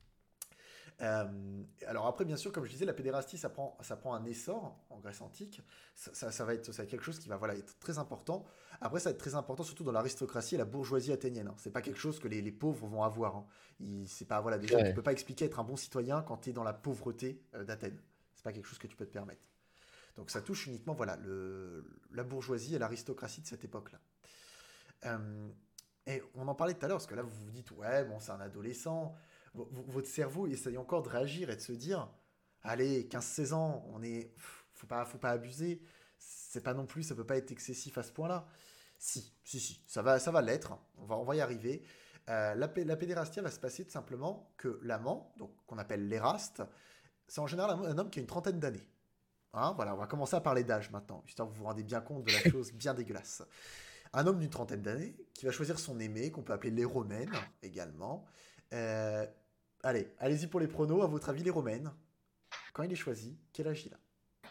Euh, alors après, bien sûr, comme je disais, la pédérastie, ça prend, ça prend un essor en Grèce antique. Ça, ça- ça va être, ça va être quelque chose qui va voilà, être très important. Après, ça va être très important surtout dans l'aristocratie et la bourgeoisie athénienne, hein. C'est pas quelque chose que les, les pauvres vont avoir, hein. Il- C'est pas, voilà, déjà, tu Ouais. peux pas expliquer être un bon citoyen quand tu es dans la pauvreté euh, d'Athènes. C'est pas quelque chose que tu peux te permettre. Donc ça touche uniquement voilà, le, la bourgeoisie et l'aristocratie de cette époque-là. Euh, et on en parlait tout à l'heure, parce que là, vous vous dites, ouais, bon, c'est un adolescent. V- v- votre cerveau essaye encore de réagir et de se dire, allez, quinze seize ans, on est, pff, faut pas, faut pas abuser. C'est pas non plus, ça peut pas être excessif à ce point-là. Si, si, si, ça va, ça va l'être. On va, on va y arriver. Euh, la, pé- la pédérastie va se passer tout simplement que l'amant, donc qu'on appelle l'éraste, c'est en général un, un homme qui a une trentaine d'années. Hein, voilà, on va commencer à parler d'âge maintenant, histoire que vous vous rendez bien compte de la chose bien dégueulasse. Un homme d'une trentaine d'années qui va choisir son aimée, qu'on peut appeler les romaines également. Euh, allez, allez-y pour les pronos. À votre avis, les romaines, quand il est choisi, quel âge il a?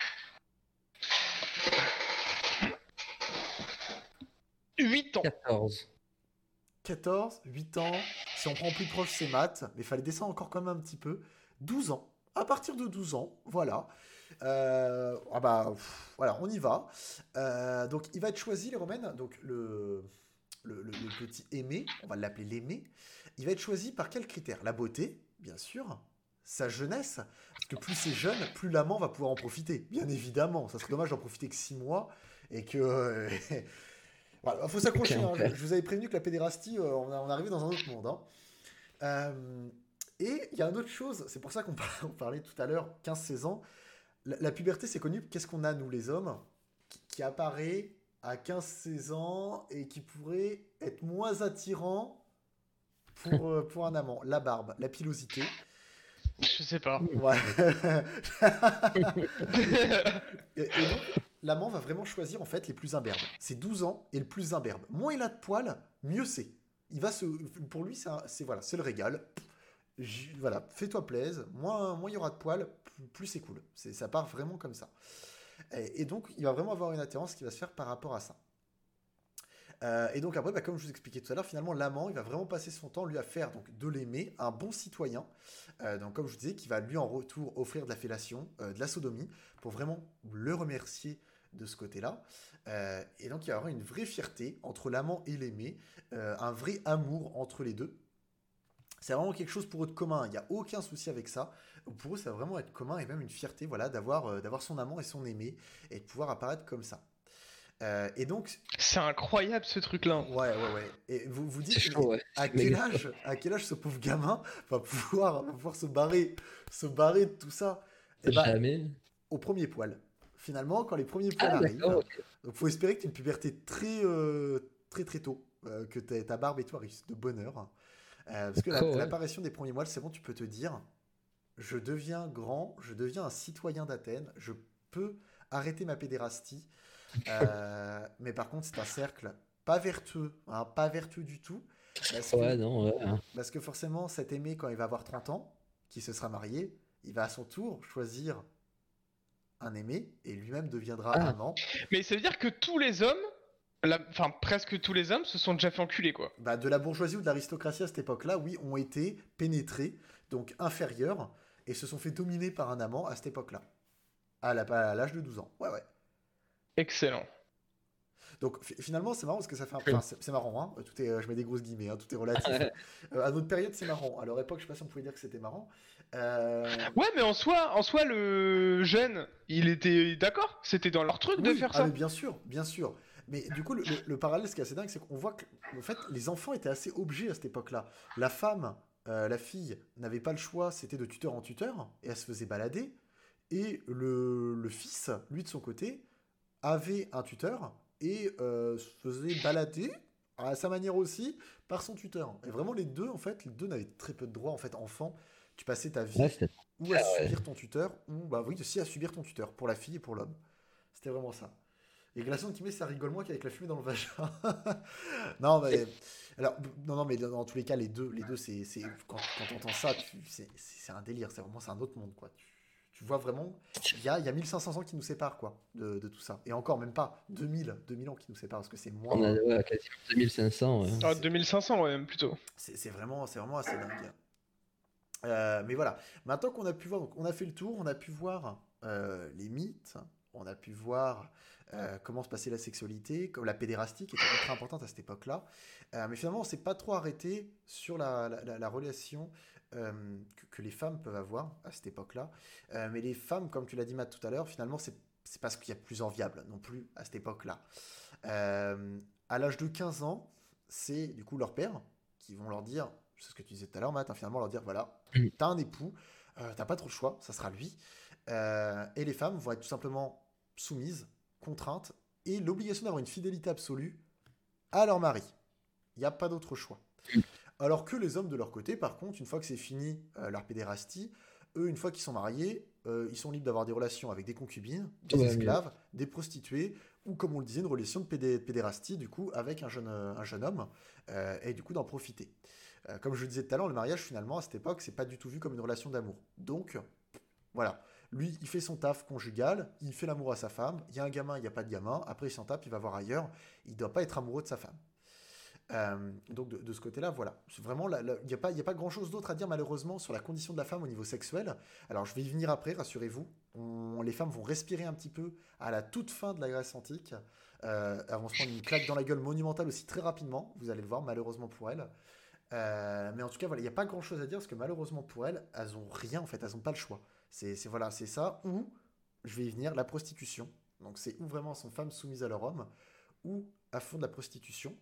huit ans. quatorze. quatorze, huit ans. Si on prend plus proche, c'est maths, mais il fallait descendre encore quand même un petit peu. douze ans. À partir de douze ans, voilà. Euh, ah bah, pff, voilà, on y va. Euh, donc, il va être choisi, les romaines. Donc, le, le, le- le petit aimé, on va l'appeler l'aimé, il va être choisi par quel critère? La beauté, bien sûr. Sa jeunesse, parce que plus c'est jeune, plus l'amant va pouvoir en profiter. Bien évidemment, ça serait dommage d'en profiter que six mois et que. euh, voilà, faut s'accrocher, Clairement. hein. Je, je vous avais prévenu que la pédérastie, euh, on, a- on arrivait dans un autre monde, hein. Euh, et il y a une autre chose, c'est pour ça qu'on par- on parlait tout à l'heure, quinze seize ans. La, la puberté, c'est connu. Qu'est-ce qu'on a, nous, les hommes, qui, qui apparaît à quinze seize ans et qui pourrait être moins attirant pour, euh, pour un amant? La barbe, la pilosité. Je sais pas. Ouais. et, et donc, l'amant va vraiment choisir en fait les plus imberbes. C'est douze ans et le plus imberbe. Moins il a de poils, mieux c'est. Il va se, pour lui, c'est un- c'est voilà, c'est le régal. J- Voilà, fais-toi plaise. Moins, moins il y aura de poils, plus, plus c'est cool. C'est, ça part vraiment comme ça. Et, et donc, il va vraiment avoir une attirance qui va se faire par rapport à ça. Euh, et donc après, bah, comme je vous expliquais tout à l'heure, finalement, l'amant, il va vraiment passer son temps, lui, à faire donc, de l'aimer, un bon citoyen. Euh, donc comme je vous disais, qui va lui, en retour, offrir de la fellation, euh, de la sodomie, pour vraiment le remercier de ce côté-là. Euh, et donc, il y aura une vraie fierté entre l'amant et l'aimé, euh, un vrai amour entre les deux. C'est vraiment quelque chose pour eux de commun, il n'y a aucun souci avec ça. Pour eux, ça va vraiment être commun et même une fierté voilà, d'avoir euh, d'avoir son amant et son aimé et de pouvoir apparaître comme ça. Euh, et donc, C'est incroyable ce truc-là. ouais, ouais, ouais. Et vous vous C'est dites, chaud, mais ouais. à C'est quel méga chaud. âge, à quel âge ce pauvre gamin va pouvoir, va pouvoir se barrer, se barrer de tout ça? Eh ben, Jamais. au premier poil. Finalement, quand les premiers poils Ah, arrivent, d'accord, ok. donc faut espérer que tu aies une puberté très, euh, très, très tôt, euh, que ta ta barbe et tout arrivent de bonne heure. Euh, parce que la- D'accord, ouais. l'apparition des premiers mois, c'est bon, tu peux te dire, je deviens grand, je deviens un citoyen d'Athènes, je peux arrêter ma pédérastie. Euh, mais par contre, c'est un cercle pas vertueux, hein, pas vertueux du tout, parce Ouais, que, non, ouais, hein. parce que forcément, cet aimé, quand il va avoir trente ans, qui se sera marié, il va à son tour choisir un aimé et lui-même deviendra Ah, amant. Mais ça veut dire que tous les hommes, la- enfin presque tous les hommes, se sont déjà fait enculer quoi. Bah, de la bourgeoisie ou de l'aristocratie à cette époque-là, oui, ont été pénétrés, donc inférieurs, et se sont fait dominer par un amant à cette époque-là, à la- à l'âge de douze ans. Ouais, ouais. Excellent. Donc fi- finalement, c'est marrant parce que ça fait un... Enfin, c'est c'est marrant, hein. Tout est... Je mets des grosses guillemets, hein, tout est relatif. Euh, à notre période, c'est marrant. À leur époque, je sais pas si on pouvait dire que c'était marrant. Euh, Ouais, mais en soi, en soi, le jeune, il était d'accord. C'était dans leur truc de Oui, faire ah mais ça. bien sûr, bien sûr. Mais du coup, le, le- le parallèle, ce qui est assez dingue, c'est qu'on voit que en fait, les enfants étaient assez objets à cette époque-là. La femme, euh, la fille, n'avait pas le choix, c'était de tuteur en tuteur, et elle se faisait balader. Et le, le fils, lui de son côté, avait un tuteur et euh, se faisait balader à sa manière aussi par son tuteur. Et vraiment, les deux, en fait, les deux n'avaient très peu de droits en fait, enfant. Tu passais ta Ouais, vie c'était ou à ah ouais. subir ton tuteur, ou bah oui, aussi à subir ton tuteur, pour la fille et pour l'homme. C'était vraiment ça. Et Glaçon qui met ça rigole moins qu'avec la fumée dans le vagin. non, mais. Alors, non, non, mais dans tous les cas, les deux, les deux c'est, c'est, quand, quand tu entends ça, tu- c'est, c'est c'est un délire. C'est vraiment c'est un autre monde, quoi. Tu, tu vois vraiment, il y a, il y a mille cinq cents ans qui nous séparent, quoi, de, de tout ça. Et encore, même pas deux mille, deux mille ans qui nous séparent, parce que c'est On a moins. ouais, quasiment deux mille cinq cents. Ouais. Ah, C'est, deux mille cinq cents, ouais, même plutôt. c'est, c'est vraiment, c'est vraiment assez dingue. Euh, mais voilà, maintenant qu'on a pu voir, donc on a fait le tour, on a pu voir euh, les mythes, on a pu voir euh, comment se passait la sexualité, comme la pédérastie qui était ultra importante à cette époque-là. Euh, mais finalement, on s'est pas trop arrêté sur la, la- la- la relation euh, que, que les femmes peuvent avoir à cette époque-là. Euh, mais les femmes, comme tu l'as dit Matt tout à l'heure, finalement, c'est c'est pas ce qu'il y a de plus enviable non plus à cette époque-là. Euh, à l'âge de quinze ans, c'est du coup leur père qui vont leur dire, c'est ce que tu disais tout à l'heure, Matt, hein, finalement leur dire voilà, Mm. t'as un époux, euh, t'as pas trop le choix, ça sera lui. Euh, et les femmes vont être tout simplement soumises, contraintes, et l'obligation d'avoir une fidélité absolue à leur mari. Il n'y a pas d'autre choix. Alors que les hommes de leur côté, par contre, une fois que c'est fini euh, leur pédérastie, eux, une fois qu'ils sont mariés, euh, ils sont libres d'avoir des relations avec des concubines, des Ouais, mais esclaves, des prostituées, ou comme on le disait, une relation de pédé- pédérastie, du coup, avec un jeune, euh, un jeune homme, euh, et du coup d'en profiter. Euh, comme je le disais tout à l'heure, le mariage, finalement, à cette époque, c'est pas du tout vu comme une relation d'amour. Donc, voilà. Lui, il fait son taf conjugal, il fait l'amour à sa femme, il y a un gamin, il n'y a pas de gamin, après il s'en tape, il va voir ailleurs, il ne doit pas être amoureux de sa femme. Euh, donc de, de ce côté-là, voilà. C'est vraiment, la- la- il n'y a pas, il y a pas grand-chose d'autre à dire malheureusement sur la condition de la femme au niveau sexuel. Alors je vais y venir après, rassurez-vous. On- les femmes vont respirer un petit peu à la toute fin de la Grèce antique. Euh, elles vont se prendre une claque dans la gueule monumentale aussi très rapidement, vous allez le voir, malheureusement pour elles. Euh, mais en tout cas, voilà, il n'y a pas grand-chose à dire parce que malheureusement pour elles, elles ont rien en fait, elles n'ont pas le choix. C'est c'est- voilà, c'est ça, ou, je vais y venir, la prostitution. Donc c'est ou vraiment elles sont femmes soumises à leur homme, ou à fond de la prostitution.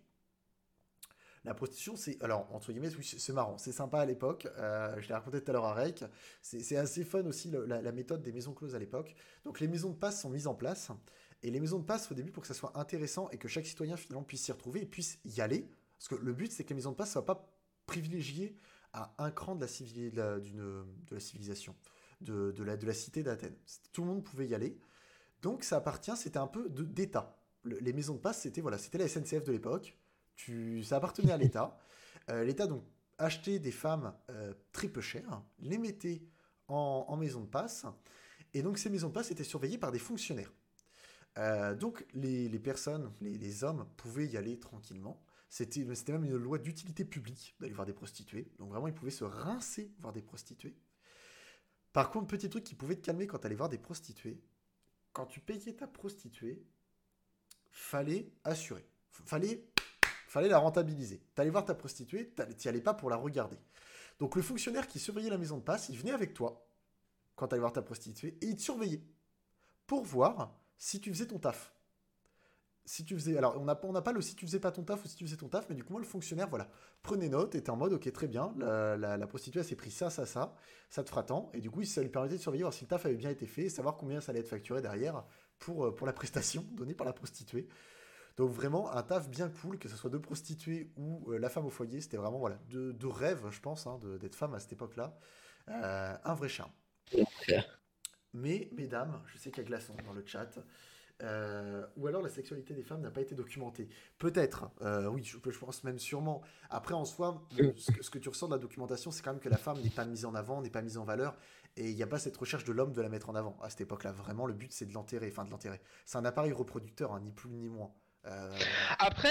La prostitution, c'est. Alors, entre guillemets, oui, c'est c'est marrant, c'est sympa à l'époque. Euh, je l'ai raconté tout à l'heure à Rake. C'est c'est assez fun aussi le- la, la méthode des maisons closes à l'époque. Donc, les maisons de passe sont mises en place. Et les maisons de passe, au début, pour que ça soit intéressant et que chaque citoyen finalement puisse s'y retrouver et puisse y aller. Parce que le but, c'est que les maisons de passe ne soient pas privilégiées à un cran de la, civili- de la, d'une- de la civilisation, de, de la, de la cité d'Athènes. C'était- Tout le monde pouvait y aller. Donc, ça appartient, c'était un peu de- d'État. Le- les maisons de passe, c'était voilà, c'était la S N C F de l'époque. Tu, ça appartenait à l'État. Euh, L'État donc achetait des femmes euh, très peu chères, les mettait en, en maison de passe, et donc ces maisons de passe étaient surveillées par des fonctionnaires. Euh, donc les, les personnes, les, les hommes pouvaient y aller tranquillement. C'était c'était même une loi d'utilité publique d'aller voir des prostituées. Donc vraiment, ils pouvaient se rincer voir des prostituées. Par contre, petit truc qui pouvait te calmer quand tu allais voir des prostituées, quand tu payais ta prostituée, fallait assurer. F- Fallait Fallait la rentabiliser. T'allais voir ta prostituée, t'allais- t'y allais pas pour la regarder. Donc le fonctionnaire qui surveillait la maison de passe, il venait avec toi quand t'allais voir ta prostituée et il te surveillait pour voir si tu faisais ton taf. Si tu faisais, alors on n'a on n'a pas le si tu faisais pas ton taf ou si tu faisais ton taf, mais du coup moi le fonctionnaire, voilà, prenait note, était en mode ok très bien, la, la, la prostituée elle s'est pris ça, ça, ça, ça te fera tant, et du coup ça lui permettait de surveiller voir si le taf avait bien été fait et savoir combien ça allait être facturé derrière pour, euh, pour la prestation donnée par la prostituée. Donc vraiment un taf bien cool, que ce soit de prostituée ou euh, la femme au foyer, c'était vraiment voilà, de, de rêve, je pense, hein, de- d'être femme à cette époque-là. Euh, un vrai charme. l'enfer. Mais, mesdames, je sais qu'il y a Glaçon dans le chat, euh, ou alors la sexualité des femmes n'a pas été documentée. Peut-être, euh, oui, je, je pense même sûrement. Après, en soi, le- ce que, ce que tu ressens de la documentation, c'est quand même que la femme n'est pas mise en avant, n'est pas mise en valeur, et il n'y a pas cette recherche de l'homme de la mettre en avant à cette époque-là. Vraiment, le but, c'est de l'enterrer, enfin de l'enterrer. C'est un appareil reproducteur, hein, ni plus ni moins. Euh, Après,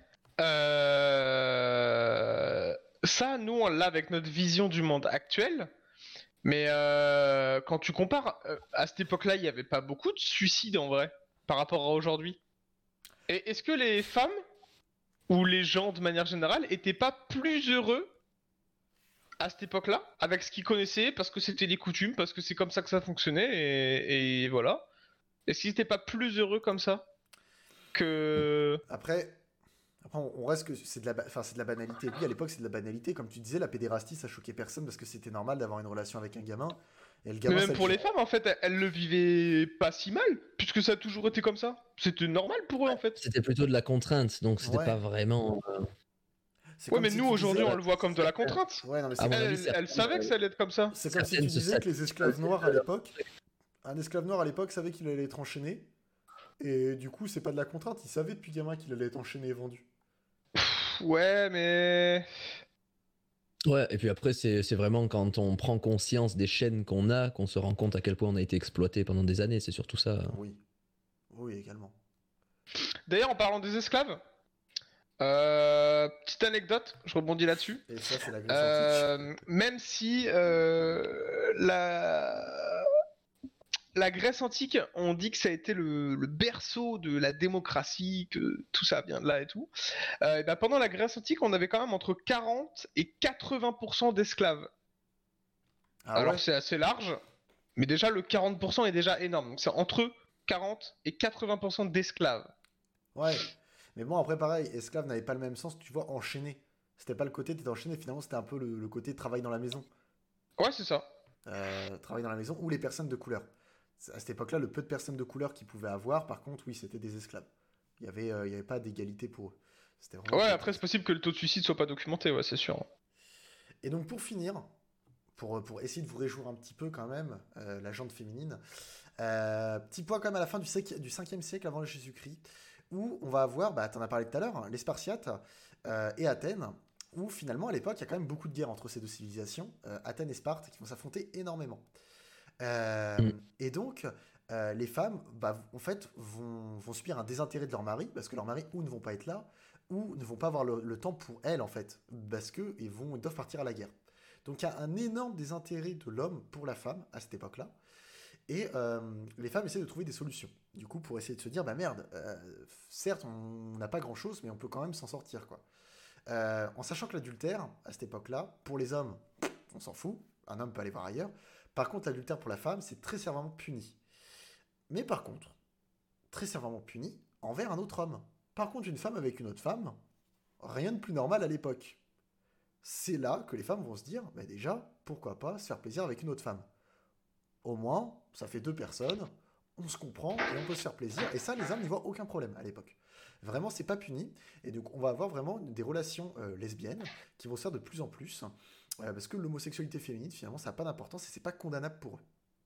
euh... ça, nous, on l'a avec notre vision du monde actuel. Mais euh, quand tu compares, euh, à cette époque-là, il n'y avait pas beaucoup de suicides en vrai, par rapport à aujourd'hui. Et est-ce que les femmes, ou les gens de manière générale, étaient pas plus heureux à cette époque-là, avec ce qu'ils connaissaient, parce que c'était les coutumes, parce que c'est comme ça que ça fonctionnait, et, et voilà. Est-ce qu'ils étaient pas plus heureux comme ça que... Après, après on on reste que c'est de la, ba- enfin, c'est de la banalité. Oui, à l'époque, c'est de la banalité. Comme tu disais, la pédérastie, ça choquait personne parce que c'était normal d'avoir une relation avec un gamin. Et le Mais gamin, même ça pour le les femmes, en fait, elles, elles le vivaient pas si mal, puisque ça a toujours été comme ça. C'était normal pour eux, en fait. C'était plutôt de la contrainte, donc c'était Ouais. pas vraiment. euh, C'est Ouais, comme mais si nous, tu aujourd'hui, disais. on le voit comme de la contrainte. Ouais, non, mais À c'est mon Elle, avis, elle, certaines, elle savait que ça allait être comme ça. c'est comme si tu certaines se disais que les esclaves noirs à satisfaisaient. l'époque, un esclave noir à l'époque savait qu'il allait être enchaîné. Et du coup, c'est pas de la contrainte. Il savait depuis gamin qu'il allait être enchaîné et vendu. Ouais, mais... Ouais, et puis après, c'est c'est vraiment quand on prend conscience des chaînes qu'on a qu'on se rend compte à quel point on a été exploité pendant des années. C'est surtout ça. Oui. Oui, également. D'ailleurs, en parlant des esclaves, euh, petite anecdote, je rebondis là-dessus. Et ça, c'est la Grèce antique. Euh, même si euh, la... la Grèce antique, on dit que ça a été le, le berceau de la démocratie, que tout ça vient de là et tout. Euh, et ben pendant la Grèce antique, on avait quand même entre quarante et quatre-vingts pour cent d'esclaves. Ah Alors ouais. c'est assez large, mais déjà le quarante pour cent est déjà énorme. Donc c'est entre quarante et quatre-vingts pour cent d'esclaves. Ouais. Mais bon, après, pareil, esclave n'avait pas le même sens, tu vois, enchaîné. C'était pas le côté, t'étais enchaîné, finalement, c'était un peu le, le côté travail dans la maison. Ouais, c'est ça. Euh, travail dans la maison, ou les personnes de couleur. À cette époque-là, le peu de personnes de couleur qu'ils pouvaient avoir, par contre, oui, c'était des esclaves. Il y avait, euh, il y avait pas d'égalité pour eux. C'était vraiment. Ouais, que des après c'est possible que le taux de suicide soit pas documenté, ouais, c'est sûr. Et donc, pour finir, pour, pour essayer de vous réjouir un petit peu quand même, euh, la jante féminine, euh, petit point quand même à la fin du, cinq- du cinquième siècle avant Jésus-Christ, où on va avoir, bah, t'en as parlé tout à l'heure, hein, les Spartiates euh, et Athènes, où finalement à l'époque il y a quand même beaucoup de guerres entre ces deux civilisations, euh, Athènes et Sparte, qui vont s'affronter énormément. Euh, Mm. et donc, euh, les femmes, bah, en fait, vont, vont subir un désintérêt de leur mari, parce que leurs maris ou ne vont pas être là, ou ne vont pas avoir le, le temps pour elles, en fait, parce que ils vont, ils doivent partir à la guerre. Donc, il y a un énorme désintérêt de l'homme pour la femme à cette époque-là. Et euh, les femmes essaient de trouver des solutions. Du coup, pour essayer de se dire, bah merde, euh, certes, on n'a pas grand-chose, mais on peut quand même s'en sortir, quoi. Euh, en sachant que l'adultère, à cette époque-là, pour les hommes, on s'en fout, un homme peut aller voir ailleurs. Par contre, l'adultère pour la femme, c'est très sévèrement puni. Mais par contre, très sévèrement puni envers un autre homme. Par contre, une femme avec une autre femme, rien de plus normal à l'époque. C'est là que les femmes vont se dire, bah déjà, pourquoi pas se faire plaisir avec une autre femme. Au moins, ça fait deux personnes, on se comprend et on peut se faire plaisir. Et ça, les hommes n'y voient aucun problème à l'époque. Vraiment, c'est pas puni. Et donc, on va avoir vraiment des relations euh, lesbiennes qui vont se faire de plus en plus. euh, parce que l'homosexualité féminine, finalement, ça n'a pas d'importance et c'est pas condamnable pour eux.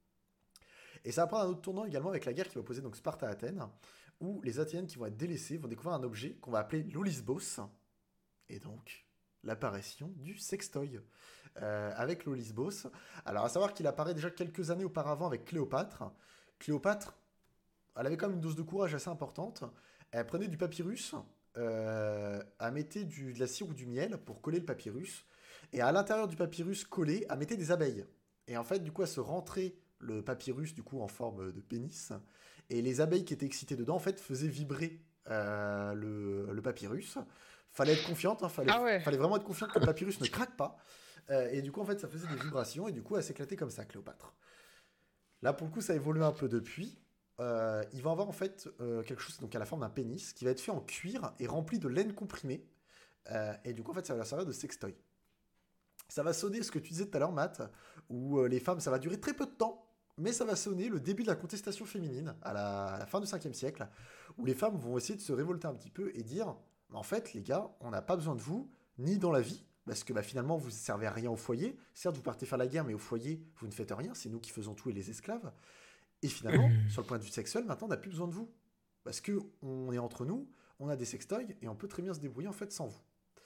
Et ça va prendre un autre tournant également avec la guerre qui va opposer donc Sparte à Athènes, où les Athéniennes qui vont être délaissées vont découvrir un objet qu'on va appeler l'olisbos, et donc l'apparition du sextoy. Euh, avec l'olisbos. Alors à savoir qu'il apparaît déjà quelques années auparavant avec Cléopâtre. Cléopâtre, elle avait quand même une dose de courage assez importante. Elle prenait du papyrus, euh, elle mettait du, de la cire ou du miel pour coller le papyrus, et à l'intérieur du papyrus collé, elle mettait des abeilles. Et en fait, du coup, elle se rentrait le papyrus du coup en forme de pénis, et les abeilles qui étaient excitées dedans, en fait, faisaient vibrer euh, le, le papyrus. Fallait être confiante, hein, fallait, Ah ouais. fallait vraiment être confiante que le papyrus ne craque pas. Euh, et du coup, en fait, ça faisait des vibrations, et du coup, elle s'éclatait comme ça, Cléopâtre. Là, pour le coup, ça a évolué un peu depuis. Euh, il va avoir en fait euh, quelque chose donc à la forme d'un pénis qui va être fait en cuir et rempli de laine comprimée. Euh, et du coup, en fait, ça va leur servir de sextoy. Ça va sonner ce que tu disais tout à l'heure, Matt, où euh, les femmes, ça va durer très peu de temps, mais ça va sonner le début de la contestation féminine à la, à la fin du cinquième siècle, où les femmes vont essayer de se révolter un petit peu et dire en fait, les gars, on n'a pas besoin de vous, ni dans la vie, parce que bah, finalement, vous ne servez à rien au foyer. Certes, vous partez faire la guerre, mais au foyer, vous ne faites rien, c'est nous qui faisons tout et les esclaves. Et finalement, sur le point de vue sexuel, maintenant, on n'a plus besoin de vous. Parce que on est entre nous, on a des sextoys, et on peut très bien se débrouiller en fait sans vous.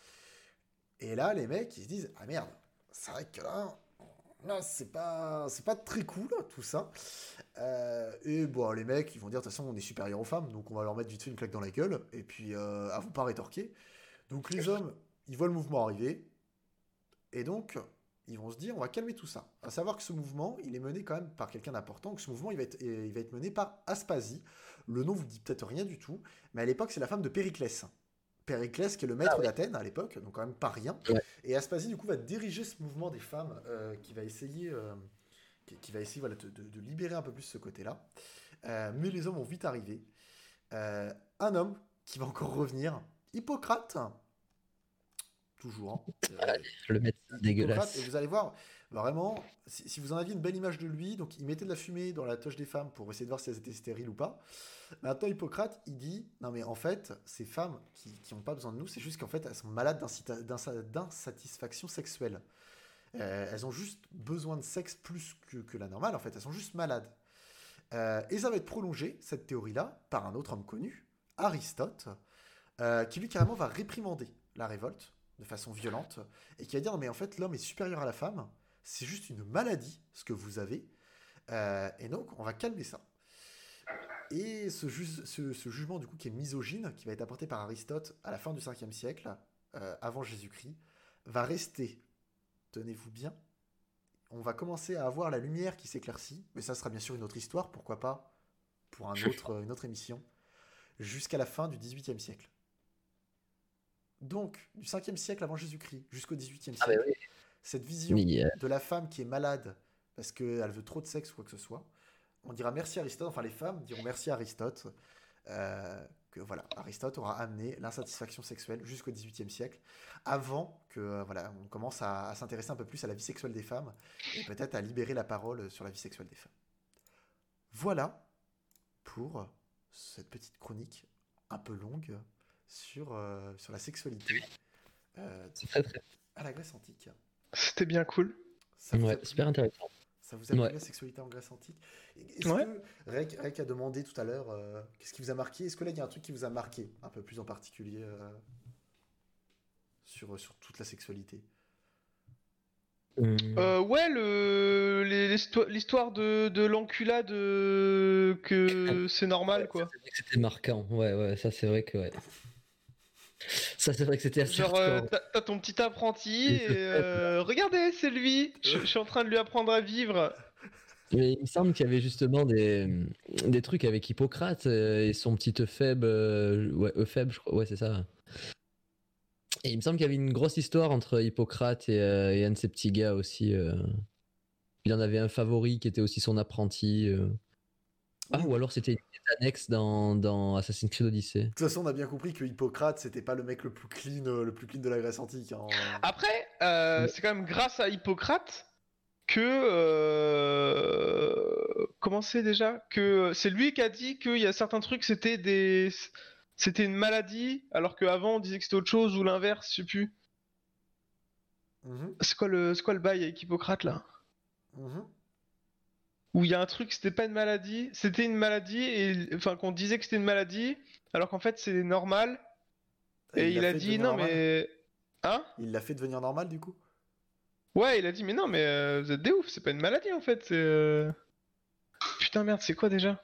Et là, les mecs, ils se disent, ah merde, c'est vrai que là, là c'est pas, c'est pas très cool, tout ça. Euh, et bon, les mecs, ils vont dire, de toute façon, on est supérieur aux femmes, donc on va leur mettre vite fait une claque dans la gueule, et puis, euh, à vous pas rétorquer. Donc les hommes, ils voient le mouvement arriver, et donc, ils vont se dire, on va calmer tout ça. À savoir que ce mouvement, il est mené quand même par quelqu'un d'important, que ce mouvement, il va être, il va être mené par Aspasie. Le nom vous dit peut-être rien du tout, mais à l'époque, c'est la femme de Périclès. Périclès, qui est le maître Ah oui. d'Athènes à l'époque, donc quand même pas rien. Ouais. Et Aspasie, du coup, va diriger ce mouvement des femmes euh, qui va essayer, euh, qui, qui va essayer voilà, de, de- de libérer un peu plus ce côté-là. Euh, mais les hommes vont vite arriver. Euh, un homme qui va encore revenir, Hippocrate, toujours. Hein. Euh, Le médecin Hippocrate, et dégueulasse. vous allez voir, vraiment, si, si vous en aviez une belle image de lui, donc il mettait de la fumée dans la toche des femmes pour essayer de voir si elles étaient stériles ou pas. Maintenant, Hippocrate, il dit, non mais en fait, ces femmes qui n'ont pas besoin de nous, c'est juste qu'en fait, elles sont malades d'insita- d'insa- d'insatisfaction sexuelle. Euh, elles ont juste besoin de sexe plus que, que la normale, en fait, elles sont juste malades. Euh, et ça va être prolongé, cette théorie-là, par un autre homme connu, Aristote, euh, qui lui carrément va réprimander la révolte de façon violente, et qui va dire, non mais en fait, l'homme est supérieur à la femme, c'est juste une maladie, ce que vous avez, euh, et donc on va calmer ça. Et ce, ju- ce- ce jugement du coup qui est misogyne, qui va être apporté par Aristote à la fin du cinquième siècle, euh, avant Jésus-Christ, va rester, tenez-vous bien, on va commencer à avoir la lumière qui s'éclaircit, mais ça sera bien sûr une autre histoire, pourquoi pas, pour un autre, une autre émission, jusqu'à la fin du dix-huitième siècle. Donc, du cinquième siècle avant Jésus-Christ jusqu'au dix-huitième Ah, bah siècle, oui. cette vision Mais, euh, de la femme qui est malade parce qu'elle veut trop de sexe ou quoi que ce soit, on dira merci à Aristote, enfin les femmes diront merci à Aristote, euh, que voilà, Aristote aura amené l'insatisfaction sexuelle jusqu'au dix-huitième siècle, avant que euh, voilà, on commence à, à s'intéresser un peu plus à la vie sexuelle des femmes et peut-être à libérer la parole sur la vie sexuelle des femmes. Voilà pour cette petite chronique un peu longue sur, euh, sur la sexualité euh, c'est très très. à la Grèce antique. C'était bien cool. Ça vous a Ouais, plu super intéressant. Ça vous a plu Ouais. la sexualité en Grèce antique? Est-ce Ouais. que Rek, Rek a demandé tout à l'heure euh, qu'est-ce qui vous a marqué? Est-ce que là il y a un truc qui vous a marqué un peu plus en particulier euh, sur, sur toute la sexualité? Hum. Euh, ouais, le les- l'histo- l'histoire de, de l'enculade euh, que c'est normal, Ouais, quoi. ça, c'est vrai que c'était marquant. Ouais, ouais, ça c'est vrai que ouais. Ça c'est vrai que c'était assez Genre, euh, hardcore. t'as t'as ton petit apprenti Et ce et fait, euh, regardez, c'est lui. Je je suis en train de lui apprendre à vivre. mais il me semble qu'il y avait justement des, des trucs avec Hippocrate euh, et son petit Euphèbe. euh, ouais, Euphèbe, je crois. Ouais, c'est ça. Et il me semble qu'il y avait une grosse histoire entre Hippocrate et, euh, et un de ses petits gars aussi. euh. Il en avait un favori qui était aussi son apprenti. euh. Ah, Oui, ou alors c'était une quête annexe dans, dans Assassin's Creed Odyssey. de toute façon, on a bien compris que Hippocrate, c'était pas le mec le plus clean, euh, le plus clean de la Grèce antique. Hein. Après, euh, Ouais. c'est quand même grâce à Hippocrate que euh, comment c'est déjà que c'est lui qui a dit qu'il y a certains trucs c'était des c'était une maladie alors qu'avant on disait que c'était autre chose ou l'inverse, je sais plus. Mhm, C'est quoi le c'est quoi le bail avec Hippocrate là? mhm. Où il y a un truc, c'était pas une maladie, c'était une maladie et enfin qu'on disait que c'était une maladie alors qu'en fait c'est normal Et et il il l'a a fait dit devenir non normal? mais hein? Il l'a fait devenir normal du coup? Ouais, il a dit mais non mais euh, vous êtes des ouf, c'est pas une maladie en fait, c'est euh, putain merde, c'est quoi déjà?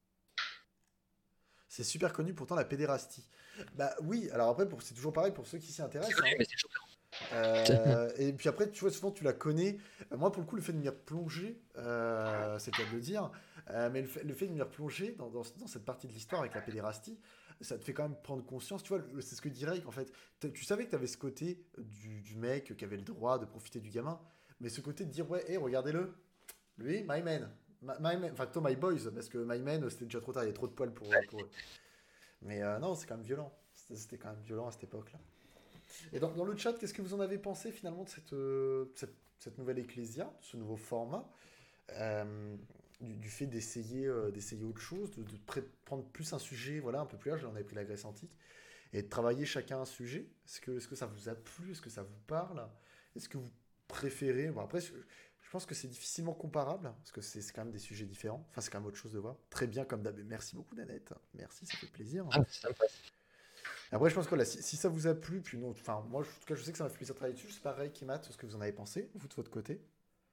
C'est super connu pourtant la pédérastie. Bah oui, alors après pour- c'est toujours pareil pour ceux qui s'y C'est intéressent. connu, Hein. mais c'est choquant. Euh, et puis après, tu vois, souvent tu la connais. Euh, Moi, pour le coup, le fait de m'y replonger, euh, c'est le cas de le dire, euh, mais le fait, le fait de m'y replonger dans, dans- dans cette partie de l'histoire avec la pédérastie, ça te fait quand même prendre conscience. Tu vois, le- c'est ce que dirait en fait. T'as- Tu savais que tu avais ce côté du, du mec qui avait le droit de profiter du gamin, mais ce côté de dire, ouais, hé, regardez-le, lui, my man. My, my man, enfin, plutôt my boys, parce que my man, c'était déjà trop tard, il y avait trop de poils pour, pour eux. Mais euh, non, c'est quand même violent. C'était c'était quand même violent à cette époque-là. Et dans, dans le chat, qu'est-ce que vous en avez pensé finalement de cette, euh, cette, cette nouvelle Ecclésia, de ce nouveau format, euh, du, du fait d'essayer euh, d'essayer autre chose, de, de pré- prendre plus un sujet, voilà, un peu plus large, là on avait pris la Grèce antique, et de travailler chacun un sujet. Est-ce que, est-ce que ça vous a plu? Est-ce que ça vous parle? Est-ce que vous préférez? Bon, après, je, je pense que c'est difficilement comparable, parce que c'est c'est quand même des sujets différents. Enfin, c'est quand même autre chose de voir. Très bien comme d'hab. Merci beaucoup, Nanette. Merci, ça fait plaisir. Ah, c'est sympa. Après, je pense que là, si, si ça vous a plu, puis non, enfin, moi, en tout cas, je sais que ça m'a fait plaisir de travailler dessus. C'est pareil, Kimat, ce que vous en avez pensé, vous de votre côté.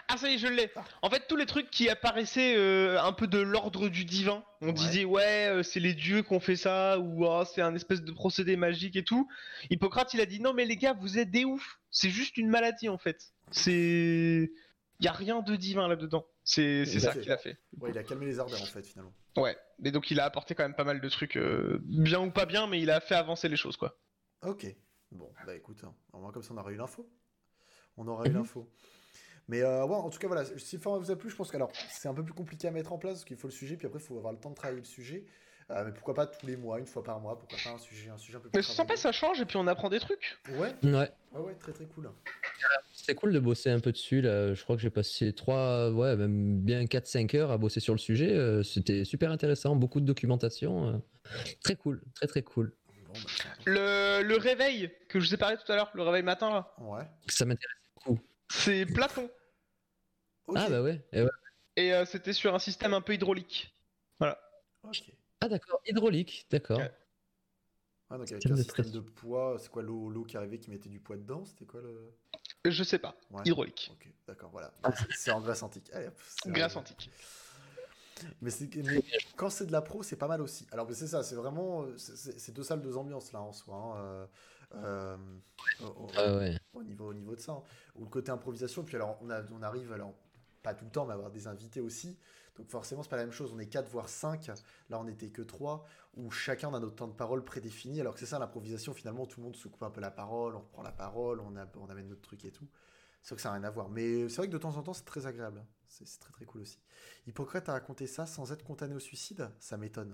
Ah ça y est, je l'ai. Ah. En fait, tous les trucs qui apparaissaient euh, un peu de l'ordre du divin, on Ouais. disait ouais, euh, c'est les dieux qui ont fait ça, ou ah, c'est un espèce de procédé magique et tout. Hippocrate, il a dit non mais les gars, vous êtes des oufs. C'est juste une maladie en fait. C'est, y a rien de divin là-dedans. C'est c'est ça Ok. qu'il a fait. Ouais, il a calmé les ardeurs en fait finalement. Ouais. Et donc il a apporté quand même pas mal de trucs, euh, bien ou pas bien, mais il a fait avancer les choses quoi. Ok. Bon, bah écoute, hein, au moins comme ça on aura eu l'info. On aura eu Mhm. l'info. Mais euh, ouais, en tout cas, voilà, si le format vous a plu, je pense que alors c'est un peu plus compliqué à mettre en place parce qu'il faut le sujet, puis après il faut avoir le temps de travailler le sujet. Euh, mais pourquoi pas tous les mois, une fois par mois, pourquoi pas un sujet, un sujet un peu plus Mais c'est sympa, travaillé. ça change et puis on apprend des trucs. Ouais, Ouais, ouais, ouais, très très cool. c'est cool de bosser un peu dessus. Là. Je crois que j'ai passé trois, ouais, même bien quatre cinq heures à bosser sur le sujet. Euh, C'était super intéressant, beaucoup de documentation. euh, Très cool, très très cool. Bon, bah sympa. Le, le réveil que je vous ai parlé tout à l'heure, le réveil matin là, Ouais. Ça m'intéresse beaucoup. c'est Platon. Ok. Ah bah ouais. Et ouais. Et euh, c'était sur un système un peu hydraulique. Voilà. Ok. Ah d'accord, hydraulique, d'accord. Ouais. Ah, donc avec Système un de système pression. de poids, c'est quoi l'eau l'eau qui arrivait qui mettait du poids dedans? C'était quoi le. Je sais pas. Ouais. Hydraulique. Ok, d'accord, voilà. C'est- C'est en Grèce antique. Allez, hop, c'est Grâce arrivé. antique. Mais, c'est- mais quand c'est de la pro, c'est pas mal aussi. Alors, mais c'est ça, c'est vraiment. c'est- C'est c'est deux salles, deux ambiances là en soi. Hein, euh, euh, au, au- Ah ouais. au niveau, au niveau de ça. Hein. Ou le côté improvisation. Puis alors, on, a, on arrive, alors, pas tout le temps, mais à avoir des invités aussi. Donc, forcément, c'est pas la même chose. On est quatre, voire cinq. Là, on n'était que trois. Où chacun a notre temps de parole prédéfini. Alors que c'est ça, l'improvisation, finalement, tout le monde se coupe un peu la parole. On reprend la parole. On, a, on amène notre truc et tout. C'est sûr que ça n'a rien à voir. Mais c'est vrai que de temps en temps, c'est très agréable. C'est c'est très très cool aussi. Hippocrate a raconté ça sans être condamné au suicide? Ça m'étonne.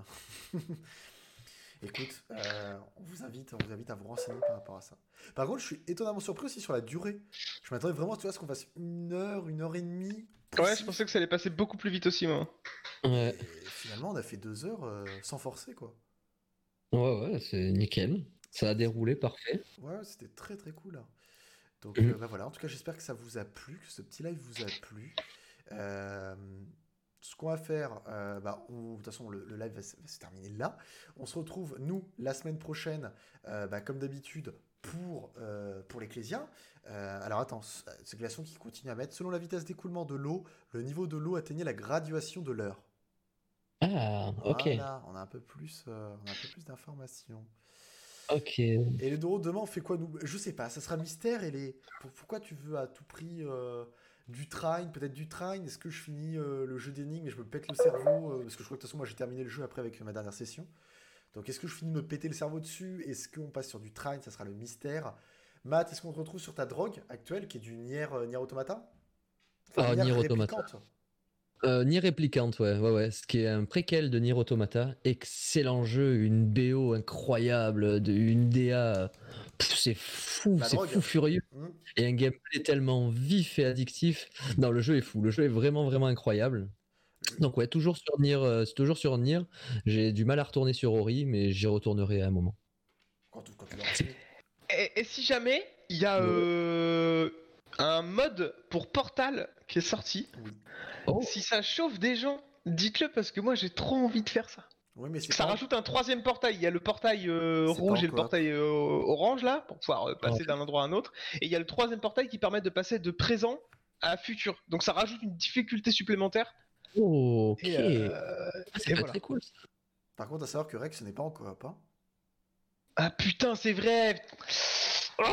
Écoute, euh, on vous invite, on vous invite à vous renseigner par rapport à ça. Par contre, je suis étonnamment surpris aussi sur la durée. Je m'attendais vraiment, tu vois, à ce qu'on fasse une heure, une heure et demie. Ouais, précis. je pensais que ça allait passer beaucoup plus vite aussi, moi. Ouais, Et finalement, on a fait deux heures euh, sans forcer, quoi. ouais, ouais, c'est nickel. Ça a déroulé parfait. Ouais, c'était très très cool. Hein. Donc, Mhm. euh, bah voilà. En tout cas, j'espère que ça vous a plu, que ce petit live vous a plu. Euh, ce qu'on va faire, euh, bah, on- de toute façon, le, le live va, se va se terminer là. On se retrouve, nous, la semaine prochaine, euh, bah, comme d'habitude, pour, euh, pour l'Ecclésia. Euh, alors attends, c- c'est Glaçon qui continue à mettre. Selon la vitesse d'écoulement de l'eau, le niveau de l'eau atteignait la graduation de l'heure. Ah, ok, Voilà, on a un peu plus, euh, on a un peu plus d'informations. ok. Et les Doro, demain, on fait quoi, nous? Je sais pas, ça sera mystère. Et les... pour- pourquoi tu veux à tout prix euh, du train? Peut-être du train? Est-ce que je finis euh, le jeu d'énigmes et je me pète le cerveau euh, parce que je crois que de toute façon, moi, j'ai terminé le jeu après avec euh, ma dernière session. Donc, est-ce que je finis de me péter le cerveau dessus? Est-ce qu'on passe sur du train? Ça sera le mystère. Matt, est-ce qu'on te retrouve sur ta drogue actuelle qui est du Nier, euh, Nier Automata? Enfin, Ah, Nier Nier Automata. réplicante. Euh, Nier Replicant, ouais, ouais, ouais, ce qui est un préquel de Nier Automata. Excellent jeu, une B O incroyable, de- une D A. Pff, c'est fou, La c'est drogue. fou furieux. Hmm. Et un gameplay tellement vif et addictif. Non, le jeu est fou, le jeu est vraiment, vraiment incroyable. Donc ouais, toujours sur Nier, euh, c'est toujours sur Nier. J'ai du mal à retourner sur Ori, mais j'y retournerai à un moment. Quand, tu- quand tu l'auras fini. Et, et si jamais, il y a Ouais. euh, un mode pour Portal qui est sorti, Oui. Oh, si ça chauffe des gens, dites-le parce que moi j'ai trop envie de faire ça. Oui, mais c'est Ça pas... rajoute un troisième portail. Il y a le portail euh, C'est pas rouge en et le coop. portail euh, orange là, pour pouvoir euh, passer Ouais. d'un endroit à un autre. Et il y a le troisième portail qui permet de passer de présent à futur. Donc ça rajoute une difficulté supplémentaire. ok. Et, euh, Ah, ça et peut être voilà. très cool. Ça. Par contre, à savoir que Rex, ce n'est pas en coop. Hein. Ah putain, c'est vrai. Oh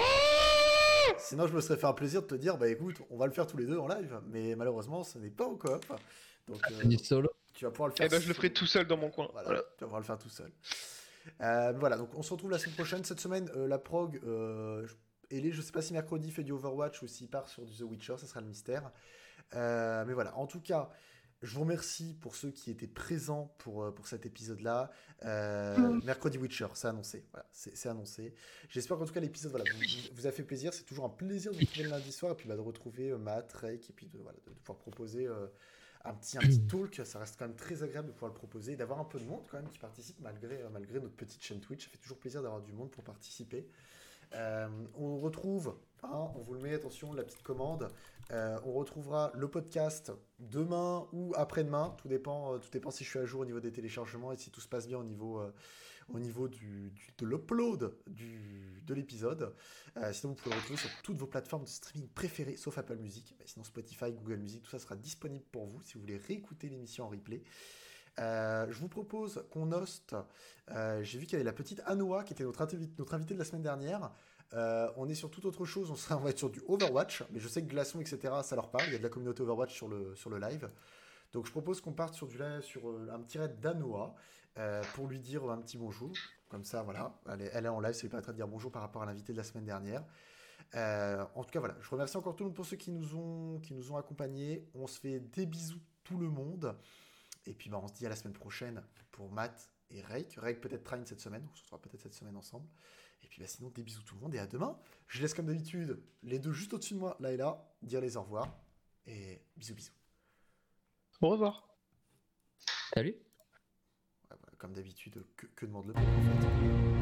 Sinon, je me serais fait un plaisir de te dire, bah écoute, on va le faire tous les deux en live, mais malheureusement, ce n'est pas en coop. Donc, euh, C'est du solo. tu vas pouvoir le faire. Eh ben je le ferai tout seul dans mon coin. Voilà, Voilà. tu vas pouvoir le faire tout seul. Euh, voilà, donc on se retrouve la semaine prochaine. Cette semaine, euh, la prog, euh, Ellie, je sais pas si mercredi fait du Overwatch ou s'il part sur du The Witcher, ça sera le mystère. Euh, mais voilà, en tout cas, je vous remercie pour ceux qui étaient présents pour, euh, pour cet épisode-là. Euh, Mm. Mercredi Witcher, c'est annoncé. Voilà, c'est c'est annoncé. J'espère qu'en tout cas l'épisode voilà, vous, vous a fait plaisir. C'est toujours un plaisir de vous retrouver le lundi soir et puis bah, de retrouver euh, Matt, Rake et puis de, voilà, de, de pouvoir proposer euh, un, petit, un petit talk. Ça reste quand même très agréable de pouvoir le proposer et d'avoir un peu de monde quand même qui participe malgré, euh, malgré notre petite chaîne Twitch. Ça fait toujours plaisir d'avoir du monde pour participer. Euh, on retrouve, hein, on vous le met, attention, la petite commande. Euh, on retrouvera le podcast demain ou après-demain. Tout dépend, euh, tout dépend si je suis à jour au niveau des téléchargements et si tout se passe bien au niveau, euh, au niveau du, du- de l'upload du, de de l'épisode. Euh, sinon, vous pouvez le retrouver sur toutes vos plateformes de streaming préférées, sauf Apple Music. Mais sinon, Spotify, Google Music, tout ça sera disponible pour vous si vous voulez réécouter l'émission en replay. Euh, je vous propose qu'on hoste. Euh, j'ai vu qu'il y avait la petite Anoa qui était notre, invi- notre invitée de la semaine dernière. Euh, on est sur toute autre chose. On, sera, on va être sur du Overwatch, mais je sais que Glaçon, et cetera, ça leur parle. Il y a de la communauté Overwatch sur le, sur le live. Donc je propose qu'on parte sur, du, sur un petit raid d'Anoa euh, pour lui dire un petit bonjour. Comme ça, voilà, elle est, elle est en live, ça lui permettra de dire bonjour par rapport à l'invité de la semaine dernière. Euh, en tout cas, voilà, je remercie encore tout le monde pour ceux qui nous ont, qui nous ont accompagnés. On se fait des bisous tout le monde. Et puis bah, on se dit à la semaine prochaine pour Matt et Rake. Rake peut-être Trine cette semaine, on se retrouvera peut-être cette semaine ensemble. Et puis bah, sinon, des bisous tout le monde et à demain. Je laisse comme d'habitude les deux juste au-dessus de moi, là et là, dire les au revoir. Et bisous bisous. Au revoir. Salut. Ouais, bah, comme d'habitude, que, que demande le peuple en fait.